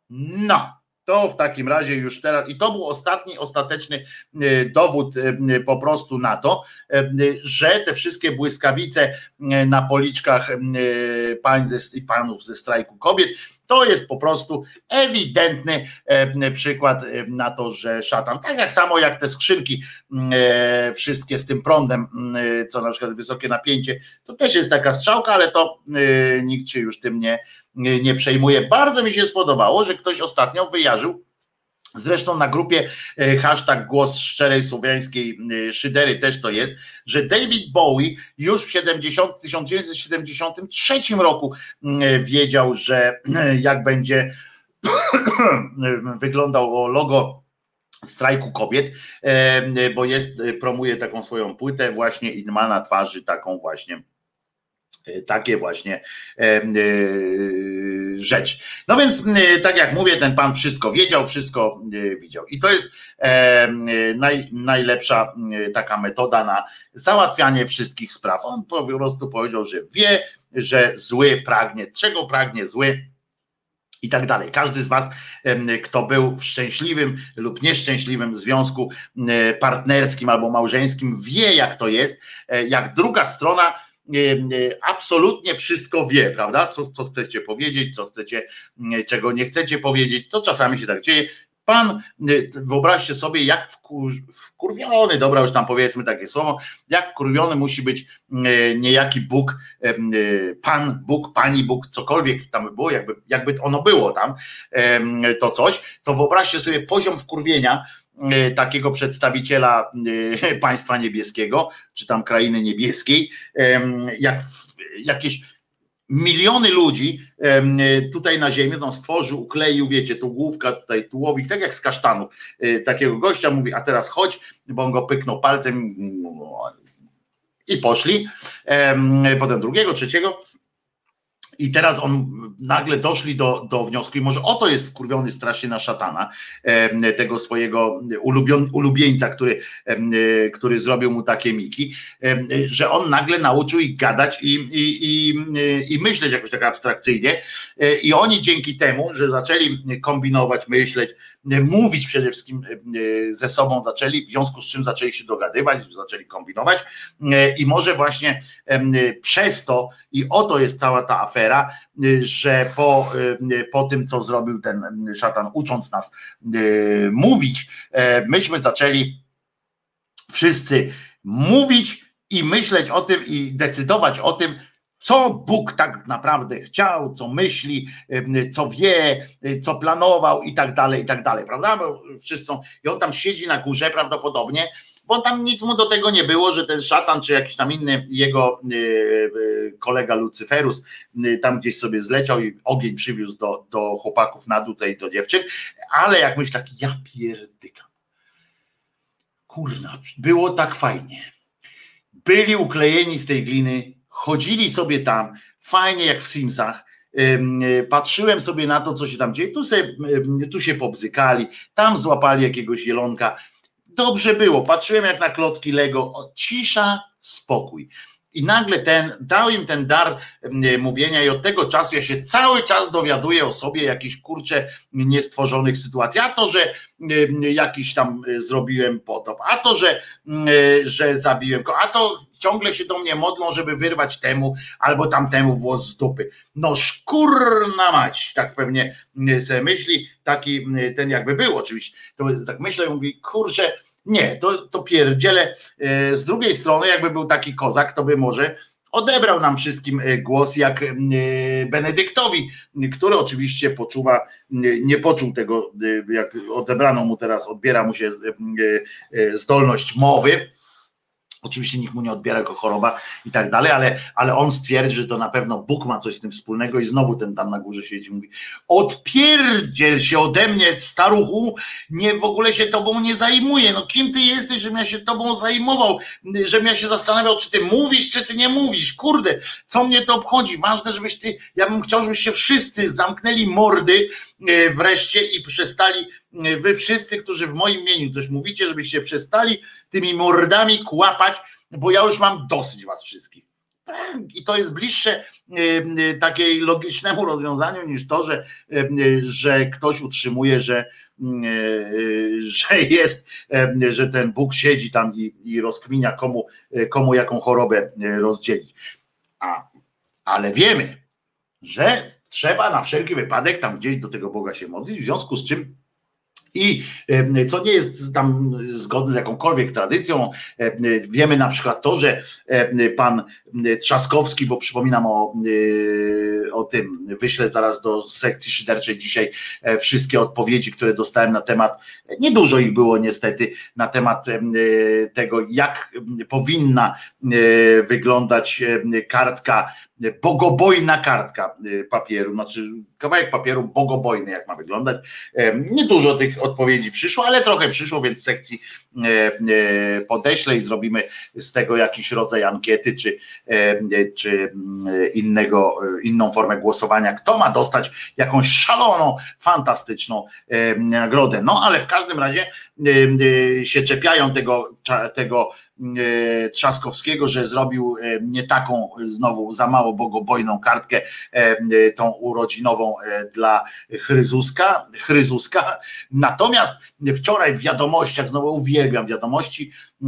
No. To w takim razie już teraz, i to był ostateczny dowód po prostu na to, że te wszystkie błyskawice na policzkach pań i panów ze strajku kobiet, to jest po prostu ewidentny przykład na to, że szatan, tak jak samo jak te skrzynki wszystkie z tym prądem, co na przykład wysokie napięcie, to też jest taka strzałka, ale to nikt się już tym nie przejmuje. Bardzo mi się spodobało, że ktoś ostatnio wyjarzył, zresztą na grupie hashtag Głos Szczerej Słowiańskiej Szydery też to jest, że David Bowie już w 1973 roku wiedział, że jak będzie wyglądał logo strajku kobiet, bo promuje taką swoją płytę właśnie i ma na twarzy taką właśnie takie właśnie rzeczy. No więc tak jak mówię, ten pan wszystko wiedział, wszystko widział. I to jest najlepsza taka metoda na załatwianie wszystkich spraw. On po prostu powiedział, że wie, że zły pragnie, czego pragnie zły i tak dalej. Każdy z was, kto był w szczęśliwym lub nieszczęśliwym związku partnerskim albo małżeńskim, wie, jak to jest, jak druga strona absolutnie wszystko wie, prawda? Co chcecie powiedzieć, co chcecie, czego nie chcecie powiedzieć, to czasami się tak dzieje. Pan, wyobraźcie sobie, jak wkurwiony, dobra, już tam powiedzmy takie słowo, jak wkurwiony musi być niejaki Bóg, Pan Bóg, Pani Bóg, cokolwiek tam by było, jakby ono było tam, to coś, to wyobraźcie sobie poziom wkurwienia takiego przedstawiciela państwa niebieskiego, czy tam krainy niebieskiej, jak jakieś miliony ludzi tutaj na ziemi, on stworzył, ukleił, wiecie, tu główka, tutaj tułowik, tak jak z kasztanów, takiego gościa, mówi, a teraz chodź, bo on go pyknął palcem i poszli, potem drugiego, trzeciego. I teraz nagle doszli do wniosku, i może oto jest wkurwiony strasznie na szatana, tego swojego ulubieńca, który zrobił mu takie miki, że on nagle nauczył ich gadać i myśleć jakoś tak abstrakcyjnie. I oni dzięki temu, że zaczęli kombinować, myśleć, mówić przede wszystkim ze sobą zaczęli, w związku z czym zaczęli się dogadywać, zaczęli kombinować i może właśnie przez to, i oto jest cała ta afera, że po tym, co zrobił ten szatan, ucząc nas mówić, myśmy zaczęli wszyscy mówić i myśleć o tym i decydować o tym, co Bóg tak naprawdę chciał, co myśli, co wie, co planował i tak dalej, prawda? Bo wszyscy i on tam siedzi na górze prawdopodobnie, bo tam nic mu do tego nie było, że ten szatan, czy jakiś tam inny jego kolega Lucyferus tam gdzieś sobie zleciał i ogień przywiózł do chłopaków na dół i do dziewczyn, ale jak myślę tak, ja pierdykam. Kurna, było tak fajnie. Byli uklejeni z tej gliny, chodzili sobie tam, fajnie jak w Simsach, patrzyłem sobie na to, co się tam dzieje, tu się pobzykali, tam złapali jakiegoś jelonka, dobrze było, patrzyłem jak na klocki Lego, cisza, spokój. I nagle dał im ten dar mówienia i od tego czasu ja się cały czas dowiaduję o sobie jakichś kurczę niestworzonych sytuacji. A to, że jakiś tam zrobiłem potop, a to, że zabiłem go, a to ciągle się do mnie modlą, żeby wyrwać temu albo tamtemu włos z dupy. No szkurna mać, tak pewnie sobie myśli, taki ten jakby był oczywiście. To tak myślę i mówi, kurczę, nie, to pierdziele. Z drugiej strony, jakby był taki kozak, to by może odebrał nam wszystkim głos jak Benedyktowi, który oczywiście poczuwa, nie poczuł tego, jak odebrano mu teraz, odbiera mu się zdolność mowy. Oczywiście nikt mu nie odbiera jako choroba i tak dalej, ale on stwierdzi, że to na pewno Bóg ma coś z tym wspólnego i znowu ten tam na górze siedzi i mówi, odpierdziel się ode mnie, staruchu, nie, w ogóle się tobą nie zajmuję, no kim ty jesteś, żebym ja się tobą zajmował, żebym ja się zastanawiał, czy ty mówisz, czy ty nie mówisz, kurde, co mnie to obchodzi, ważne, żebyś ty, ja bym chciał, żebyście wszyscy zamknęli mordy wreszcie i przestali, wy wszyscy, którzy w moim imieniu coś mówicie, żebyście przestali tymi mordami kłapać, bo ja już mam dosyć was wszystkich. I to jest bliższe takiej logicznemu rozwiązaniu niż to, że ktoś utrzymuje, że jest, że ten Bóg siedzi tam i rozkminia komu jaką chorobę rozdzielić. Ale wiemy, że trzeba na wszelki wypadek tam gdzieś do tego Boga się modlić, w związku z czym i co nie jest tam zgodne z jakąkolwiek tradycją, wiemy na przykład to, że pan Trzaskowski, bo przypominam o tym, wyślę zaraz do sekcji szyderczej dzisiaj wszystkie odpowiedzi, które dostałem na temat, niedużo ich było niestety, na temat tego, jak powinna wyglądać kartka, bogobojna kartka papieru, znaczy kawałek papieru bogobojny, jak ma wyglądać. Niedużo tych odpowiedzi przyszło, ale trochę przyszło, więc sekcji podeślę i zrobimy z tego jakiś rodzaj ankiety, czy inną formę głosowania, kto ma dostać jakąś szaloną, fantastyczną nagrodę. No ale w każdym razie się czepiają tego Trzaskowskiego, że zrobił nie taką znowu za mało bogobojną kartkę, tą urodzinową dla Chryzuska. Natomiast wczoraj w wiadomościach, znowu uwielbiam wiadomości,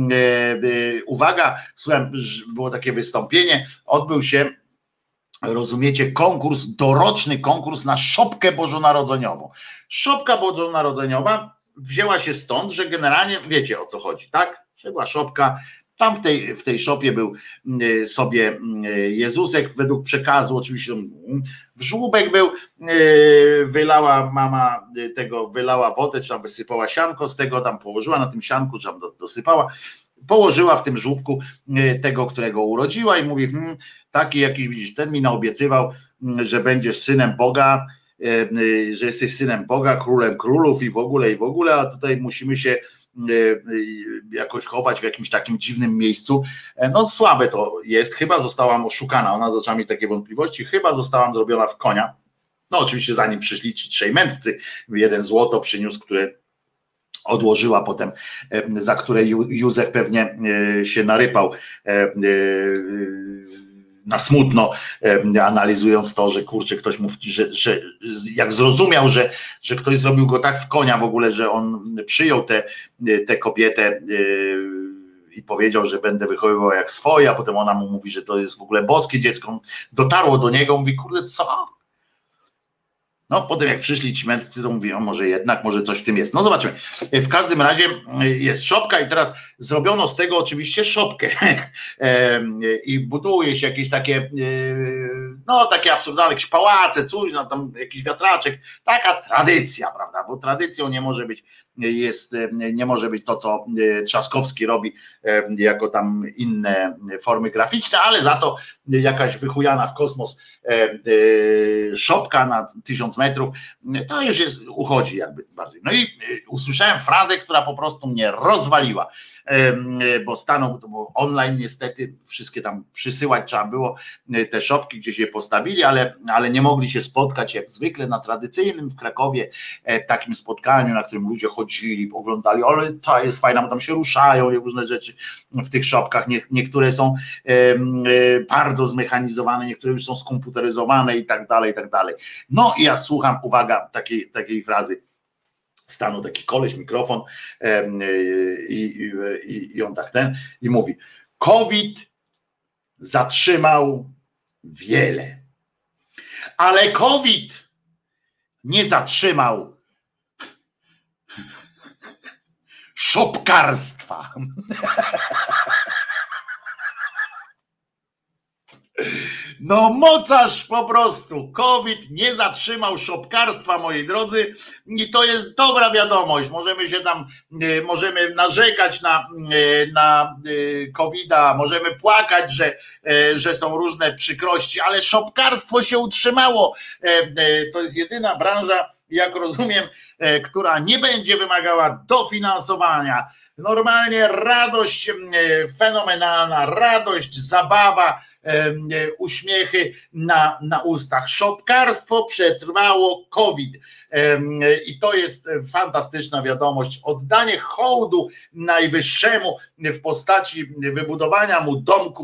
uwaga, słucham, było takie wystąpienie, odbył się, rozumiecie, doroczny konkurs na szopkę bożonarodzeniową. Szopka bożonarodzeniowa wzięła się stąd, że generalnie wiecie, o co chodzi, tak? Że była szopka, tam w tej szopie był sobie Jezusek według przekazu, oczywiście w żłóbek był, wylała mama tego, wylała wodę, czy tam wysypała sianko z tego, tam położyła na tym sianku, czy tam dosypała, położyła w tym żłóbku tego, którego urodziła i mówi, taki jakiś, widzisz, ten mi naobiecywał, że będziesz synem Boga, że jesteś synem Boga, królem królów i w ogóle, a tutaj musimy się jakoś chować w jakimś takim dziwnym miejscu. No słabe to jest, chyba zostałam oszukana, ona zaczęła mieć takie wątpliwości, chyba zostałam zrobiona w konia. No oczywiście zanim przyszli ci trzej mędrcy, jeden złoto przyniósł, które odłożyła potem, za które Józef pewnie się narypał na smutno, analizując to, że kurczę, ktoś mówi, że jak zrozumiał, że ktoś zrobił go tak w konia w ogóle, że on przyjął tę kobietę i powiedział, że będę wychowywał jak swoje, a potem ona mu mówi, że to jest w ogóle boskie dziecko. Dotarło do niego, mówi, kurde, co? No potem jak przyszli ci mędrcy, to mówią, może coś w tym jest. No zobaczmy. W każdym razie jest szopka i teraz zrobiono z tego oczywiście szopkę i buduje się jakieś takie takie absurdalne, jakieś pałace, coś, no tam jakiś wiatraczek, taka tradycja, prawda, bo tradycją nie może być to, co Trzaskowski robi jako tam inne formy graficzne, ale za to jakaś wychujana w kosmos szopka na 1000 metrów, to już uchodzi jakby bardziej. No i usłyszałem frazę, która po prostu mnie rozwaliła, bo to było online niestety, wszystkie tam przysyłać trzeba było te szopki, gdzieś je postawili, ale nie mogli się spotkać jak zwykle na tradycyjnym w Krakowie takim spotkaniu, na którym ludzie chodzili, oglądali, ale to jest fajna, bo tam się ruszają różne rzeczy w tych szopkach, niektóre są bardzo zmechanizowane, niektóre już są skomputeryzowane i tak dalej, i tak dalej. No i ja słucham, uwaga, takiej frazy. Stanął taki koleś, mikrofon i on tak i mówi: COVID zatrzymał wiele, ale COVID nie zatrzymał szopkarstwa. No mocarz po prostu, COVID nie zatrzymał szopkarstwa, moi drodzy, i to jest dobra wiadomość. Możemy narzekać na COVID-a, możemy płakać, że są różne przykrości, ale szopkarstwo się utrzymało. To jest jedyna branża, jak rozumiem, która nie będzie wymagała dofinansowania. Normalnie radość fenomenalna, radość, zabawa, uśmiechy na ustach. Szopkarstwo przetrwało COVID i to jest fantastyczna wiadomość. Oddanie hołdu Najwyższemu w postaci wybudowania mu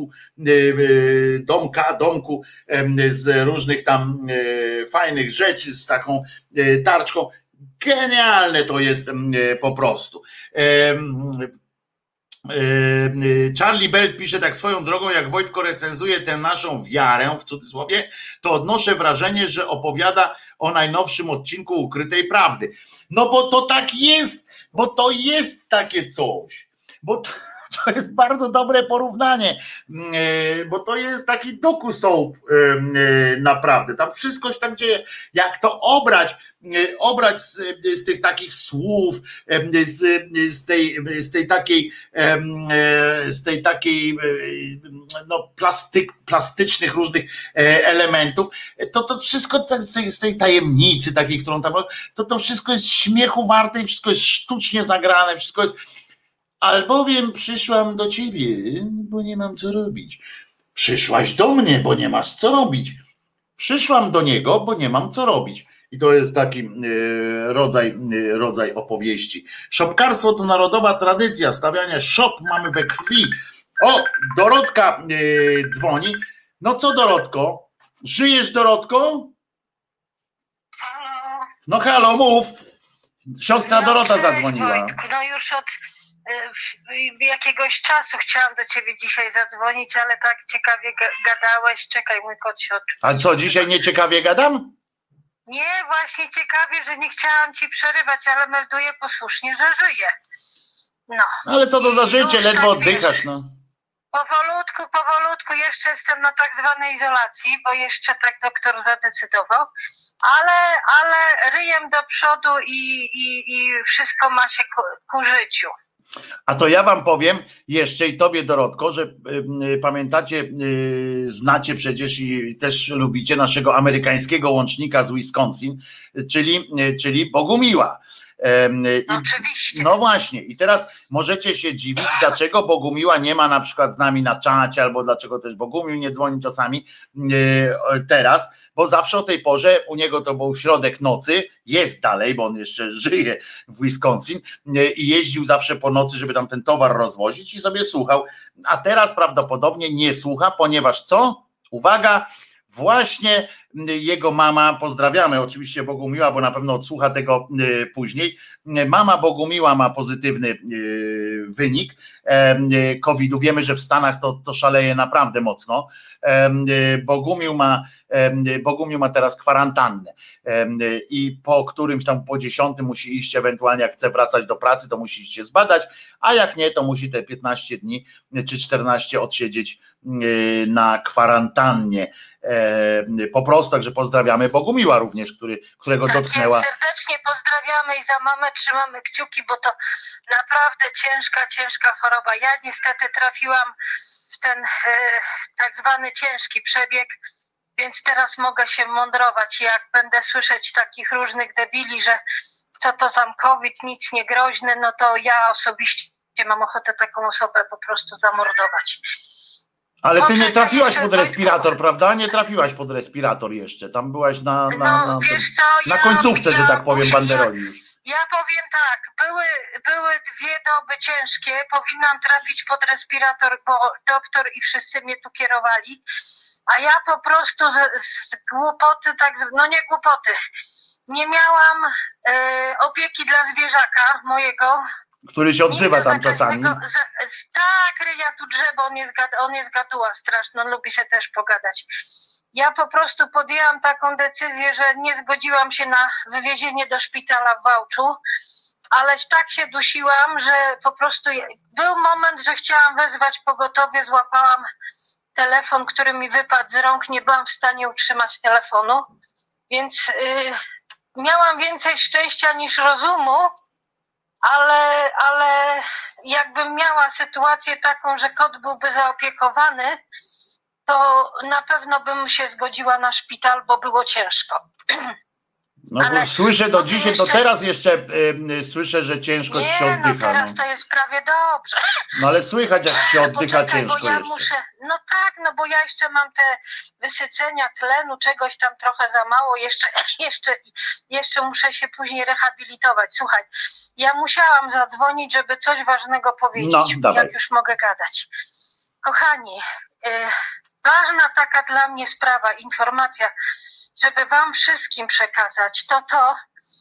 domku z różnych tam fajnych rzeczy, z taką tarczką. Genialne to jest po prostu. Charlie Bell pisze tak: swoją drogą, jak Wojtko recenzuje tę naszą wiarę, w cudzysłowie, to odnoszę wrażenie, że opowiada o najnowszym odcinku Ukrytej Prawdy. No bo to tak jest, bo to jest takie coś, bo to jest bardzo dobre porównanie, bo to jest taki doku-soap naprawdę, tam wszystko się tak dzieje, jak to obrać z tych takich słów, z tej takiej plastycznych różnych elementów, to wszystko z tej tajemnicy takiej, którą tam, to wszystko jest śmiechu warte i wszystko jest sztucznie zagrane, wszystko jest. Albowiem przyszłam do ciebie, bo nie mam co robić. Przyszłaś do mnie, bo nie masz co robić. Przyszłam do niego, bo nie mam co robić. I to jest taki rodzaj opowieści. Szopkarstwo to narodowa tradycja. Stawianie szop mamy we krwi. O, Dorotka dzwoni. No co, Dorotko? Żyjesz, Dorotko? Halo. No halo, mów. Siostra Dorota zadzwoniła. Wojtku, no już od jakiegoś czasu chciałam do ciebie dzisiaj zadzwonić, ale tak ciekawie gadałeś. Czekaj, mój kot się odczuł. A co, dzisiaj nie ciekawie gadam? Nie, właśnie ciekawie, że nie chciałam ci przerywać, ale melduję posłusznie, że żyję. No. Ale co to za życie, ledwo oddychasz, no. Powolutku jeszcze jestem na tak zwanej izolacji, bo jeszcze tak doktor zadecydował, ale ryjem do przodu i wszystko ma się ku życiu. A to ja wam powiem jeszcze i tobie, Dorotko, że pamiętacie, znacie przecież i też lubicie naszego amerykańskiego łącznika z Wisconsin, czyli Bogumiła. Oczywiście. No właśnie, i teraz możecie się dziwić, dlaczego Bogumiła nie ma na przykład z nami na czacie, albo dlaczego też Bogumił nie dzwoni czasami teraz, bo zawsze o tej porze u niego to był środek nocy, jest dalej, bo on jeszcze żyje w Wisconsin i jeździł zawsze po nocy, żeby tam ten towar rozwozić i sobie słuchał, a teraz prawdopodobnie nie słucha, ponieważ co? Uwaga, właśnie jego mama, pozdrawiamy oczywiście Bogumiła, bo na pewno odsłucha tego później. Mama Bogumiła ma pozytywny wynik COVID-u. Wiemy, że w Stanach to szaleje naprawdę mocno. Bogumił ma teraz kwarantannę i po którymś tam, po 10 musi iść, ewentualnie jak chce wracać do pracy, to musi się zbadać, a jak nie, to musi te 15 dni czy 14 odsiedzieć na kwarantannie. Po prostu, także pozdrawiamy Bogumiła również, którego tak dotknęła. Jest, serdecznie pozdrawiamy i za mamę trzymamy kciuki, bo to naprawdę ciężka choroba. Ja niestety trafiłam w ten tak zwany ciężki przebieg, więc teraz mogę się mądrować. Jak będę słyszeć takich różnych debili, że co to za COVID, nic nie groźny, no to ja osobiście mam ochotę taką osobę po prostu zamordować. Ale ty nie trafiłaś pod respirator, prawda? Nie trafiłaś pod respirator jeszcze. Tam byłaś wiesz co, na końcówce, że tak powiem, banderoli już. Ja powiem tak, były 2 doby ciężkie, powinnam trafić pod respirator, bo doktor i wszyscy mnie tu kierowali, a ja po prostu z głupoty, nie głupoty, nie miałam opieki dla zwierzaka mojego. Który się odzywa tam czasami. Tak, ryja tu drze, bo on jest gaduła straszna, on lubi się też pogadać. Ja po prostu podjęłam taką decyzję, że nie zgodziłam się na wywiezienie do szpitala w Wałczu, ale tak się dusiłam, że po prostu był moment, że chciałam wezwać pogotowie, złapałam telefon, który mi wypadł z rąk, nie byłam w stanie utrzymać telefonu, więc miałam więcej szczęścia niż rozumu, ale jakbym miała sytuację taką, że kot byłby zaopiekowany, to na pewno bym się zgodziła na szpital, bo było ciężko. No ale słyszę do dzisiaj, to teraz jeszcze słyszę, że ciężko ci się oddycha. No teraz to jest prawie dobrze. No ale słychać, jak się oddycha ciężko bo ja jeszcze. muszę, bo ja jeszcze mam te wysycenia tlenu, czegoś tam trochę za mało, jeszcze muszę się później rehabilitować. Słuchaj, ja musiałam zadzwonić, żeby coś ważnego powiedzieć, jak już mogę gadać. Kochani, ważna taka dla mnie sprawa, informacja, żeby wam wszystkim przekazać, to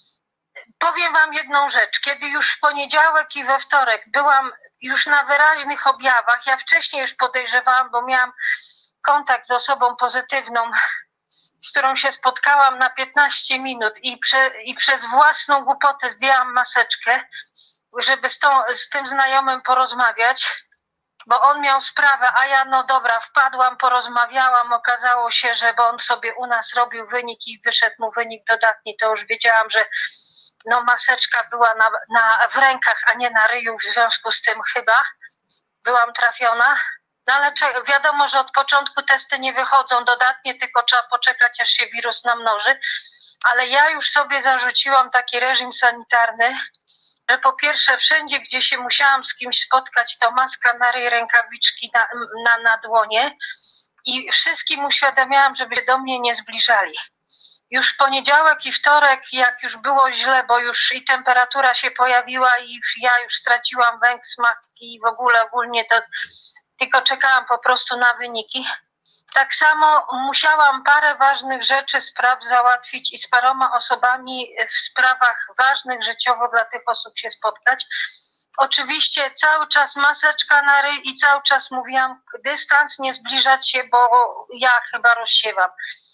powiem wam jedną rzecz. Kiedy już w poniedziałek i we wtorek byłam już na wyraźnych objawach, ja wcześniej już podejrzewałam, bo miałam kontakt z osobą pozytywną, z którą się spotkałam na 15 minut i przez własną głupotę zdjęłam maseczkę, żeby z tym znajomym porozmawiać, bo on miał sprawę, a ja wpadłam, porozmawiałam, okazało się, że bo on sobie u nas robił wynik i wyszedł mu wynik dodatni, to już wiedziałam, że maseczka była w rękach, a nie na ryju, w związku z tym chyba byłam trafiona. No ale wiadomo, że od początku testy nie wychodzą dodatnie, tylko trzeba poczekać, aż się wirus namnoży, ale ja już sobie zarzuciłam taki reżim sanitarny, że po pierwsze wszędzie, gdzie się musiałam z kimś spotkać, to maska na ryj, rękawiczki na dłonie i wszystkim uświadamiałam, żeby się do mnie nie zbliżali. Już w poniedziałek i wtorek, jak już było źle, bo już i temperatura się pojawiła i ja już straciłam węch, smak i w ogóle ogólnie to tylko czekałam po prostu na wyniki. Tak samo musiałam parę ważnych rzeczy, spraw załatwić i z paroma osobami w sprawach ważnych życiowo dla tych osób się spotkać. Oczywiście cały czas maseczka na ryj i cały czas mówiłam dystans, nie zbliżać się, bo ja chyba rozsiewam.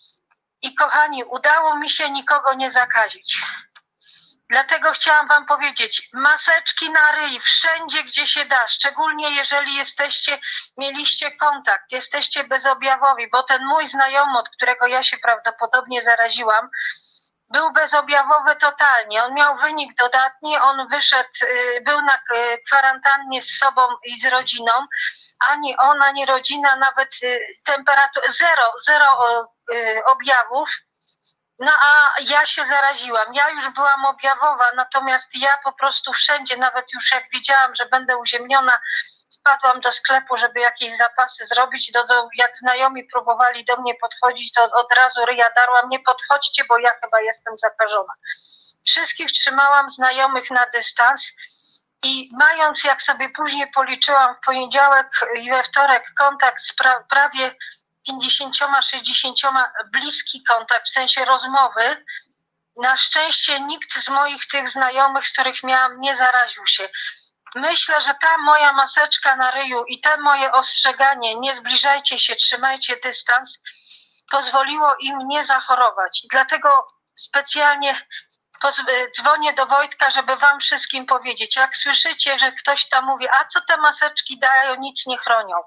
I kochani, udało mi się nikogo nie zakazić. Dlatego chciałam wam powiedzieć, maseczki na ryj, wszędzie gdzie się da, szczególnie jeżeli mieliście kontakt, jesteście bezobjawowi, bo ten mój znajomy, od którego ja się prawdopodobnie zaraziłam, był bezobjawowy totalnie. On miał wynik dodatni, on wyszedł, był na kwarantannie z sobą i z rodziną, ani on, ani rodzina, nawet temperatura, zero objawów. No a ja się zaraziłam. Ja już byłam objawowa, natomiast ja po prostu wszędzie, nawet już jak wiedziałam, że będę uziemniona, wpadłam do sklepu, żeby jakieś zapasy zrobić. Jak znajomi próbowali do mnie podchodzić, to od razu ryja darłam, nie podchodźcie, bo ja chyba jestem zakażona. Wszystkich trzymałam znajomych na dystans i mając, jak sobie później policzyłam, w poniedziałek i we wtorek kontakt z prawie 50-60 bliski kontakt, w sensie rozmowy. Na szczęście nikt z moich tych znajomych, z których miałam, nie zaraził się. Myślę, że ta moja maseczka na ryju i te moje ostrzeganie, nie zbliżajcie się, trzymajcie dystans, pozwoliło im nie zachorować. I dlatego specjalnie dzwonię do Wojtka, żeby wam wszystkim powiedzieć, jak słyszycie, że ktoś tam mówi, a co te maseczki dają, nic nie chronią.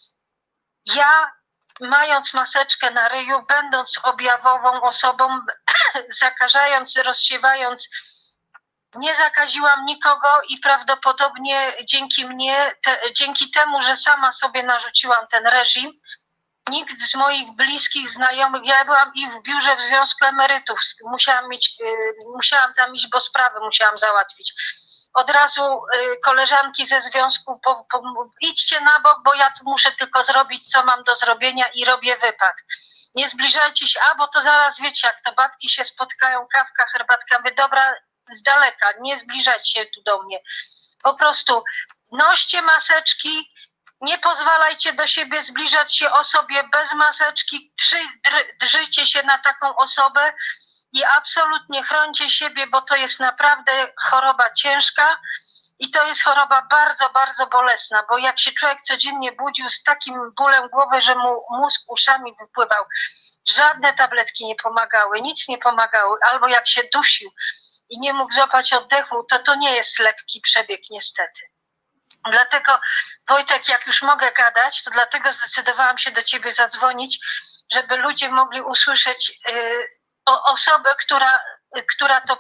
Ja, mając maseczkę na ryju, będąc objawową osobą, zakażając, rozsiewając, nie zakaziłam nikogo i prawdopodobnie dzięki temu, że sama sobie narzuciłam ten reżim, nikt z moich bliskich znajomych, ja byłam i w biurze w Związku Emerytów, musiałam tam iść, bo sprawy musiałam załatwić. Od razu koleżanki ze związku, idźcie na bok, bo ja tu muszę tylko zrobić, co mam do zrobienia i robię wypad. Nie zbliżajcie się, bo to zaraz wiecie, jak to babki się spotkają, kawka, herbatka, my dobra, z daleka, nie zbliżać się tu do mnie. Po prostu noście maseczki, nie pozwalajcie do siebie zbliżać się osobie bez maseczki, drżycie się na taką osobę i absolutnie chrońcie siebie, bo to jest naprawdę choroba ciężka i to jest choroba bardzo, bardzo bolesna, bo jak się człowiek codziennie budził z takim bólem głowy, że mu mózg uszami wypływał, żadne tabletki nie pomagały, nic nie pomagały, albo jak się dusił i nie mógł złapać oddechu, to nie jest lekki przebieg niestety. Dlatego, Wojtek, jak już mogę gadać, to dlatego zdecydowałam się do ciebie zadzwonić, żeby ludzie mogli usłyszeć osobę, która to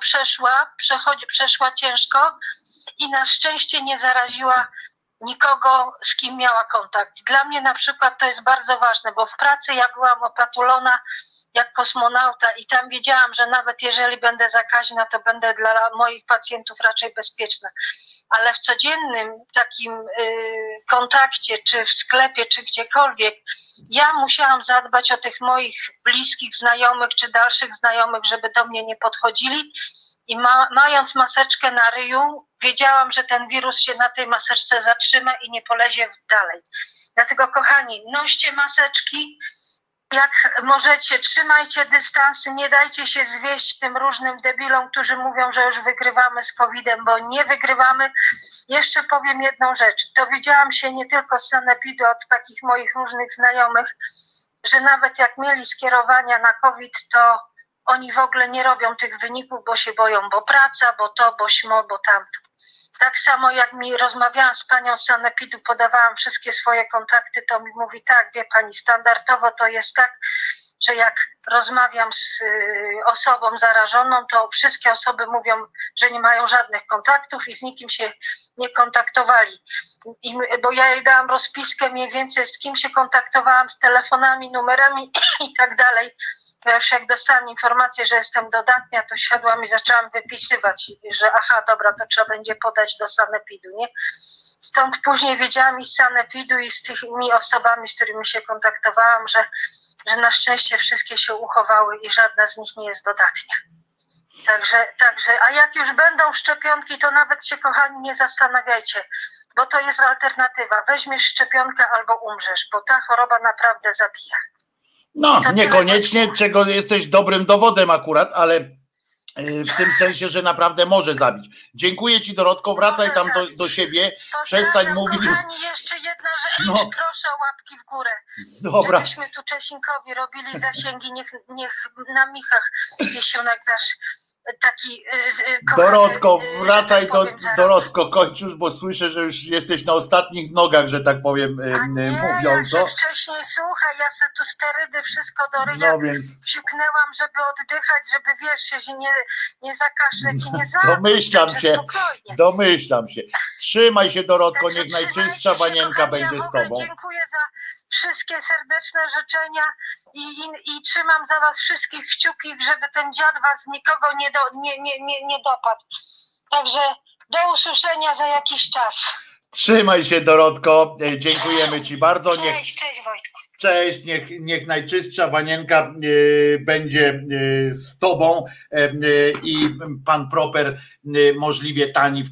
przeszła ciężko i na szczęście nie zaraziła nikogo, z kim miała kontakt. Dla mnie na przykład to jest bardzo ważne, bo w pracy ja byłam opatulona jak kosmonauta i tam wiedziałam, że nawet jeżeli będę zakaźna, to będę dla moich pacjentów raczej bezpieczna. Ale w codziennym takim kontakcie, czy w sklepie, czy gdziekolwiek, ja musiałam zadbać o tych moich bliskich znajomych, czy dalszych znajomych, żeby do mnie nie podchodzili. I mając maseczkę na ryju, wiedziałam, że ten wirus się na tej maseczce zatrzyma i nie polezie dalej. Dlatego, kochani, noście maseczki, jak możecie, trzymajcie dystansy, nie dajcie się zwieść tym różnym debilom, którzy mówią, że już wygrywamy z COVID-em, bo nie wygrywamy. Jeszcze powiem jedną rzecz. Dowiedziałam się nie tylko z sanepidu, od takich moich różnych znajomych, że nawet jak mieli skierowania na COVID, to oni w ogóle nie robią tych wyników, bo się boją, bo praca, bo to, bo śmo, bo tamto. Tak samo jak mi rozmawiałam z panią z sanepidu, podawałam wszystkie swoje kontakty, to mi mówi, tak, wie pani, standardowo to jest tak, że jak rozmawiam z osobą zarażoną, to wszystkie osoby mówią, że nie mają żadnych kontaktów i z nikim się nie kontaktowali. Bo ja jej dałam rozpiskę mniej więcej, z kim się kontaktowałam, z telefonami, numerami i tak dalej. Ja już jak dostałam informację, że jestem dodatnia, to siadłam i zaczęłam wypisywać, że aha, dobra, to trzeba będzie podać do sanepidu, nie? Stąd później wiedziałam i z sanepidu i z tymi osobami, z którymi się kontaktowałam, że na szczęście wszystkie się uchowały i żadna z nich nie jest dodatnia. Także, a jak już będą szczepionki, to nawet się, kochani, nie zastanawiajcie, bo to jest alternatywa. Weźmiesz szczepionkę albo umrzesz, bo ta choroba naprawdę zabija. No, niekoniecznie, czego jesteś dobrym dowodem akurat, ale w tym sensie, że naprawdę może zabić. Dziękuję ci, Dorotko, wracaj tam do siebie, przestań mówić. Kochani, jeszcze jedna rzecz, proszę o łapki w górę. Dobra. Żebyśmy tu Czesinkowi robili zasięgi, niech na Michach Jesiunek nasz taki Dorotko, wracaj Dorotko, kończ już, bo słyszę, że już jesteś na ostatnich nogach, że tak powiem, mówiąco. Ja wcześniej, słuchaj, ja sobie tu sterydy, wszystko do ryja wsiuknęłam, żeby oddychać, żeby wiesz, się nie zakaszleć i nie zamknąć. Domyślam się. Trzymaj się, Dorotko, niech najczystsza Wanienka będzie z tobą. Dziękuję za wszystkie serdeczne życzenia i trzymam za was wszystkich kciuki, żeby ten dziad was nikogo nie dopadł. Także do usłyszenia za jakiś czas. Trzymaj się, Dorotko, dziękujemy ci bardzo. Cześć Wojtku. Cześć, niech najczystsza Wanienka będzie z tobą i pan Proper możliwie tani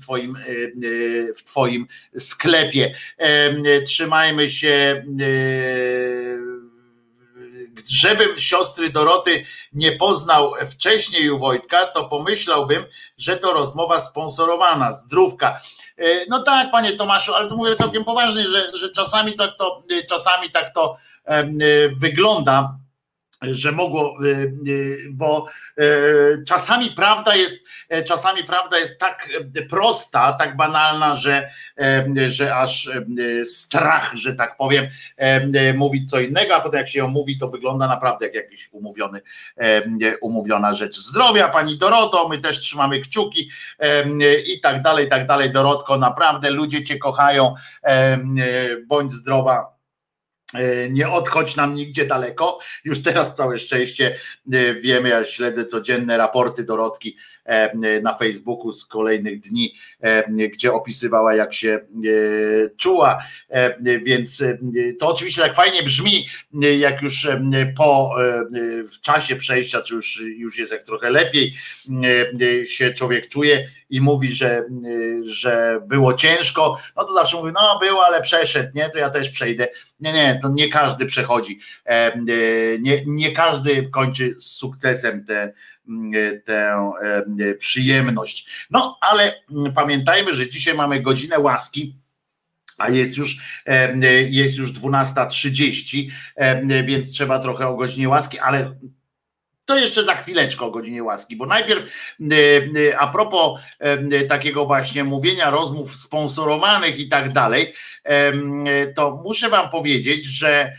w twoim sklepie. Trzymajmy się. żebym siostry Doroty nie poznał wcześniej u Wojtka, to pomyślałbym, że to rozmowa sponsorowana, zdrówka. No tak, panie Tomaszu, ale to mówię całkiem poważnie, że czasami tak to wygląda, że mogło, bo czasami prawda jest tak prosta, tak banalna, że aż strach, że tak powiem, mówić co innego, a potem jak się ją mówi, to wygląda naprawdę jak jakiś umówiona rzecz. Zdrowia pani Doroto, my też trzymamy kciuki i tak dalej, Dorotko, naprawdę ludzie cię kochają, bądź zdrowa. Nie odchodź nam nigdzie daleko, już teraz całe szczęście wiemy, ja śledzę codzienne raporty Dorotki na Facebooku z kolejnych dni, gdzie opisywała jak się czuła, więc to oczywiście tak fajnie brzmi, jak już w czasie przejścia, czy już jest jak trochę lepiej się człowiek czuje i mówi, że było ciężko, no to zawsze mówi, no było, ale przeszedł, nie, to ja też przejdę. Nie, to nie każdy przechodzi, nie każdy kończy z sukcesem tę przyjemność. No ale pamiętajmy, że dzisiaj mamy godzinę łaski, a jest już 12:30, więc trzeba trochę o godzinie łaski, ale to jeszcze za chwileczkę o godzinie łaski, bo najpierw a propos takiego właśnie mówienia, rozmów sponsorowanych i tak dalej, to muszę wam powiedzieć, że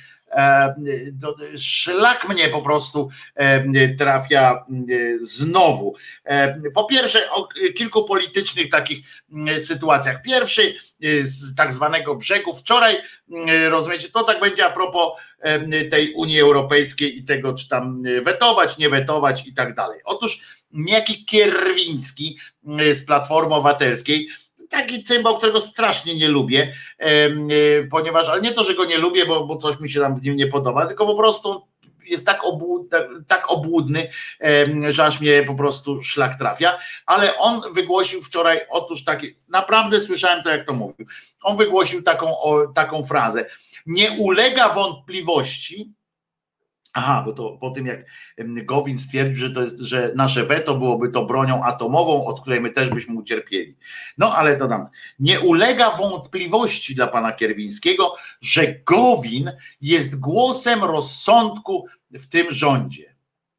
szlak mnie po prostu trafia znowu. Po pierwsze o kilku politycznych takich sytuacjach. Pierwszy z tak zwanego brzegu. Wczoraj, rozumiecie, to tak będzie a propos tej Unii Europejskiej i tego, czy tam wetować, nie wetować i tak dalej. Otóż niejaki Kierwiński z Platformy Obywatelskiej, taki cymbał, którego strasznie nie lubię, ponieważ, ale nie to, że go nie lubię, bo coś mi się tam w nim nie podoba, tylko po prostu jest tak obłudny, że aż mnie po prostu szlak trafia, ale on wygłosił wczoraj, otóż taki, naprawdę słyszałem to, jak to mówił, on wygłosił taką frazę: nie ulega wątpliwości. Aha, bo to po tym jak Gowin stwierdził, że nasze weto byłoby to bronią atomową, od której my też byśmy ucierpieli. No ale to tam nie ulega wątpliwości dla pana Kierwińskiego, że Gowin jest głosem rozsądku w tym rządzie.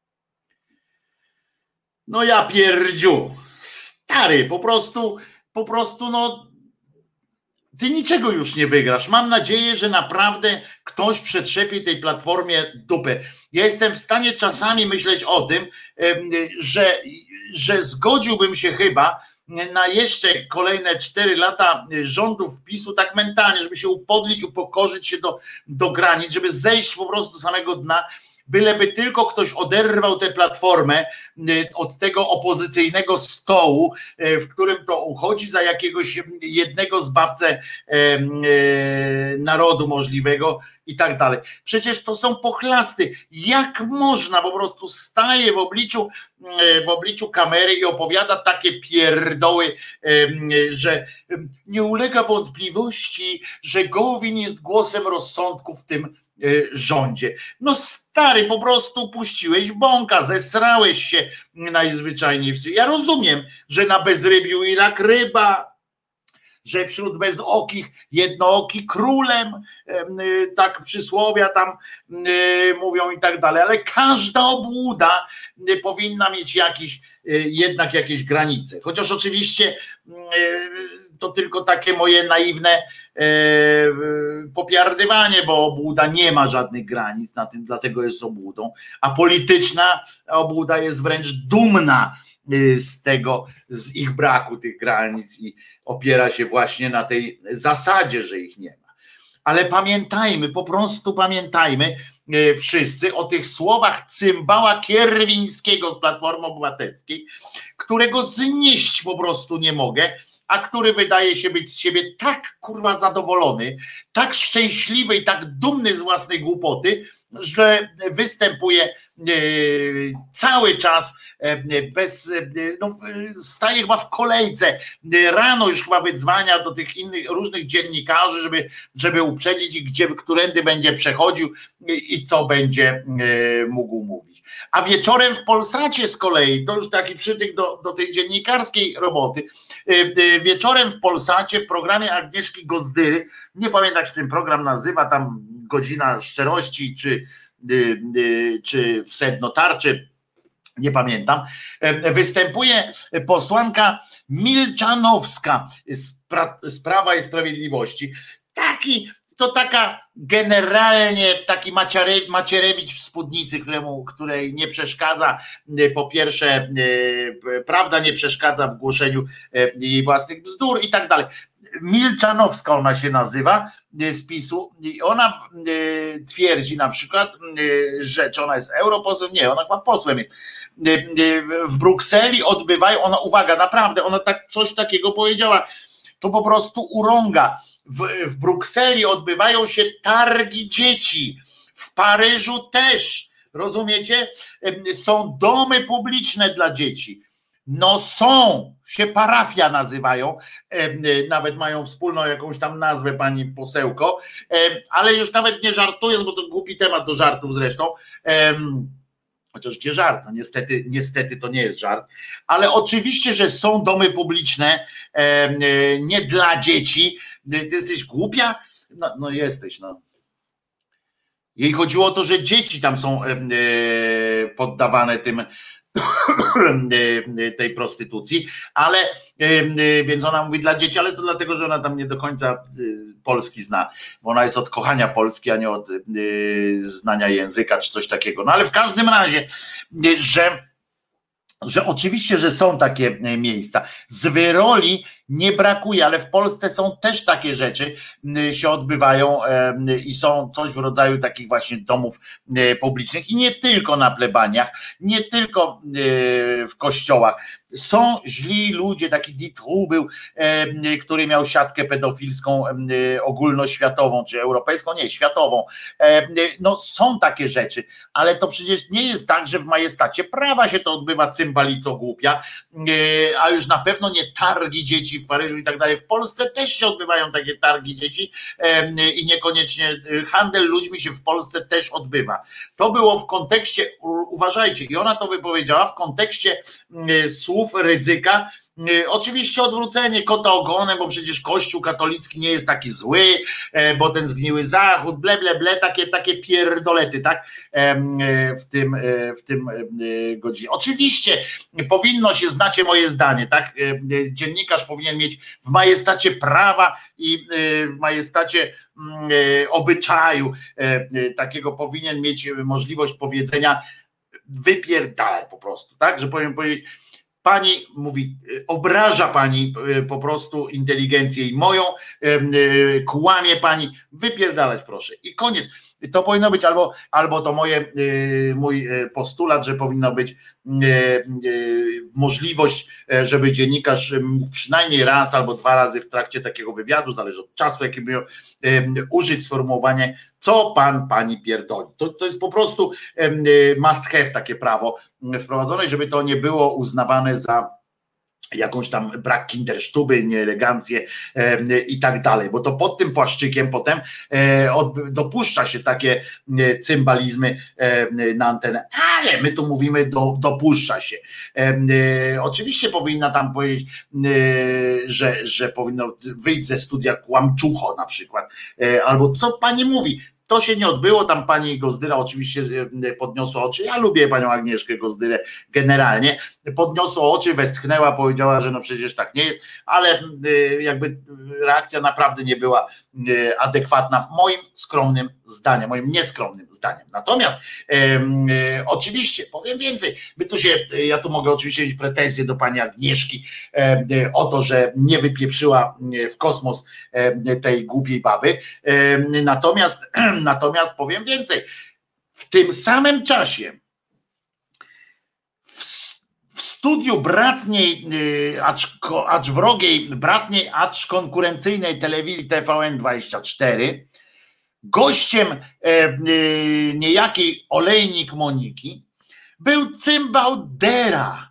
No ja pierdziu, stary, po prostu no ty niczego już nie wygrasz. Mam nadzieję, że naprawdę ktoś przetrzepie tej Platformie dupę. Ja jestem w stanie czasami myśleć o tym, że zgodziłbym się chyba na jeszcze kolejne 4 lata rządów PiS-u tak mentalnie, żeby się upodlić, upokorzyć się do granic, żeby zejść po prostu do samego dna, byleby tylko ktoś oderwał tę Platformę od tego opozycyjnego stołu, w którym to uchodzi za jakiegoś jednego zbawcę narodu możliwego i tak dalej. Przecież to są pochlasty. Jak można, po prostu staje w obliczu kamery i opowiada takie pierdoły, że nie ulega wątpliwości, że Gowin jest głosem rozsądku w tym rządzie. No stary, po prostu puściłeś bąka, zesrałeś się najzwyczajniej w świecie. Ja rozumiem, że na bezrybiu i rak ryba, że wśród bezokich jednooki królem, tak przysłowia tam mówią i tak dalej, ale każda obłuda powinna mieć jednak jakieś granice. Chociaż oczywiście to tylko takie moje naiwne popiardywanie, bo obłuda nie ma żadnych granic, dlatego jest obłudą, a polityczna obłuda jest wręcz dumna z ich braku tych granic i opiera się właśnie na tej zasadzie, że ich nie ma. Ale pamiętajmy, po prostu pamiętajmy wszyscy o tych słowach cymbała Kierwińskiego z Platformy Obywatelskiej, którego znieść po prostu nie mogę, a który wydaje się być z siebie tak kurwa zadowolony, tak szczęśliwy i tak dumny z własnej głupoty, że występuje cały czas staje chyba w kolejce, rano już chyba wydzwania do tych innych różnych dziennikarzy, żeby uprzedzić ich, którędy będzie przechodził i co będzie mógł mówić. A wieczorem w Polsacie z kolei, to już taki przytyk do tej dziennikarskiej roboty, wieczorem w Polsacie w programie Agnieszki Gozdyry, nie pamiętam jak się ten program nazywa, tam Godzina Szczerości, czy w sedno tarczy, nie pamiętam, występuje posłanka Milczanowska z Prawa i Sprawiedliwości. Taka generalnie taki Macierewicz w spódnicy, której nie przeszkadza, po pierwsze prawda nie przeszkadza w głoszeniu jej własnych bzdur i tak dalej. Milczanowska ona się nazywa z PiS-u i ona twierdzi na przykład, że czy ona jest europosłem, nie, ona chyba posłem jest. W Brukseli odbywają, ona uwaga, naprawdę, ona coś takiego powiedziała, to po prostu urąga. W Brukseli odbywają się targi dzieci, w Paryżu też, rozumiecie? Są domy publiczne dla dzieci. No są, się parafia nazywają, nawet mają wspólną jakąś tam nazwę, pani posełko, ale już nawet nie żartując, bo to głupi temat do żartów zresztą, chociaż gdzie żart, no niestety to nie jest żart, ale oczywiście, że są domy publiczne, nie dla dzieci. Ty jesteś głupia? No jesteś, no. Jej chodziło o to, że dzieci tam są poddawane tej prostytucji, ale więc ona mówi dla dzieci, ale to dlatego, że ona tam nie do końca Polski zna, bo ona jest od kochania Polski, a nie od znania języka czy coś takiego. No ale w każdym razie, że oczywiście, że są takie miejsca. Zwyroli nie brakuje, ale w Polsce są też takie rzeczy, się odbywają i są coś w rodzaju takich właśnie domów publicznych i nie tylko na plebaniach, nie tylko w kościołach. Są źli ludzie, taki Dutroux był, który miał siatkę pedofilską ogólnoświatową, czy europejską, nie, światową. No są takie rzeczy, ale to przecież nie jest tak, że w majestacie prawa się to odbywa, cymbalico głupia, a już na pewno nie targi dzieci w Paryżu i tak dalej. W Polsce też się odbywają takie targi dzieci i niekoniecznie handel ludźmi się w Polsce też odbywa. To było w kontekście, uważajcie, i ona to wypowiedziała w kontekście słów Rydzyka, oczywiście odwrócenie kota ogonem, bo przecież Kościół katolicki nie jest taki zły, bo ten zgniły Zachód, ble, takie pierdolety, tak, w tym godzinie. Oczywiście powinno się, znacie moje zdanie, tak, dziennikarz powinien mieć w majestacie prawa i w majestacie obyczaju takiego powinien mieć możliwość powiedzenia wypierdalaj po prostu, tak, że powinien powiedzieć: pani mówi, obraża pani po prostu inteligencję i moją, kłamie pani, wypierdalać proszę. I koniec. To powinno być albo to mój postulat, że powinno być możliwość, żeby dziennikarz mógł przynajmniej raz albo dwa razy w trakcie takiego wywiadu, zależy od czasu, jaki miał, użyć sformułowanie, co pani pierdoli. To jest po prostu must have takie prawo wprowadzone, żeby to nie było uznawane za jakąś tam brak kindersztuby, nieelegancję i tak dalej, bo to pod tym płaszczykiem potem dopuszcza się takie cymbalizmy na antenę, ale my tu mówimy dopuszcza się. Oczywiście powinna tam powiedzieć, że powinno wyjść ze studia kłamczucho na przykład, albo co pani mówi. To się nie odbyło, tam pani Gozdyra oczywiście podniosła oczy, ja lubię panią Agnieszkę Gozdyrę generalnie, podniosła oczy, westchnęła, powiedziała, że no przecież tak nie jest, ale jakby reakcja naprawdę nie była adekwatna moim skromnym zdaniem, moim nieskromnym zdaniem. Natomiast oczywiście, powiem więcej, ja tu mogę oczywiście mieć pretensje do pani Agnieszki o to, że nie wypieprzyła w kosmos tej głupiej baby, natomiast powiem więcej, w tym samym czasie w studiu bratniej, acz wrogiej, bratniej, acz konkurencyjnej telewizji TVN24 gościem niejakiej olejnik Moniki był cymbał Dera.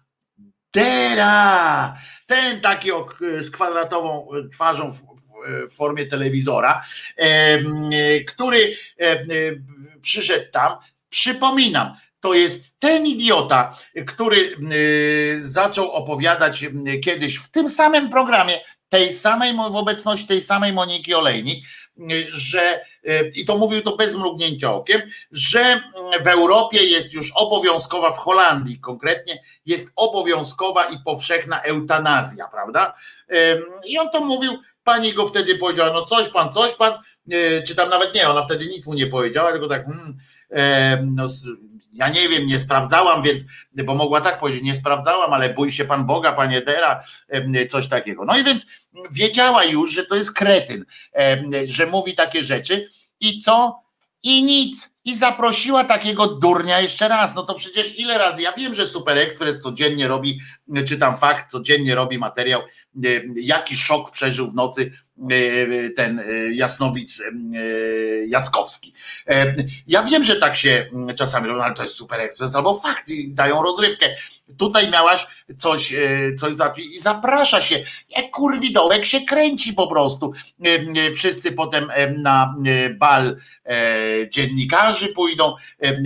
Ten taki z kwadratową twarzą w formie telewizora, który przyszedł tam. Przypominam, to jest ten idiota, który zaczął opowiadać kiedyś w tym samym programie, w obecności tej samej Moniki Olejnik, że, i to mówił to bez mrugnięcia okiem, że w Europie jest już obowiązkowa, w Holandii konkretnie, jest obowiązkowa i powszechna eutanazja, prawda? I on to mówił, pani go wtedy powiedziała, no coś pan, czy tam nawet nie, ona wtedy nic mu nie powiedziała, tylko tak, no, ja nie wiem, nie sprawdzałam, więc, bo mogła tak powiedzieć, nie sprawdzałam, ale bój się pan Boga, panie Dera, coś takiego. No i więc wiedziała już, że to jest kretyn, że mówi takie rzeczy i co? I nic. I zaprosiła takiego durnia jeszcze raz. No to przecież ile razy, ja wiem, że Super Express codziennie robi, czytam Fakt, codziennie robi materiał, jaki szok przeżył w nocy ten jasnowic Jackowski. Ja wiem, że tak się czasami robi, ale to jest Super Express albo Fakt i dają rozrywkę. Tutaj miałaś coś załatwić i zaprasza się. Jak kurwidołek się kręci po prostu. Wszyscy potem na bal dziennikarzy pójdą,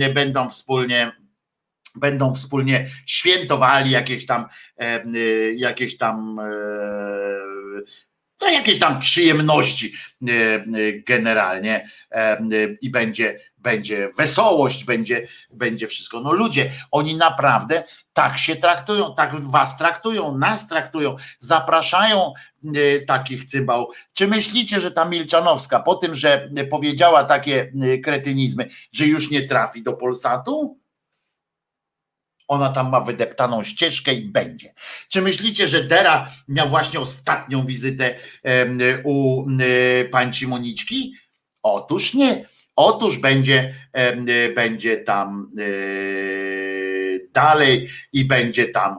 będą wspólnie świętowali jakieś tam przyjemności generalnie i będzie wesołość, będzie wszystko. No ludzie, oni naprawdę tak się traktują, tak was traktują, nas traktują, zapraszają takich cymbał. Czy myślicie, że ta Milczanowska po tym, że powiedziała takie kretynizmy, że już nie trafi do Polsatu? Ona tam ma wydeptaną ścieżkę i będzie. Czy myślicie, że Dera miał właśnie ostatnią wizytę u pańci Moniczki? Otóż nie. Otóż będzie tam dalej i będzie tam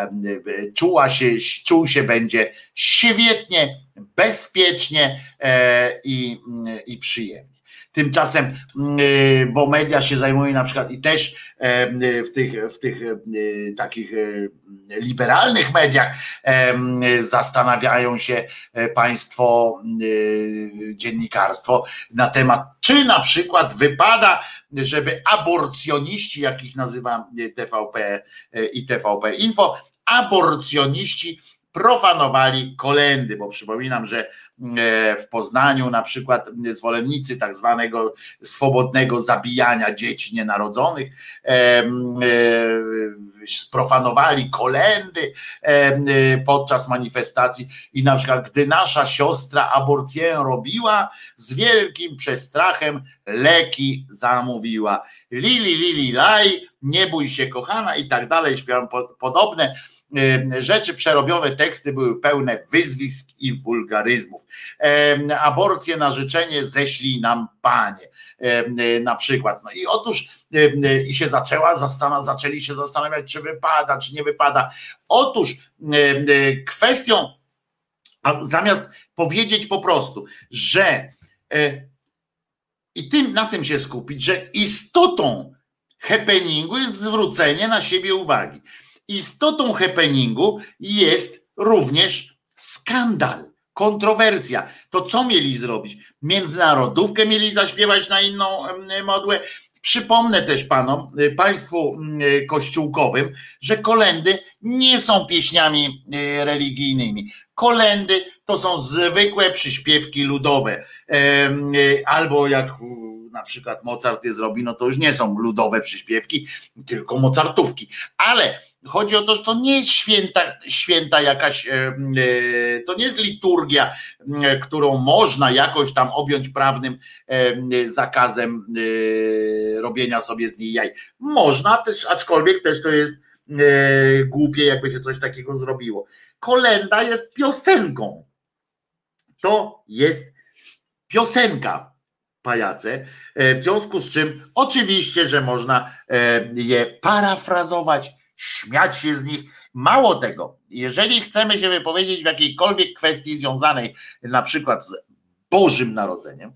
czuł się będzie świetnie, bezpiecznie i przyjemnie. Tymczasem, bo media się zajmują na przykład i też w tych takich liberalnych mediach zastanawiają się państwo, dziennikarstwo na temat, czy na przykład wypada, żeby aborcjoniści, jak ich nazywa TVP i TVP Info, aborcjoniści profanowali kolędy, bo przypominam, że w Poznaniu na przykład zwolennicy tak zwanego swobodnego zabijania dzieci nienarodzonych sprofanowali kolędy podczas manifestacji i na przykład gdy nasza siostra aborcję robiła, z wielkim przestrachem leki zamówiła. Lili laj, nie bój się kochana i tak dalej, śpiewam podobne rzeczy, przerobione teksty były pełne wyzwisk i wulgaryzmów. Aborcję na życzenie ześlij nam Panie, na przykład. No i otóż i się zaczęli się zastanawiać, czy wypada, czy nie wypada. Otóż kwestią, a zamiast powiedzieć po prostu, że i na tym się skupić, że istotą happeningu jest zwrócenie na siebie uwagi. Istotą happeningu jest również skandal, kontrowersja. To co mieli zrobić? Międzynarodówkę mieli zaśpiewać na inną modłę. Przypomnę też państwu kościółkowym, że kolędy nie są pieśniami religijnymi. Kolędy to są zwykłe przyśpiewki ludowe. Albo jak na przykład Mozart je zrobi, no to już nie są ludowe przyśpiewki, tylko mozartówki. Ale chodzi o to, że to nie jest święta jakaś, to nie jest liturgia, którą można jakoś tam objąć prawnym zakazem robienia sobie z niej jaj. Można też, aczkolwiek też to jest głupie, jakby się coś takiego zrobiło. Kolęda jest piosenką. To jest piosenka, pajace, w związku z czym oczywiście, że można je parafrazować, śmiać się z nich. Mało tego, jeżeli chcemy się wypowiedzieć w jakiejkolwiek kwestii związanej na przykład z Bożym Narodzeniem,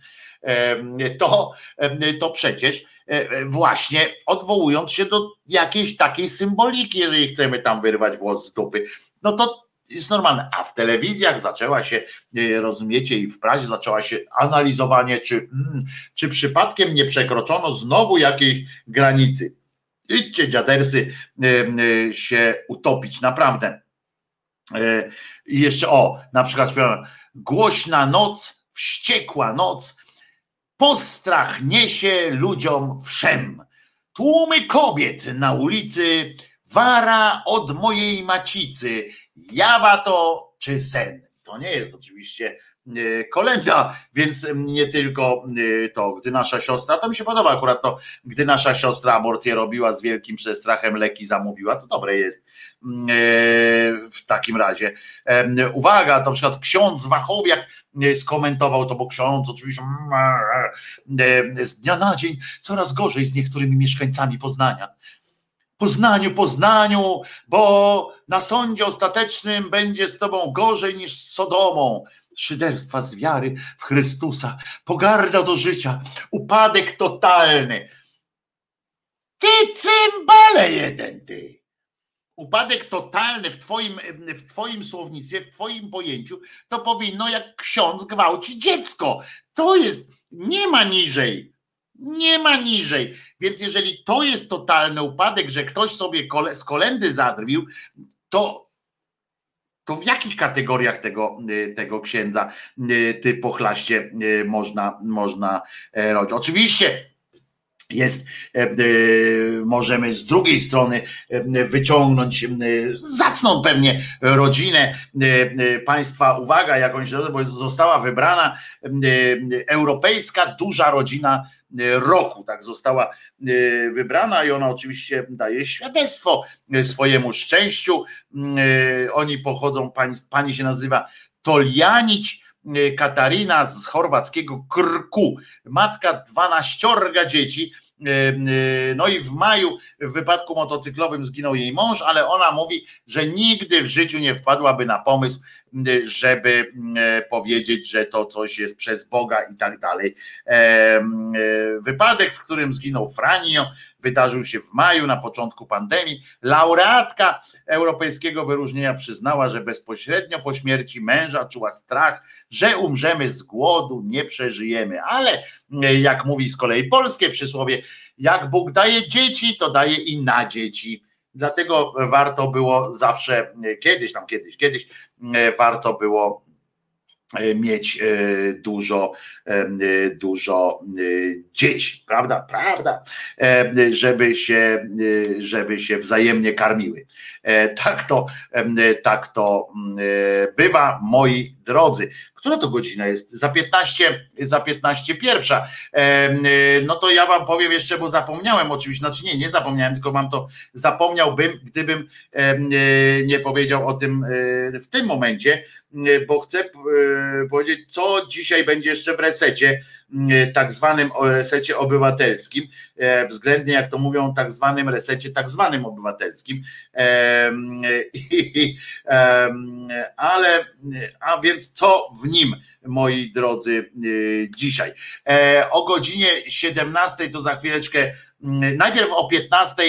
to przecież właśnie odwołując się do jakiejś takiej symboliki, jeżeli chcemy tam wyrwać włos z dupy, no to jest normalne. A w telewizjach zaczęła się, rozumiecie, i w prasie zaczęła się analizowanie, czy przypadkiem nie przekroczono znowu jakiejś granicy. Idźcie, dziadersy, się utopić, naprawdę. I jeszcze na przykład śpiewam: głośna noc, wściekła noc, postrach niesie ludziom wszem. Tłumy kobiet na ulicy, wara od mojej macicy, jawa to czy sen. To nie jest oczywiście kolenda, więc nie tylko to, gdy nasza siostra, to mi się podoba akurat to, gdy nasza siostra aborcję robiła z wielkim przestrachem, leki zamówiła, to dobre jest w takim razie. Uwaga, to na przykład ksiądz Wachowiak skomentował to, bo ksiądz oczywiście z dnia na dzień coraz gorzej z niektórymi mieszkańcami Poznania. Poznaniu, bo na sądzie ostatecznym będzie z tobą gorzej niż z Sodomą. Szyderstwa z wiary w Chrystusa, pogarda do życia, upadek totalny. Ty cymbale jeden, ty. Upadek totalny w twoim słownictwie, w twoim pojęciu, to powinno jak ksiądz gwałci dziecko. To jest, nie ma niżej. Nie ma niżej. Więc jeżeli to jest totalny upadek, że ktoś sobie z kolendy zadrwił, to w jakich kategoriach tego księdza, ty pochlaście, można robić? Oczywiście jest, możemy z drugiej strony wyciągnąć zacną pewnie rodzinę państwa, uwaga, jakąś, bo została wybrana europejska duża rodzina roku, tak została wybrana i ona oczywiście daje świadectwo swojemu szczęściu. Oni pochodzą, pani się nazywa Toljanić Katarina z chorwackiego Krku, matka 12 dzieci. No i w maju w wypadku motocyklowym zginął jej mąż, ale ona mówi, że nigdy w życiu nie wpadłaby na pomysł, żeby powiedzieć, że to coś jest przez Boga i tak dalej. Wypadek, w którym zginął Franio, wydarzył się w maju, na początku pandemii. Laureatka europejskiego wyróżnienia przyznała, że bezpośrednio po śmierci męża czuła strach, że umrzemy z głodu, nie przeżyjemy. Ale jak mówi z kolei polskie przysłowie, jak Bóg daje dzieci, to daje i na dzieci. Dlatego warto było zawsze, kiedyś warto było mieć dużo dzieci, prawda, żeby się wzajemnie karmiły. Tak to bywa, moi drodzy. Która to godzina jest? Za 15 pierwsza. No to ja wam powiem jeszcze, bo zapomniałem oczywiście, znaczy nie zapomniałem, tylko zapomniałbym, gdybym nie powiedział o tym w tym momencie, bo chcę powiedzieć, co dzisiaj będzie jeszcze w resecie, tak zwanym resecie obywatelskim, względnie jak to mówią, tak zwanym resecie, tak zwanym obywatelskim. A więc co w nim, moi drodzy, dzisiaj? O godzinie 17 to za chwileczkę, najpierw o 15,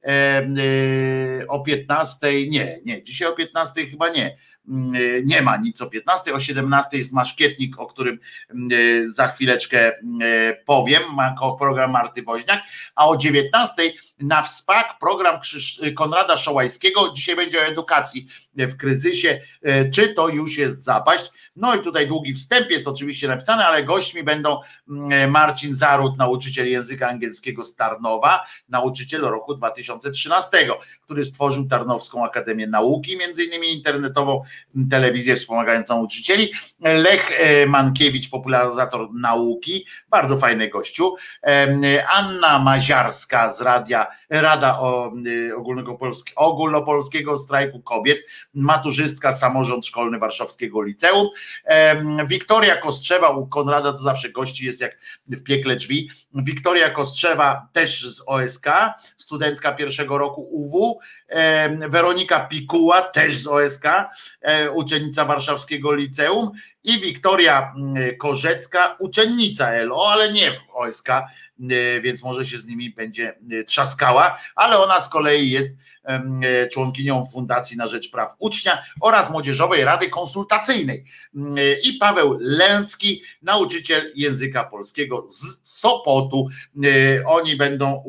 dzisiaj o 15 chyba nie ma nic o 15, o 17 jest Maszkietnik, o którym za chwileczkę powiem, program Marty Woźniak, a o 19 na WSPAK program Konrada Szołajskiego. Dzisiaj będzie o edukacji w kryzysie, czy to już jest zapaść. No i tutaj długi wstęp jest oczywiście napisany, ale gośćmi będą Marcin Zaród, nauczyciel języka angielskiego z Tarnowa, nauczyciel roku 2013, który stworzył Tarnowską Akademię Nauki, między innymi internetową telewizję wspomagającą nauczycieli. Lech Mankiewicz, popularyzator nauki, bardzo fajny gościu. Anna Maziarska z Rada Ogólnopolskiego Strajku Kobiet, maturzystka, samorząd szkolny Warszawskiego Liceum. Wiktoria Kostrzewa, u Konrada to zawsze gości jest jak w piekle drzwi. Wiktoria Kostrzewa też z OSK, studentka pierwszego roku UW. Weronika Pikuła też z OSK, uczennica Warszawskiego Liceum. i Wiktoria Korzecka, uczennica LO, ale nie w OSK, więc może się z nimi będzie trzaskała, ale ona z kolei jest członkinią Fundacji na Rzecz Praw Ucznia oraz Młodzieżowej Rady Konsultacyjnej. I Paweł Lęcki, nauczyciel języka polskiego z Sopotu. Oni będą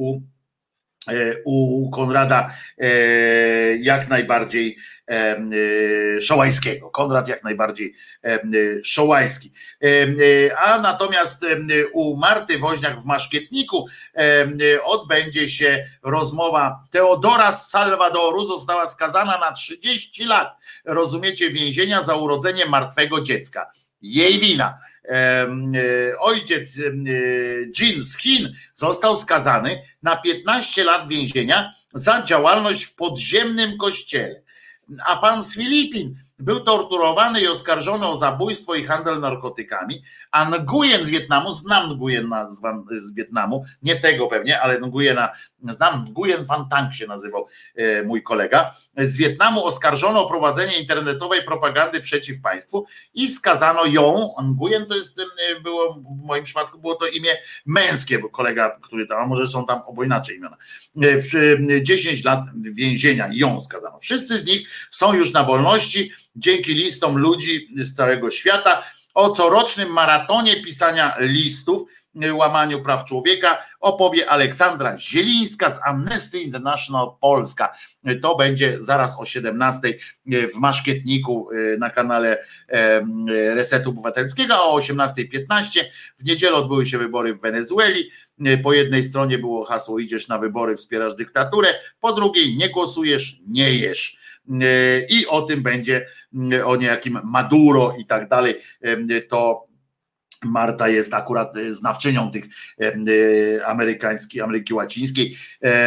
u Konrada jak najbardziej Szołajskiego. Konrad jak najbardziej Szołajski. A natomiast u Marty Woźniak w Maszkietniku odbędzie się rozmowa. Teodora z Salwadoru została skazana na 30 lat, rozumiecie, więzienia za urodzenie martwego dziecka. Jej wina. Ojciec Jin z Chin został skazany na 15 lat więzienia za działalność w podziemnym kościele, a pan z Filipin był torturowany i oskarżony o zabójstwo i handel narkotykami, a Nguyen z Wietnamu, znam Nguyena z Wietnamu, nie tego pewnie, ale Nguyena znam, Nguyen Van Tang się nazywał mój kolega, z Wietnamu oskarżono o prowadzenie internetowej propagandy przeciw państwu i skazano ją, Nguyen to jest, było, w moim przypadku było to imię męskie, bo kolega, który tam, a może są tam obo inaczej imiona, 10 lat więzienia ją skazano. Wszyscy z nich są już na wolności dzięki listom ludzi z całego świata o corocznym maratonie pisania listów, łamaniu praw człowieka opowie Aleksandra Zielińska z Amnesty International Polska. To będzie zaraz o 17 w Maszkietniku na kanale Resetu Obywatelskiego, a o 18:15 w niedzielę odbyły się wybory w Wenezueli. Po jednej stronie było hasło: idziesz na wybory, wspierasz dyktaturę, po drugiej: nie głosujesz, nie jesz. I o tym będzie, o niejakim Maduro i tak dalej. To Marta jest akurat znawczynią tych Ameryki Łacińskiej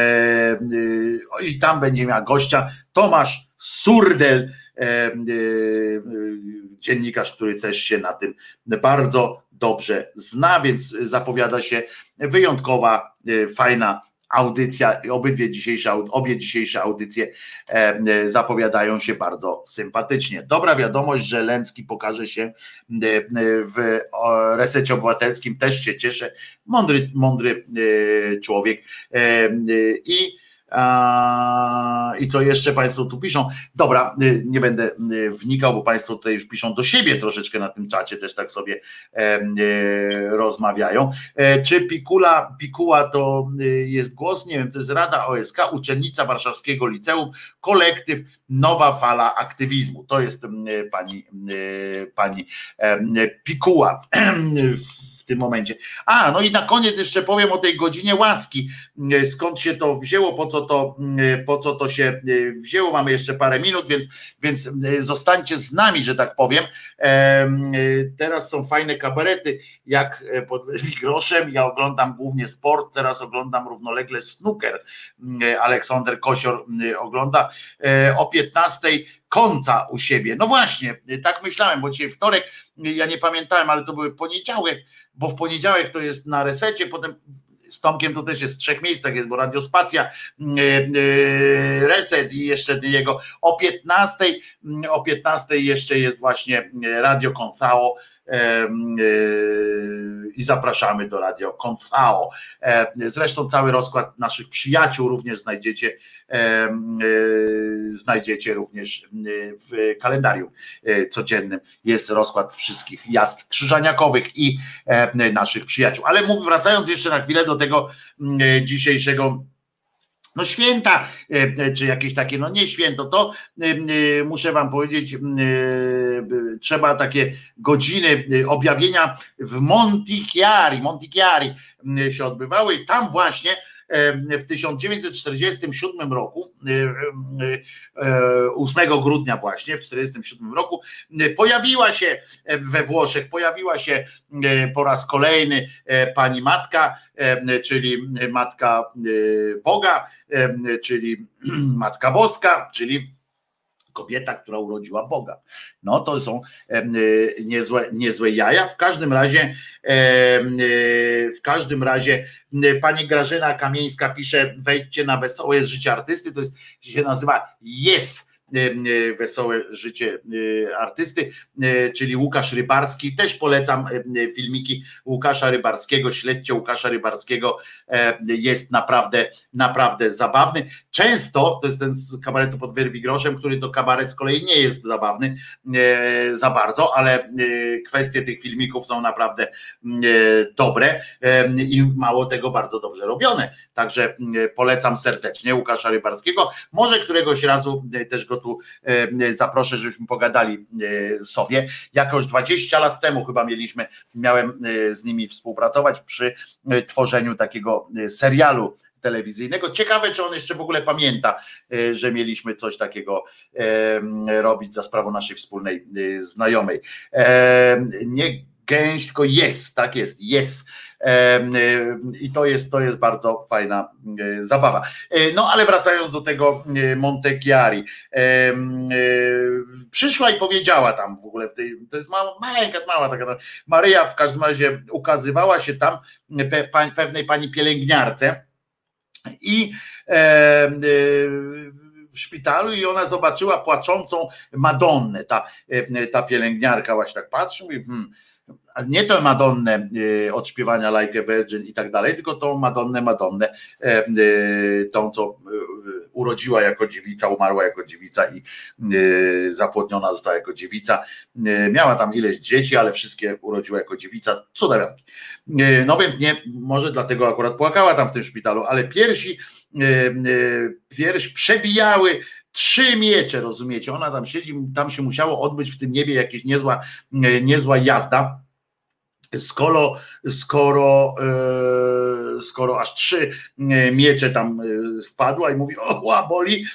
i tam będzie miała gościa Tomasz Surdel, dziennikarz, który też się na tym bardzo dobrze zna, więc zapowiada się wyjątkowa, fajna audycja. Obie dzisiejsze audycje zapowiadają się bardzo sympatycznie. Dobra wiadomość, że Lęcki pokaże się w Resecie Obywatelskim, też się cieszę. Mądry człowiek. I co jeszcze Państwo tu piszą? Dobra, nie będę wnikał, bo Państwo tutaj już piszą do siebie troszeczkę na tym czacie, też tak sobie rozmawiają. Czy Pikuła to jest głos? Nie wiem, to jest Rada OSK, uczennica Warszawskiego Liceum, kolektyw Nowa Fala Aktywizmu. To jest pani Pikuła w tym momencie. No i na koniec jeszcze powiem o tej godzinie łaski. Skąd się to wzięło, po co to się wzięło. Mamy jeszcze parę minut, więc zostańcie z nami, że tak powiem. Teraz są fajne kabarety, jak pod groszem. Ja oglądam głównie sport, teraz oglądam równolegle snooker. Aleksander Kosior ogląda o 15 końca u siebie. No właśnie, tak myślałem, bo dzisiaj wtorek, ja nie pamiętałem, ale to były poniedziałek, bo w poniedziałek to jest na Resecie, potem z Tomkiem to też jest w 3 miejscach, jest, bo Radiospacja, Reset i jeszcze jego o 15 jeszcze jest właśnie Radio Konfao i zapraszamy do Radio Konfao. Zresztą cały rozkład naszych przyjaciół również znajdziecie również w kalendarium codziennym. Jest rozkład wszystkich jazd krzyżaniakowych i naszych przyjaciół. Ale wracając jeszcze na chwilę do tego dzisiejszego święta, czy jakieś takie, nie święto, to muszę wam powiedzieć, trzeba takie godziny objawienia w Montichiari się odbywały i tam właśnie w 1947 roku, 8 grudnia właśnie w 1947 roku pojawiła się we Włoszech, po raz kolejny pani matka, czyli Matka Boga, czyli Matka Boska, czyli kobieta, która urodziła Boga. To są niezłe jaja. W każdym razie pani Grażyna Kamieńska pisze: wejdźcie na Wesołe Życie Artysty, to się nazywa Yes Wesołe życie artysty, czyli Łukasz Rybarski. Też polecam filmiki Łukasza Rybarskiego. Śledźcie Łukasza Rybarskiego, jest naprawdę zabawny. Często to jest ten z kabaretu pod Werwigroszem, który to kabaret z kolei nie jest zabawny za bardzo, ale kwestie tych filmików są naprawdę dobre i mało tego bardzo dobrze robione. Także polecam serdecznie Łukasza Rybarskiego. Może któregoś razu też go tu zaproszę, żebyśmy pogadali sobie. Jakoś 20 lat temu chyba miałem z nimi współpracować przy tworzeniu takiego serialu telewizyjnego. Ciekawe, czy on jeszcze w ogóle pamięta, że mieliśmy coś takiego robić za sprawą naszej wspólnej znajomej. Nie gęś, tylko tak jest. I to jest bardzo fajna zabawa. No ale wracając do tego Montechiari, przyszła i powiedziała tam w ogóle to jest mała taka Maryja, w każdym razie ukazywała się tam pewnej pani pielęgniarce i w szpitalu i ona zobaczyła płaczącą Madonnę, ta pielęgniarka właśnie tak patrzy, mówi, nie tę Madonnę od śpiewania Like a Virgin i tak dalej, tylko tą Madonnę, tą co urodziła jako dziewica, umarła jako dziewica i zapłodniona została jako dziewica. Miała tam ileś dzieci, ale wszystkie urodziła jako dziewica, cudawianki. No więc nie, może dlatego akurat płakała tam w tym szpitalu, ale pierś przebijały 3 miecze, rozumiecie? Ona tam siedzi, tam się musiało odbyć w tym niebie jakieś niezła jazda. Skoro aż 3 miecze tam wpadła i mówi, o,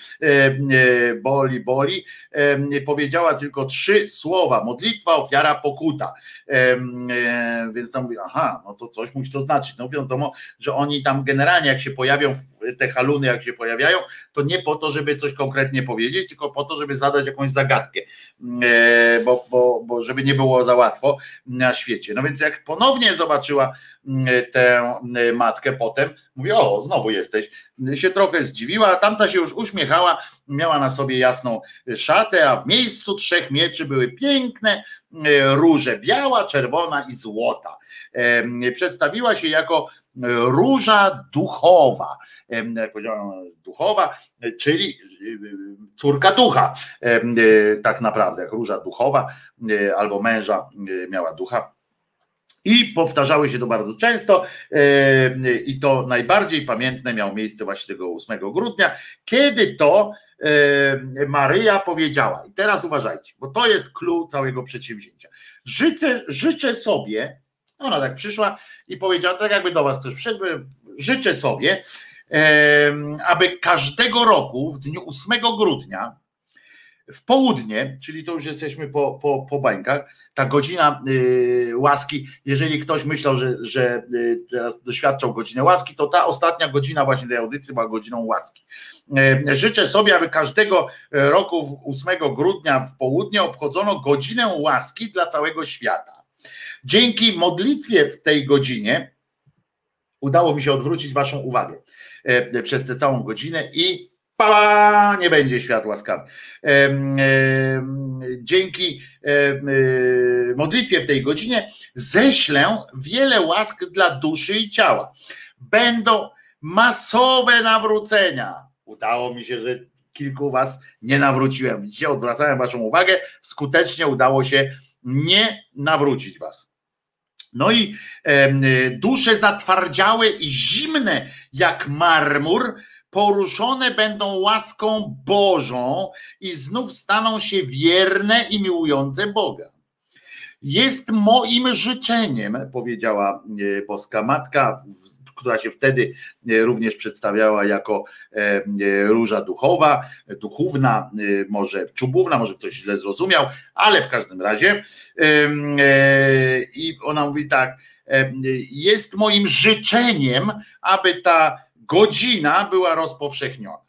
boli, powiedziała tylko 3 słowa, modlitwa, ofiara, pokuta, więc tam mówi, aha, no to coś musi to znaczyć. No wiadomo, że oni tam generalnie jak się pojawią, te haluny jak się pojawiają, to nie po to, żeby coś konkretnie powiedzieć, tylko po to, żeby zadać jakąś zagadkę, bo żeby nie było za łatwo na świecie. No więc jak ponownie zobaczyła tę matkę potem, mówi, o, znowu jesteś, się trochę zdziwiła, a tamta się już uśmiechała, miała na sobie jasną szatę, a w miejscu 3 mieczy były piękne róże, biała, czerwona i złota. Przedstawiła się jako róża duchowa, jak powiedziałem, duchowa, czyli córka ducha, tak naprawdę, jak róża duchowa, albo męża miała ducha. I powtarzały się to bardzo często i to najbardziej pamiętne miało miejsce właśnie tego 8 grudnia, kiedy to Maryja powiedziała, i teraz uważajcie, bo to jest clou całego przedsięwzięcia. Życzę sobie, ona tak przyszła i powiedziała, tak jakby do was ktoś przyszedł, życzę sobie, aby każdego roku w dniu 8 grudnia w południe, czyli to już jesteśmy po bańkach, ta godzina łaski, jeżeli ktoś myślał, że teraz doświadczał godzinę łaski, to ta ostatnia godzina właśnie tej audycji była godziną łaski. Życzę sobie, aby każdego roku 8 grudnia w południe obchodzono godzinę łaski dla całego świata. Dzięki modlitwie w tej godzinie udało mi się odwrócić waszą uwagę przez tę całą godzinę i nie będzie świat łaskawy. Dzięki modlitwie w tej godzinie ześlę wiele łask dla duszy i ciała. Będą masowe nawrócenia. Udało mi się, że kilku was nie nawróciłem. Widzicie, odwracałem waszą uwagę, skutecznie udało się nie nawrócić was. No i dusze zatwardziałe i zimne jak marmur poruszone będą łaską Bożą i znów staną się wierne i miłujące Boga. Jest moim życzeniem, powiedziała boska matka, która się wtedy również przedstawiała jako róża duchowa, duchówna, może czubówna, może ktoś źle zrozumiał, ale w każdym razie i ona mówi tak, jest moim życzeniem, aby ta godzina była rozpowszechniona.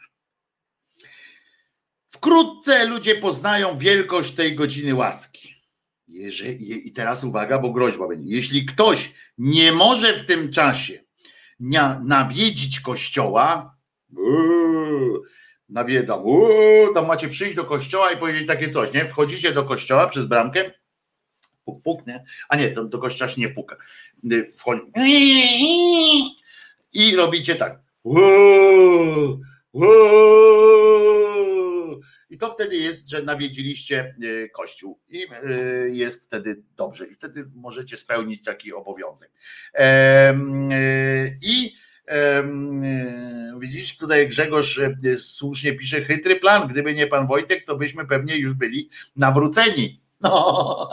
Wkrótce ludzie poznają wielkość tej godziny łaski. I teraz uwaga, bo groźba będzie. Jeśli ktoś nie może w tym czasie nawiedzić kościoła, nawiedzam. Tam macie przyjść do kościoła i powiedzieć takie coś, nie? Wchodzicie do kościoła przez bramkę, puk, puk, nie? A nie, do kościoła się nie puka. Wchodzi i robicie tak. I to wtedy jest, że nawiedziliście kościół i jest wtedy dobrze i wtedy możecie spełnić taki obowiązek. I widzisz, tutaj Grzegorz słusznie pisze, chytry plan, gdyby nie pan Wojtek, to byśmy pewnie już byli nawróceni. No.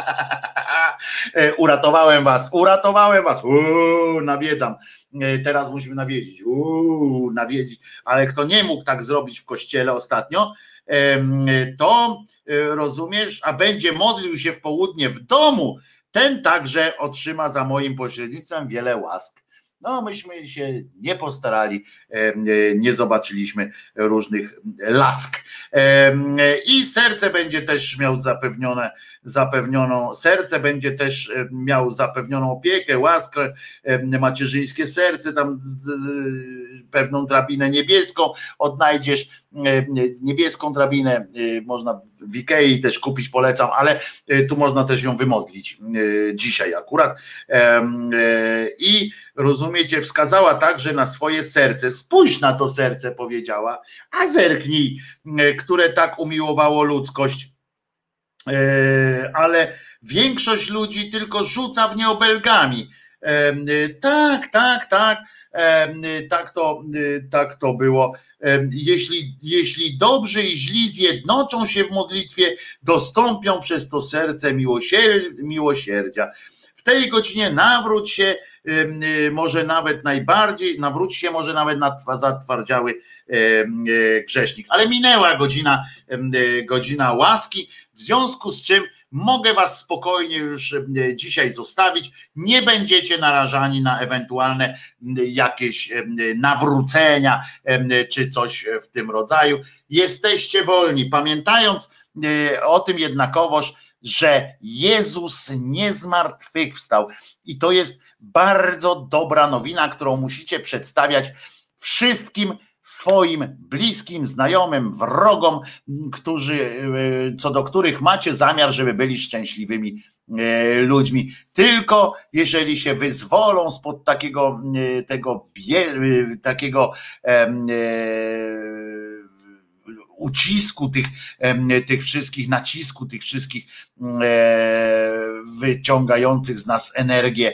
Uratowałem was, nawiedzam. Teraz musimy nawiedzić, ale kto nie mógł tak zrobić w kościele ostatnio, to rozumiesz, a będzie modlił się w południe w domu, ten także otrzyma za moim pośrednictwem wiele łask. No, myśmy się nie postarali, nie zobaczyliśmy różnych lask. I serce będzie też miał serce będzie też miał zapewnioną opiekę, łaskę, macierzyńskie serce, tam pewną drabinę niebieską odnajdziesz, niebieską drabinę można w Ikei też kupić, polecam, ale tu można też ją wymodlić dzisiaj akurat. I rozumiecie, wskazała także na swoje serce, spójrz na to serce, powiedziała, a zerknij, które tak umiłowało ludzkość, ale większość ludzi tylko rzuca w nie obelgami. Tak to było. Jeśli dobrzy i źli zjednoczą się w modlitwie, dostąpią przez to serce miłosierdzia. W tej godzinie nawróć się może nawet zatwardziały grzesznik. Ale minęła godzina łaski, w związku z czym mogę was spokojnie już dzisiaj zostawić. Nie będziecie narażani na ewentualne jakieś nawrócenia czy coś w tym rodzaju. Jesteście wolni, pamiętając o tym jednakowoż, że Jezus nie zmartwychwstał. I to jest bardzo dobra nowina, którą musicie przedstawiać wszystkim swoim bliskim, znajomym, wrogom, co do których macie zamiar, żeby byli szczęśliwymi ludźmi. Tylko jeżeli się wyzwolą spod takiego ucisku tych wszystkich, nacisku tych wszystkich wyciągających z nas energię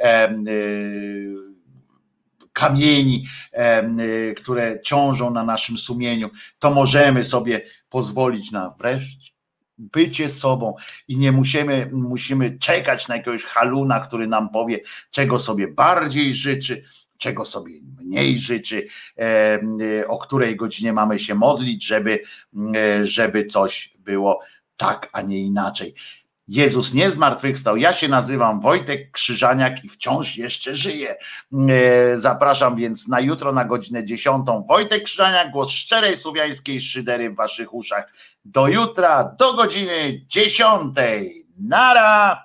kamieni, które ciążą na naszym sumieniu, to możemy sobie pozwolić na wreszcie bycie sobą i nie musimy czekać na jakiegoś haluna, który nam powie, czego sobie bardziej życzy, czego sobie mniej życzy, o której godzinie mamy się modlić, żeby coś było tak, a nie inaczej. Jezus nie zmartwychwstał. Ja się nazywam Wojtek Krzyżaniak i wciąż jeszcze żyję. Zapraszam więc na jutro na godzinę 10. Wojtek Krzyżaniak, głos szczerej słowiańskiej szydery w waszych uszach. Do jutra, do godziny 10. Nara!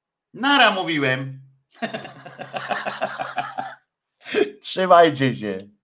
Nara mówiłem. Trzymajcie się.